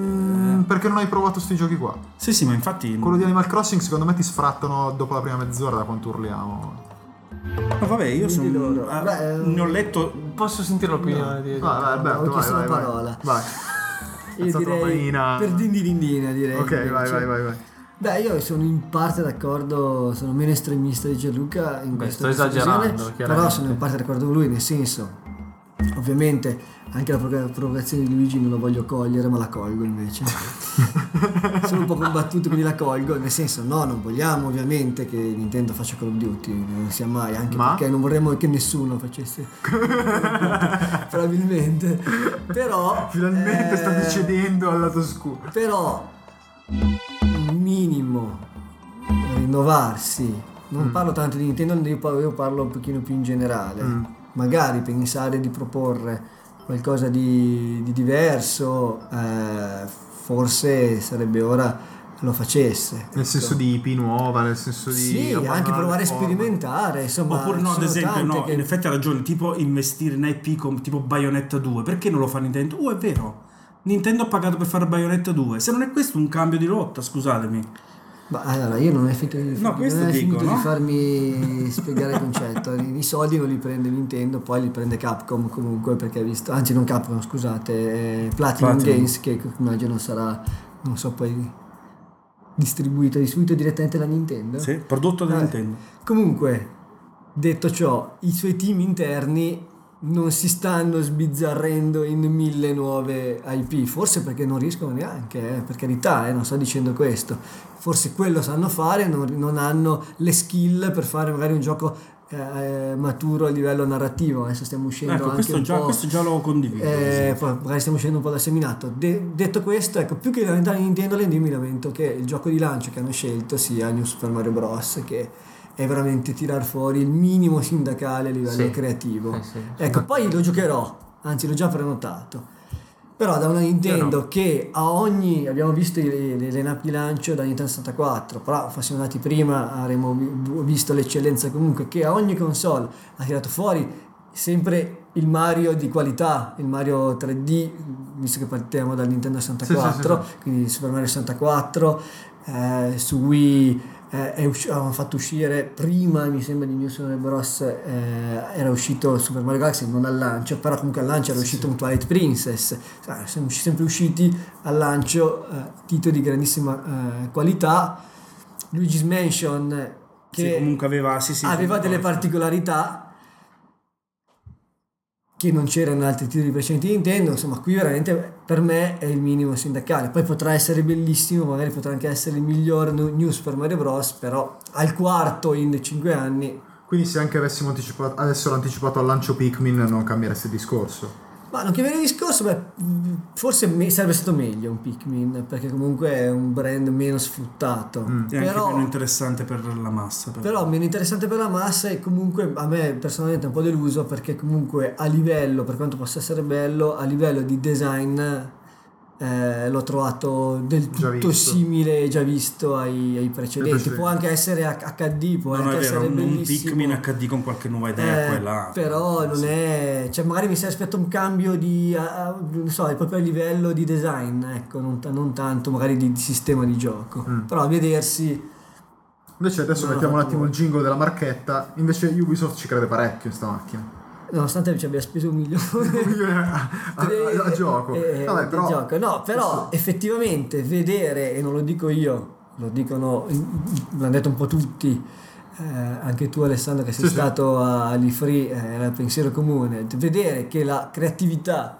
Mm, perché non hai provato sti giochi qua? Sì, sì, ma infatti... Quello di Animal Crossing secondo me ti sfrattano dopo la prima mezz'ora da quanto urliamo. Ma vabbè, io sono... Quindi loro- ah, Beh, ne ho letto... Posso sentire l'opinione di. Vai, vai Alberto, ho vai, chiesto vai, la vai. parola. Vai. Io Alzato la direi manina. per dindindindina direi. Ok, vai, invece. vai, vai, vai. Beh, io sono in parte d'accordo, sono meno estremista di Gianluca in Beh, questa sto questa esagerando, visione, chiaramente. però sono in parte d'accordo con lui, nel senso, ovviamente anche la provo- provocazione di Luigi non la voglio cogliere, ma la colgo invece. Sono un po' combattuto, quindi la colgo, nel senso, no, non vogliamo ovviamente che Nintendo faccia Call of Duty, non sia mai, anche Ma? perché non vorremmo che nessuno facesse probabilmente, però Finalmente eh, state cedendo al lato scuro. però un minimo rinnovarsi, non Mm. parlo tanto di Nintendo, io parlo, io parlo un pochino più in generale, Mm. magari pensare di proporre qualcosa di, di diverso, eh, forse sarebbe ora lo facesse. Nel ecco. senso di I P nuova, nel senso di Sì, abbandonare anche provare a le forme. sperimentare, insomma. Oppure no, ci ad sono esempio, tante no, che- in effetti ha ragione, tipo investire in I P come tipo Bayonetta due, perché non lo fa Nintendo? Uh, è vero, Nintendo ha pagato per fare Bayonetta due, se non è questo un cambio di rotta, scusatemi. Ma allora, io non ho finito, No, questo non ho dico, finito no? di farmi spiegare il concetto. I, i soldi non li prende Nintendo, poi li prende Capcom comunque, perché ha visto, anzi non Capcom, scusate, eh, Platinum, Platinum. Games, che immagino sarà, non so, poi distribuito, distribuito direttamente da Nintendo. Sì, prodotto da Eh, Nintendo. Comunque, detto ciò, i suoi team interni non si stanno sbizzarrendo in mille nuove I P, forse perché non riescono neanche, eh, per carità, eh, non sto dicendo questo, forse quello sanno fare, non, non hanno le skill per fare magari un gioco eh, maturo a livello narrativo. Adesso stiamo uscendo Ecco, anche questo un già, po', questo già lo condivido. eh, poi magari stiamo uscendo un po' da seminato. De- detto questo, ecco, più che lamentare Nintendo Land, io mi lamento che il gioco di lancio che hanno scelto sia New Super Mario Bros, che è veramente tirar fuori il minimo sindacale a livello Sì. creativo. Sì, sì. Ecco, poi lo giocherò, anzi l'ho già prenotato. Però da una Nintendo Io no. che a ogni, abbiamo visto i- le line-up di lancio da Nintendo sessantaquattro, però fossimo andati prima avremmo vi- visto l'eccellenza comunque, che a ogni console ha tirato fuori sempre il Mario di qualità, il Mario tre D, visto che partiamo dal Nintendo sessantaquattro, Sì, sì, quindi Super Mario sessantaquattro, eh, su Wii eh, è usci- avevano fatto uscire prima, mi sembra, di New Super Mario Bros. Eh, era uscito Super Mario Galaxy, non al lancio, però comunque al lancio era uscito un Twilight Princess. Cioè, sono usci- sempre usciti al lancio eh, titoli di grandissima eh, qualità. Luigi's Mansion, che Sì, comunque aveva, sì, sì, aveva sì, delle sì. particolarità che non c'erano in altri titoli precedenti di Nintendo. Insomma, qui veramente per me è il minimo sindacale. Poi potrà essere bellissimo, magari potrà anche essere il miglior nu- New Super Mario Bros, però al quarto in cinque anni. Quindi se anche avessimo anticipato, avessero anticipato al lancio Pikmin non cambiereste il discorso. Ma non chiamare il discorso, beh, forse me- sarebbe stato meglio un Pikmin, perché comunque è un brand meno sfruttato. Mm. È anche Però, meno interessante per la massa. però. però meno interessante per la massa, e comunque a me personalmente è un po' deluso, perché comunque a livello, per quanto possa essere bello, a livello di design eh, l'ho trovato del Già tutto visto. simile, già visto ai, ai precedenti. precedenti. Può anche essere acca di, può No, no, anche è vero, essere un bellissimo. Pikmin acca di con qualche nuova idea, Eh, qua e là. però non Sì. è, cioè magari mi si aspetta un cambio di a- a- non so, è proprio a livello di design, ecco, non, ta- non tanto magari di, di sistema di gioco, Mm. però a vedersi Invece adesso No, mettiamo no, un attimo no. il jingle della marchetta. Invece Ubisoft ci crede parecchio in sta macchina. nonostante ci abbia speso un milione Un milione a, a- a- a gioco. eh, Vabbè, di però, gioco. No, però effettivamente vedere, e non lo dico io, lo dicono, l'hanno detto un po' tutti, eh, anche tu Alessandro che sei Sì, sì. stato all'I-Free, eh, era il pensiero comune, vedere che la creatività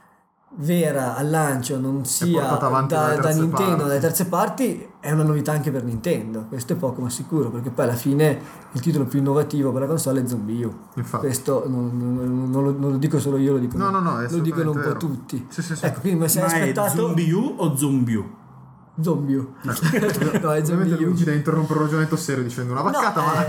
vera al lancio non sia portata avanti da, dalle da terze Nintendo, parti. dalle terze parti, è una novità anche per Nintendo. Questo è poco ma sicuro, perché poi alla fine il titolo più innovativo per la console è Zombie U. Infatti. Questo non, non- non lo, non lo dico solo io, lo dicono, No, no, no, è lo dicono un po' assolutamente vero. tutti. Sì, sì, sì. Ecco, quindi mi sei Ma è aspettato Zombie U o Zombie U? Zombie U. no, è Ovviamente Zombie U. Luigi deve interrompere un ragionamento serio dicendo una No, vaccata, ma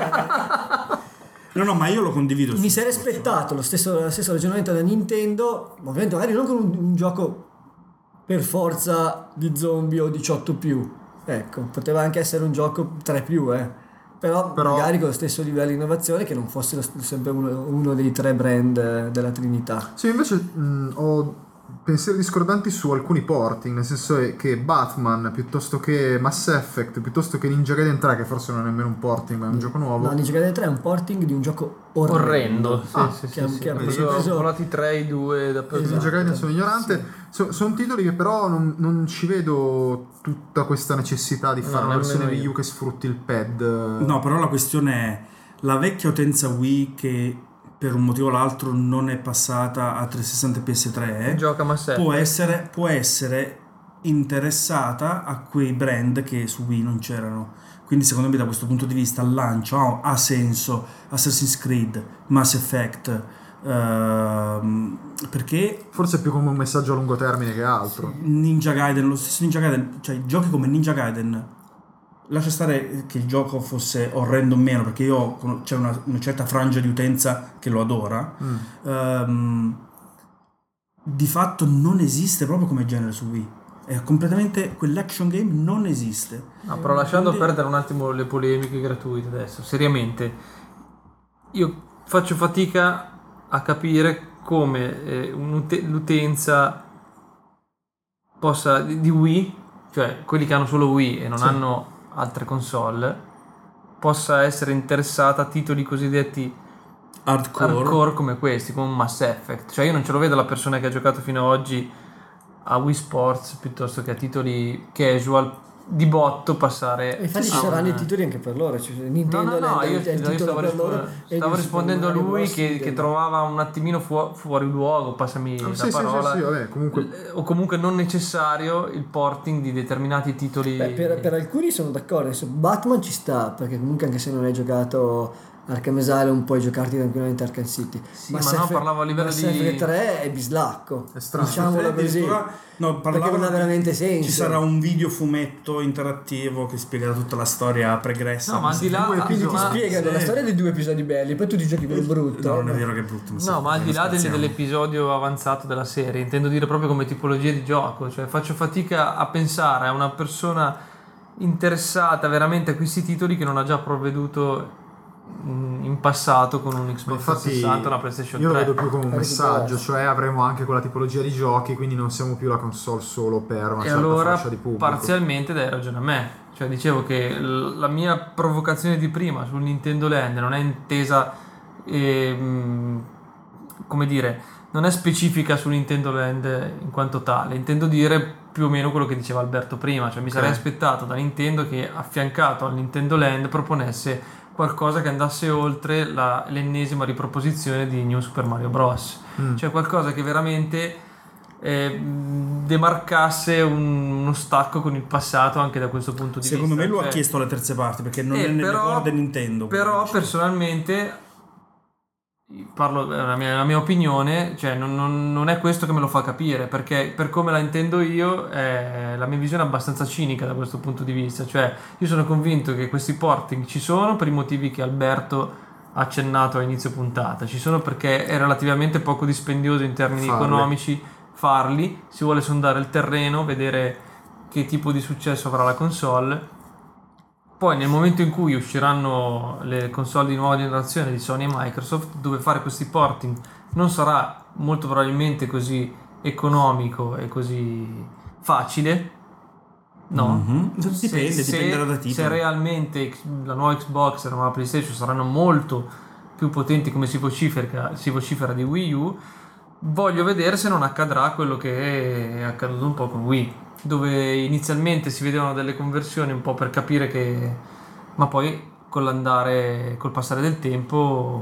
eh, No, no, ma io lo condivido. mi sul sarei discorso. aspettato lo stesso, lo stesso ragionamento da Nintendo, ovviamente magari non con un, un gioco per forza di zombie o diciotto più, ecco, poteva anche essere un gioco tre più, eh. Però, Però- magari con lo stesso livello di innovazione, che non fosse lo- sempre uno, uno dei tre brand eh, della Trinità. sì, invece mh, ho pensieri discordanti su alcuni porting, nel senso che Batman piuttosto che Mass Effect, piuttosto che Ninja Gaiden tre, che forse non è nemmeno un porting ma è un gioco nuovo. No, Ninja Gaiden tre è un porting di un gioco orrendo. Orrendo, sì, Ah, sì, che ha- sì, sì. che ha Ho preso- preso- ho volati tre, i due da I Ninja Esatto. Gaiden sono ignorante. So- sono titoli che però non, non ci vedo tutta questa necessità di fare No, una versione nemmeno Wii io. U che sfrutti il pad. No, però la questione è la vecchia utenza Wii che per un motivo o l'altro non è passata a trecentosessanta P S tre, Gioca Mass Effect. può essere, può essere interessata a quei brand che su Wii non c'erano. Quindi secondo me da questo punto di vista al lancio ha, ha senso Assassin's Creed, Mass Effect, ehm, perché Forse è più come un messaggio a lungo termine che altro. Ninja Gaiden, lo stesso Ninja Gaiden, cioè giochi come Ninja Gaiden, lascia stare che il gioco fosse orrendo o meno, perché io con- c'è una, una certa frangia di utenza che lo adora, Mm. ehm, di fatto non esiste proprio come genere su Wii. è completamente, quell'action game non esiste. No, però lasciando Quindi- perdere un attimo le polemiche gratuite adesso, seriamente, io faccio fatica a capire come eh, un'ute- l'utenza possa, di di Wii, cioè quelli che hanno solo Wii e non Sì. hanno altre console, possa essere interessata a titoli cosiddetti hardcore, hardcore come questi, come un Mass Effect. Cioè io non ce lo vedo la persona che ha giocato fino ad oggi a Wii Sports piuttosto che a titoli casual di botto passare E infatti a ci saranno un- i titoli anche per loro, cioè, No, Nintendo no, no, Land io, è il io titolo stavo, per rispo- loro e stavo di rispondendo a Super Mario lui Bros. che, che idem. trovava un attimino fu- fuori luogo, passami Ah, la sì, sì, parola, sì, sì, vabbè, comunque eh, o comunque non necessario il porting di determinati titoli. Beh, per, per alcuni sono d'accordo, adesso Batman ci sta, perché comunque anche se non hai giocato Arkham Asylum puoi giocarti tranquillamente Arkham City. Sì, ma no, parlavo a livello Mass di- Effect tre è bislacco, È strano. diciamolo così. Addirittura- no, Perché parlavano non ha di- veramente senso. Ci sarà un video fumetto interattivo che spiega tutta la storia pregressa. No, ma al di là, due al- Quindi ti ma- spiegano sì. la storia dei due episodi belli, poi tu ti giochi quello brutto. No, non è vero che è brutto. No, sì, ma al di là del- scherziamo. dell'episodio avanzato della serie, intendo dire proprio come tipologia di gioco, cioè faccio fatica a pensare a una persona interessata veramente a questi titoli che non ha già provveduto mh, in passato con un Ma Xbox infatti trecentosessanta o una PlayStation io lo tre. vedo più come un Per messaggio, recuperare. cioè avremo anche quella tipologia di giochi, quindi non siamo più la console solo per una E certa allora fascia di pubblico. parzialmente dai ragione a me, cioè dicevo che l- la mia provocazione di prima sul Nintendo Land non è intesa ehm, come dire, non è specifica su Nintendo Land in quanto tale, intendo dire più o meno quello che diceva Alberto prima, cioè mi sarei aspettato da Nintendo che affiancato al Nintendo Land proponesse qualcosa che andasse oltre la- l'ennesima riproposizione di New Super Mario Bros. Mm. Cioè qualcosa che veramente eh, demarcasse un- uno stacco con il passato anche da questo punto di Secondo vista. me lo ha Cioè, chiesto alle terze parti perché non eh, è nelle però- corde Nintendo. Però Cioè, personalmente parlo, è la mia, la mia opinione, cioè non, non- non è questo che me lo fa capire, perché per come la intendo io eh, la mia visione è abbastanza cinica da questo punto di vista, cioè io sono convinto che questi porting ci sono per i motivi che Alberto ha accennato a inizio puntata, ci sono perché è relativamente poco dispendioso in termini Farli. economici farli, si vuole sondare il terreno, vedere che tipo di successo avrà la console. Poi nel momento in cui usciranno le console di nuova generazione di Sony e Microsoft, dove fare questi porting non sarà molto probabilmente così economico e così facile, no? Mhm. Dipende, dipenderà da titolo. Se realmente la nuova Xbox e la nuova PlayStation saranno molto più potenti come si vocifera, si vocifera di Wii U, voglio vedere se non accadrà quello che è accaduto un po' con Wii, dove inizialmente si vedevano delle conversioni un po' per capire che, ma poi con l'andare, col passare del tempo,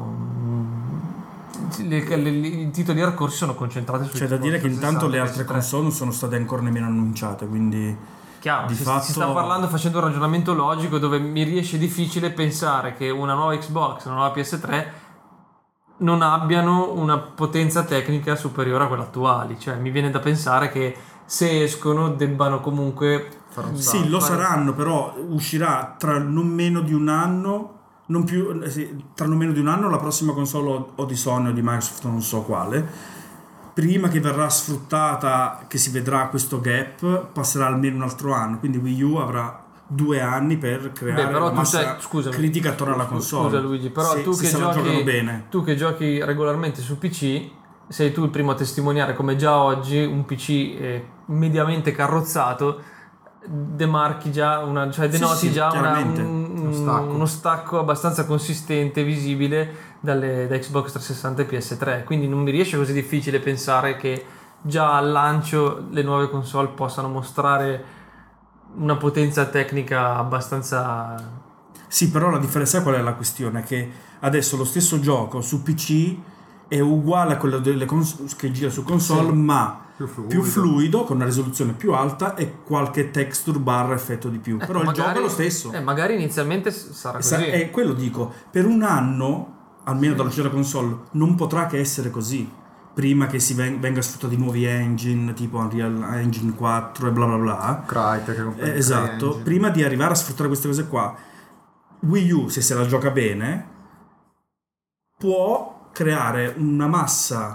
mh, le- le- le- i titoli hardcore si sono concentrati su C'è da dire che intanto le altre console non sono state ancora nemmeno annunciate, quindi Chiaro, di si, fatto- si sta parlando facendo un ragionamento logico dove mi riesce difficile pensare che una nuova Xbox e una nuova P S tre non abbiano una potenza tecnica superiore a quella attuali, cioè mi viene da pensare che se escono debbano comunque Fare un sì, salto. lo fare- saranno, però uscirà tra non meno di un anno, non più, eh, sì, tra non meno di un anno la prossima console o- o di Sony o di Microsoft, non so quale. Prima che verrà sfruttata, che si vedrà questo gap, passerà almeno un altro anno, quindi Wii U avrà due anni per creare Beh, però una tu massa sei, scusami, critica attorno alla scu- console. Scusa Luigi, però se, tu, se che se la giocano giochi, bene. tu che giochi regolarmente su P C, sei tu il primo a testimoniare come già oggi un P C eh, mediamente carrozzato demarchi già una, cioè Sì, denoti sì, già una- chiaramente. un- Uno stacco. uno stacco abbastanza consistente, visibile dalle, da Xbox trecentosessanta e P S tre, quindi non mi riesce così difficile pensare che già al lancio le nuove console possano mostrare una potenza tecnica abbastanza. Sì, però la differenza qual è la questione? Che adesso lo stesso gioco su P C è uguale a quello delle cons- che gira su console, Sì. ma Più fluido. più fluido, con una risoluzione più alta e qualche texture bar effetto di più. Però il Magari- gioco è lo stesso. eh, magari inizialmente s- sarà Sa- così. E quello dico, per un anno, almeno dall'uscita della console, non potrà che essere così. Prima che si ven- venga sfruttato di nuovi engine, tipo Unreal Engine quattro e bla bla bla. Crytek, Eh, esatto, prima di arrivare a sfruttare queste cose qua, Wii U, se se la gioca bene, può creare una massa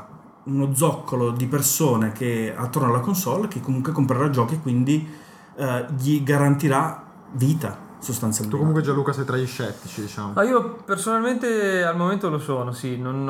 uno zoccolo di persone che attorno alla console che comunque comprerà giochi e quindi eh, gli garantirà vita sostanzialmente. Tu comunque Gianluca sei tra gli scettici, diciamo. Ah, io personalmente al momento lo sono, sì, non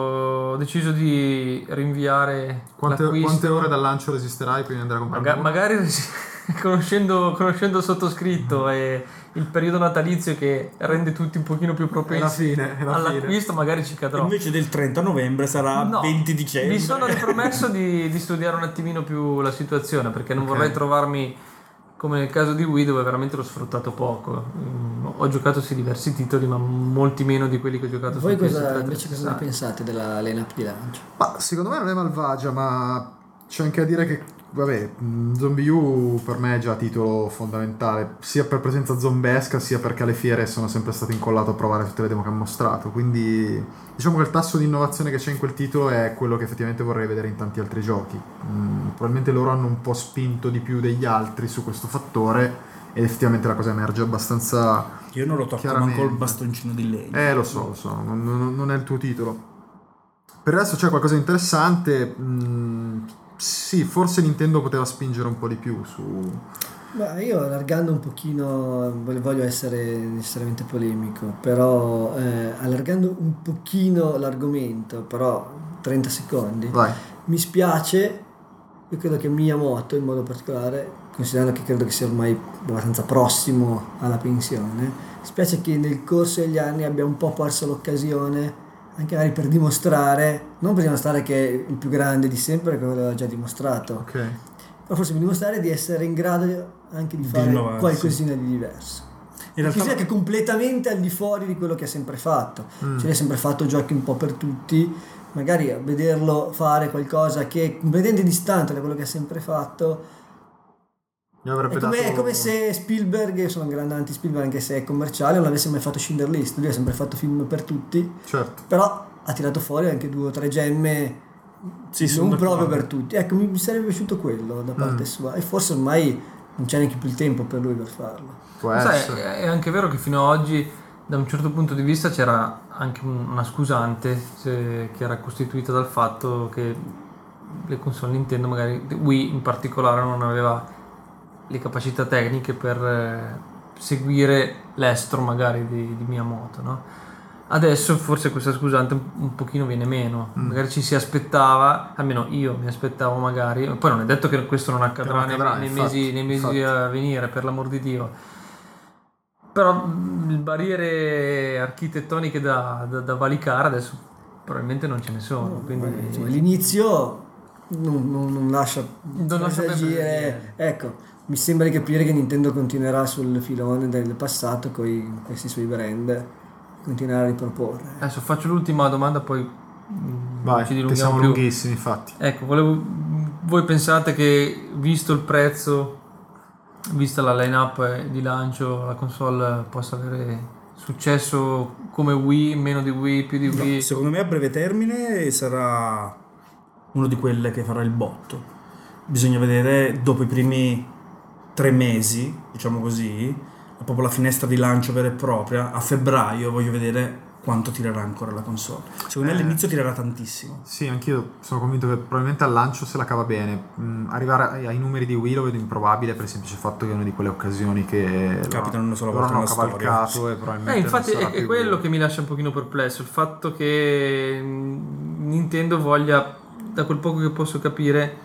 ho deciso di rinviare Quante, l'acquisto. quante ore dal lancio resisterai prima di andare a comprare? Maga- uno? magari conoscendo, conoscendo il sottoscritto e il periodo natalizio che rende tutti un pochino più È la propensi fine, è la all'acquisto, magari ci cadrò. Invece del trenta novembre sarà No, venti dicembre. mi sono ripromesso di, di studiare un attimino più la situazione, perché non Ok. vorrei trovarmi come nel caso di Wii, dove veramente l'ho sfruttato poco. Mm, ho giocato sì diversi titoli, ma molti meno di quelli che ho giocato Voi su P S cosa, tre invece cosa ne trecentosessanta. pensate della line-up di lancio? Ma secondo me non è malvagia, ma c'è anche a dire che, vabbè, mh, Zombie U per me è già titolo fondamentale, sia per presenza zombesca, sia perché alle fiere sono sempre stato incollato a provare tutte le demo che ha mostrato. Quindi diciamo che il tasso di innovazione che c'è in quel titolo è quello che effettivamente vorrei vedere in tanti altri giochi. Mh, probabilmente loro hanno un po' spinto di più degli altri su questo fattore ed effettivamente la cosa emerge abbastanza Io non lo tocco chiaramente. manco il bastoncino di legno. Eh, lo so, lo so, non, non- non è il tuo titolo. Per il resto c'è qualcosa di interessante. mh, sì, forse Nintendo poteva spingere un po' di più su... Ma io allargando un pochino, voglio voglio essere necessariamente polemico, però eh, allargando un pochino l'argomento, però trenta secondi, Vai. mi spiace, io credo che Miyamoto in modo particolare, considerando che credo che sia ormai abbastanza prossimo alla pensione, mi spiace che nel corso degli anni abbia un po' perso l'occasione anche magari per dimostrare, non per dimostrare che è il più grande di sempre, che l'aveva già dimostrato, Ok. ma forse per dimostrare di essere in grado anche di Di fare innovare, qualcosina di diverso. In Che sia realtà che completamente al di fuori di quello che ha sempre fatto. Mm. Cioè, lui ha sempre fatto giochi un po' per tutti, magari a vederlo fare qualcosa che è completamente distante da quello che ha sempre fatto. Mi avrebbe È come, dato... è come se Spielberg, io sono un grande anti-Spielberg anche se è commerciale, non avesse mai fatto Schindler List. Lui ha sempre fatto film per tutti, Certo. però ha tirato fuori anche due o tre gemme sì, sono non d'accordo. proprio per tutti. Ecco, mi mi sarebbe piaciuto quello da parte Mm. sua, e forse ormai non c'è neanche più il tempo per lui per farlo. Può Sai, essere. è anche vero che fino ad oggi, da un certo punto di vista, c'era anche un- una scusante se- che era costituita dal fatto che le console Nintendo, magari Wii in particolare, non aveva le capacità tecniche per eh, seguire l'estro magari di, di Miyamoto, no? Adesso forse questa scusante un, un pochino viene meno, Mm. magari ci si aspettava, almeno io mi aspettavo magari, poi non è detto che questo non accadrà, non accadrà, nei, nei infatti, mesi, nei mesi infatti. a venire, per l'amor di Dio. Però mh, barriere architettoniche da, da, da valicare adesso probabilmente non ce ne sono, quindi Beh, insomma, l'inizio non, non- non lascia Non lascia ben presagire. presagire. Ecco, mi sembra di capire che Nintendo continuerà sul filone del passato con questi suoi brand, continuerà a riproporre. adesso faccio l'ultima domanda, poi mh, Vai, ci che dilunghiamo siamo più. lunghissimi, infatti. Ecco, volevo, voi pensate che visto il prezzo, vista la line-up di lancio, la console possa avere successo come Wii, meno di Wii, più di No, Wii? secondo me a breve termine sarà uno di quelle che farà il botto. Bisogna vedere dopo i primi tre mesi, diciamo così, proprio la finestra di lancio vera e propria, a febbraio voglio vedere quanto tirerà ancora la console. Secondo me Eh. all'inizio tirerà tantissimo. Sì, anch'io sono convinto che probabilmente al lancio se la cava bene. Mm, arrivare ai, ai numeri di Wii lo vedo improbabile per il semplice fatto che è una di quelle occasioni che Capitano una sola loro volta hanno nella storia. cavalcato e probabilmente Eh, infatti non sarà è, è più- quello che mi lascia un pochino perplesso, il fatto che mh, Nintendo voglia, da quel poco che posso capire,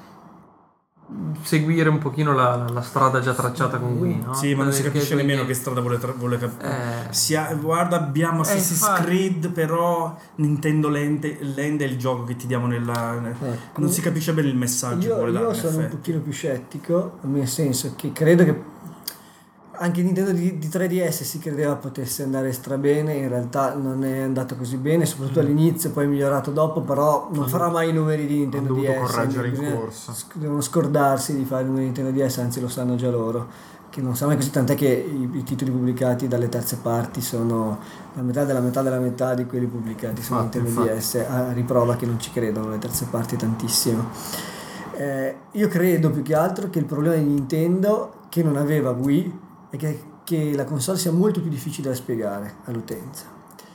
mh, seguire un pochino la, la- la strada già tracciata con Wii, no? Sì, ma non si Perché capisce quindi- nemmeno che strada vuole, tra- vuole cap- Eh. Sia- guarda, abbiamo Assassin's infatti. Creed, però Nintendo Land, Land è il gioco che ti diamo nella... Ecco. Non si capisce bene il messaggio che Io, vuole dare. io in sono un effetti. pochino più scettico, nel senso che credo che anche Nintendo di, di tre D S si credeva potesse andare strabene, in realtà non è andato così bene, soprattutto all'inizio, poi è migliorato dopo, però non farà mai i numeri di Nintendo hanno D S. dovuto correggere in bisogna- corsa. sc- Devono scordarsi di fare i numeri di Nintendo D S, anzi lo sanno già loro, che non sanno mai così, tant'è che i, i titoli pubblicati dalle terze parti sono la metà della metà della metà di quelli pubblicati su Infatti, Nintendo infatti. D S, a riprova che non ci credono le terze parti tantissimo. Eh, io credo più che altro che il problema di Nintendo, che non aveva Wii, è che, che la console sia molto più difficile da spiegare all'utenza.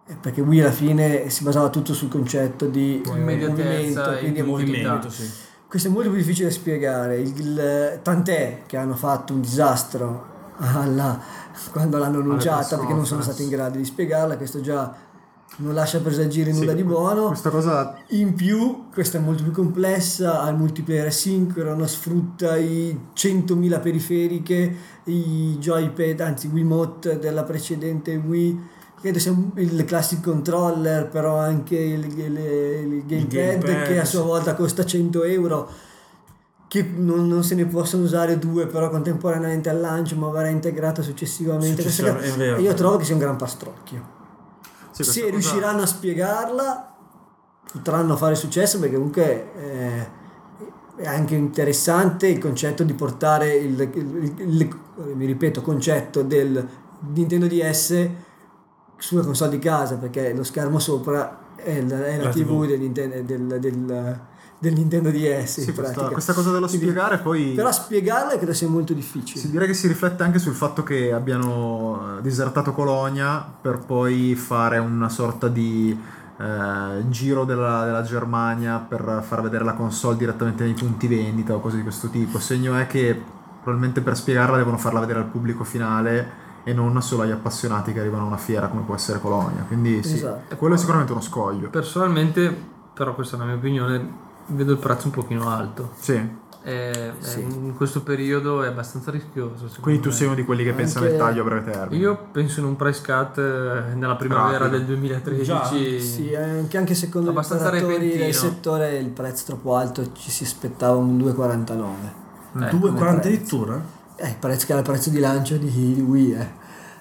eh, perché Wii alla fine si basava tutto sul concetto di eh, Immediatezza movimento, e quindi è molto movimento, più- sì. questo è molto più difficile da spiegare. Il, il- tant'è che hanno fatto un disastro alla- quando l'hanno annunciata press perché non sono conference. stati in grado di spiegarla. Questo già non lascia presagire nulla Sì, di buono. Questa cosa In più, questa è molto più complessa, ha il multiplayer sincrono, sfrutta i centomila periferiche, i joypad, anzi Wiimote della precedente Wii, credo sia un- il classic controller, però anche il, il- il gamepad, gamepad, che a sua sì. volta costa cento euro, che non, non se ne possono usare due però contemporaneamente al lancio, ma verrà integrata successivamente. Questa Successivamente, cosa- è vero. io trovo che sia un gran pastrocchio. sì, questa Se cosa- riusciranno a spiegarla, potranno fare successo, perché comunque eh, è anche interessante il concetto di portare il, il- il- mi ripeto, concetto del Nintendo D S sulla console di casa, perché lo schermo sopra è la, è la La tivù tivù. del, Nintendo- del, del- del Nintendo D S Sì, in questa, pratica. questa cosa dello Quindi- spiegare poi però spiegarla credo sia molto difficile. si direi che si riflette anche sul fatto che abbiano eh, disertato Colonia per poi fare una sorta di eh, giro della, della Germania per far vedere la console direttamente nei punti vendita o cose di questo tipo. Segno è che probabilmente per spiegarla devono farla vedere al pubblico finale e non solo agli appassionati che arrivano a una fiera come può essere Colonia. Quindi sì, Esatto. quello è sicuramente uno scoglio. Personalmente, però questa è la mia opinione, vedo il prezzo un pochino alto. Sì. E, Sì. e in questo periodo è abbastanza rischioso. secondo Quindi tu me. sei uno di quelli che Anche- pensano al taglio a breve termine. Io penso in un price cut eh, nella primavera Rapido. del duemilatredici. Già? Sì, anche, anche secondo gli Abbastanza operatori del repentino. settore il prezzo troppo alto, ci si aspettava un due virgola quarantanove. Eh, due virgola quaranta prezzo. addirittura? Eh, il prezzo che era il prezzo di lancio di, di Wii, eh.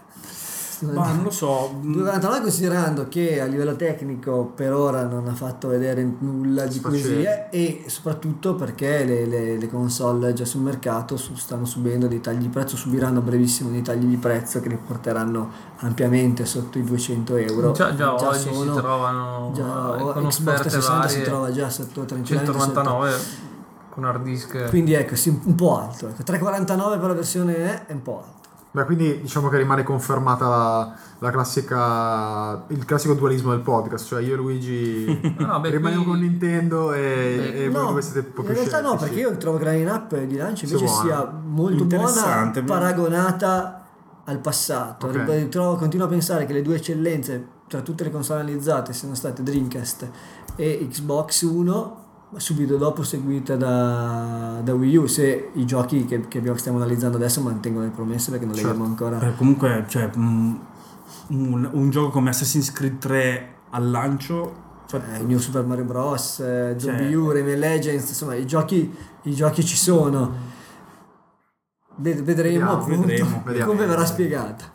Ma non lo so. due virgola quarantanove, considerando che a livello tecnico per ora non ha fatto vedere nulla di così, Sfaccetti. eh, e soprattutto perché le, le- le console già sul mercato su- stanno subendo dei tagli di prezzo, subiranno a brevissimo dei tagli di prezzo che li porteranno ampiamente sotto i duecento euro. Già, già oggi sono- si trovano già, eh, o- con Xbox offerte trecentosessanta si varie, trova già sotto trentanove. centonovantanove con hard disk. Quindi ecco, sì, un po' alto. Ecco. tre virgola quarantanove per la versione E è un po' alto. Beh, quindi diciamo che rimane confermata la, la classica, il classico dualismo del podcast, cioè io e Luigi No, no, beh, rimaniamo qui- con Nintendo e, Beh, e voi No, due siete un po' in più realtà no, scettici. perché io trovo che la line-up di lancio invece Sia buona. sia molto buona Interessante. paragonata al passato. Ok. Rib- Trovo, continuo a pensare che le due eccellenze tra tutte le console analizzate siano state Dreamcast e Xbox One, subito dopo seguita da, da Wii U, se i giochi che, che abbiamo- stiamo analizzando adesso mantengono le promesse, perché non le Certo. abbiamo ancora. Eh, comunque, cioè, mm, un, un gioco come Assassin's Creed tre al lancio, cioè, Eh, New Super Mario Bros, eh, Zombie Cioè- U, Rayman Legends, insomma i giochi, i giochi ci sono. Ved- vedremo, Vediamo, appunto vedremo, vediamo. come verrà spiegata.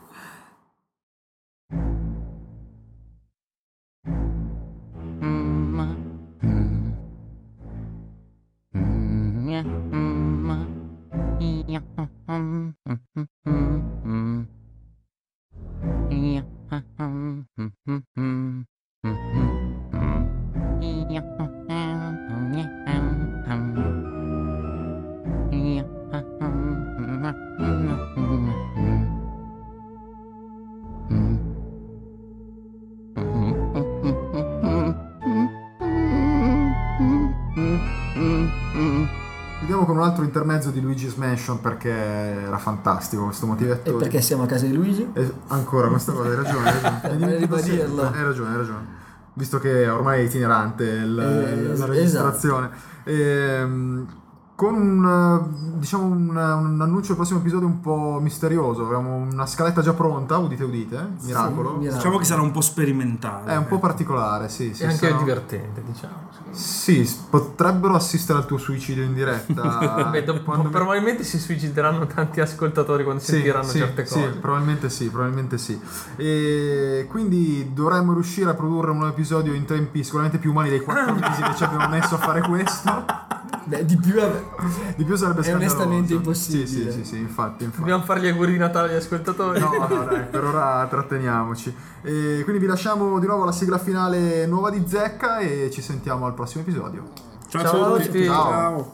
Vediamo con un altro intermezzo di Luigi's Mansion, perché era fantastico questo motivetto. E perché siamo a casa di Luigi? Eh, ancora questa cosa, hai ragione, hai ragione. Vorrei ribadirlo. Hai ragione, hai ragione. Visto che ormai è itinerante il- Eh, la esatto. registrazione. Ehm, con un, diciamo un, un annuncio del prossimo episodio un po' misterioso. Avevamo una scaletta già pronta, udite udite, eh? miracolo. miracolo. diciamo che sarà un po' sperimentale. È un po' particolare, sì. sì E anche sarà- divertente, diciamo. Sì, s- potrebbero assistere al tuo suicidio in diretta. Vabbè, dopo- quando mi- probabilmente si suicideranno tanti ascoltatori quando Sì, sentiranno sì, certe sì, cose. probabilmente sì, probabilmente sì. E quindi dovremmo riuscire a produrre un nuovo episodio in tempi sicuramente più umani dei quattro mesi che ci abbiamo messo a fare questo. Beh, di più è- Di più sarebbe È scandaloso. onestamente impossibile. Sì, sì, sì, sì, infatti, infatti. Dobbiamo fare gli auguri di Natale agli ascoltatori. No, no, dai, per ora tratteniamoci. E quindi vi lasciamo di nuovo alla sigla finale nuova di Zecca e ci sentiamo al prossimo episodio. Ciao, Ciao a ciao, tutti. ciao. Ciao.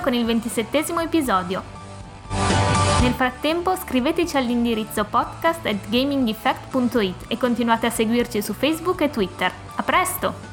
con il ventisettesimo episodio. Nel frattempo scriveteci all'indirizzo podcast at gaming effect punto it e continuate a seguirci su Facebook e Twitter. A presto!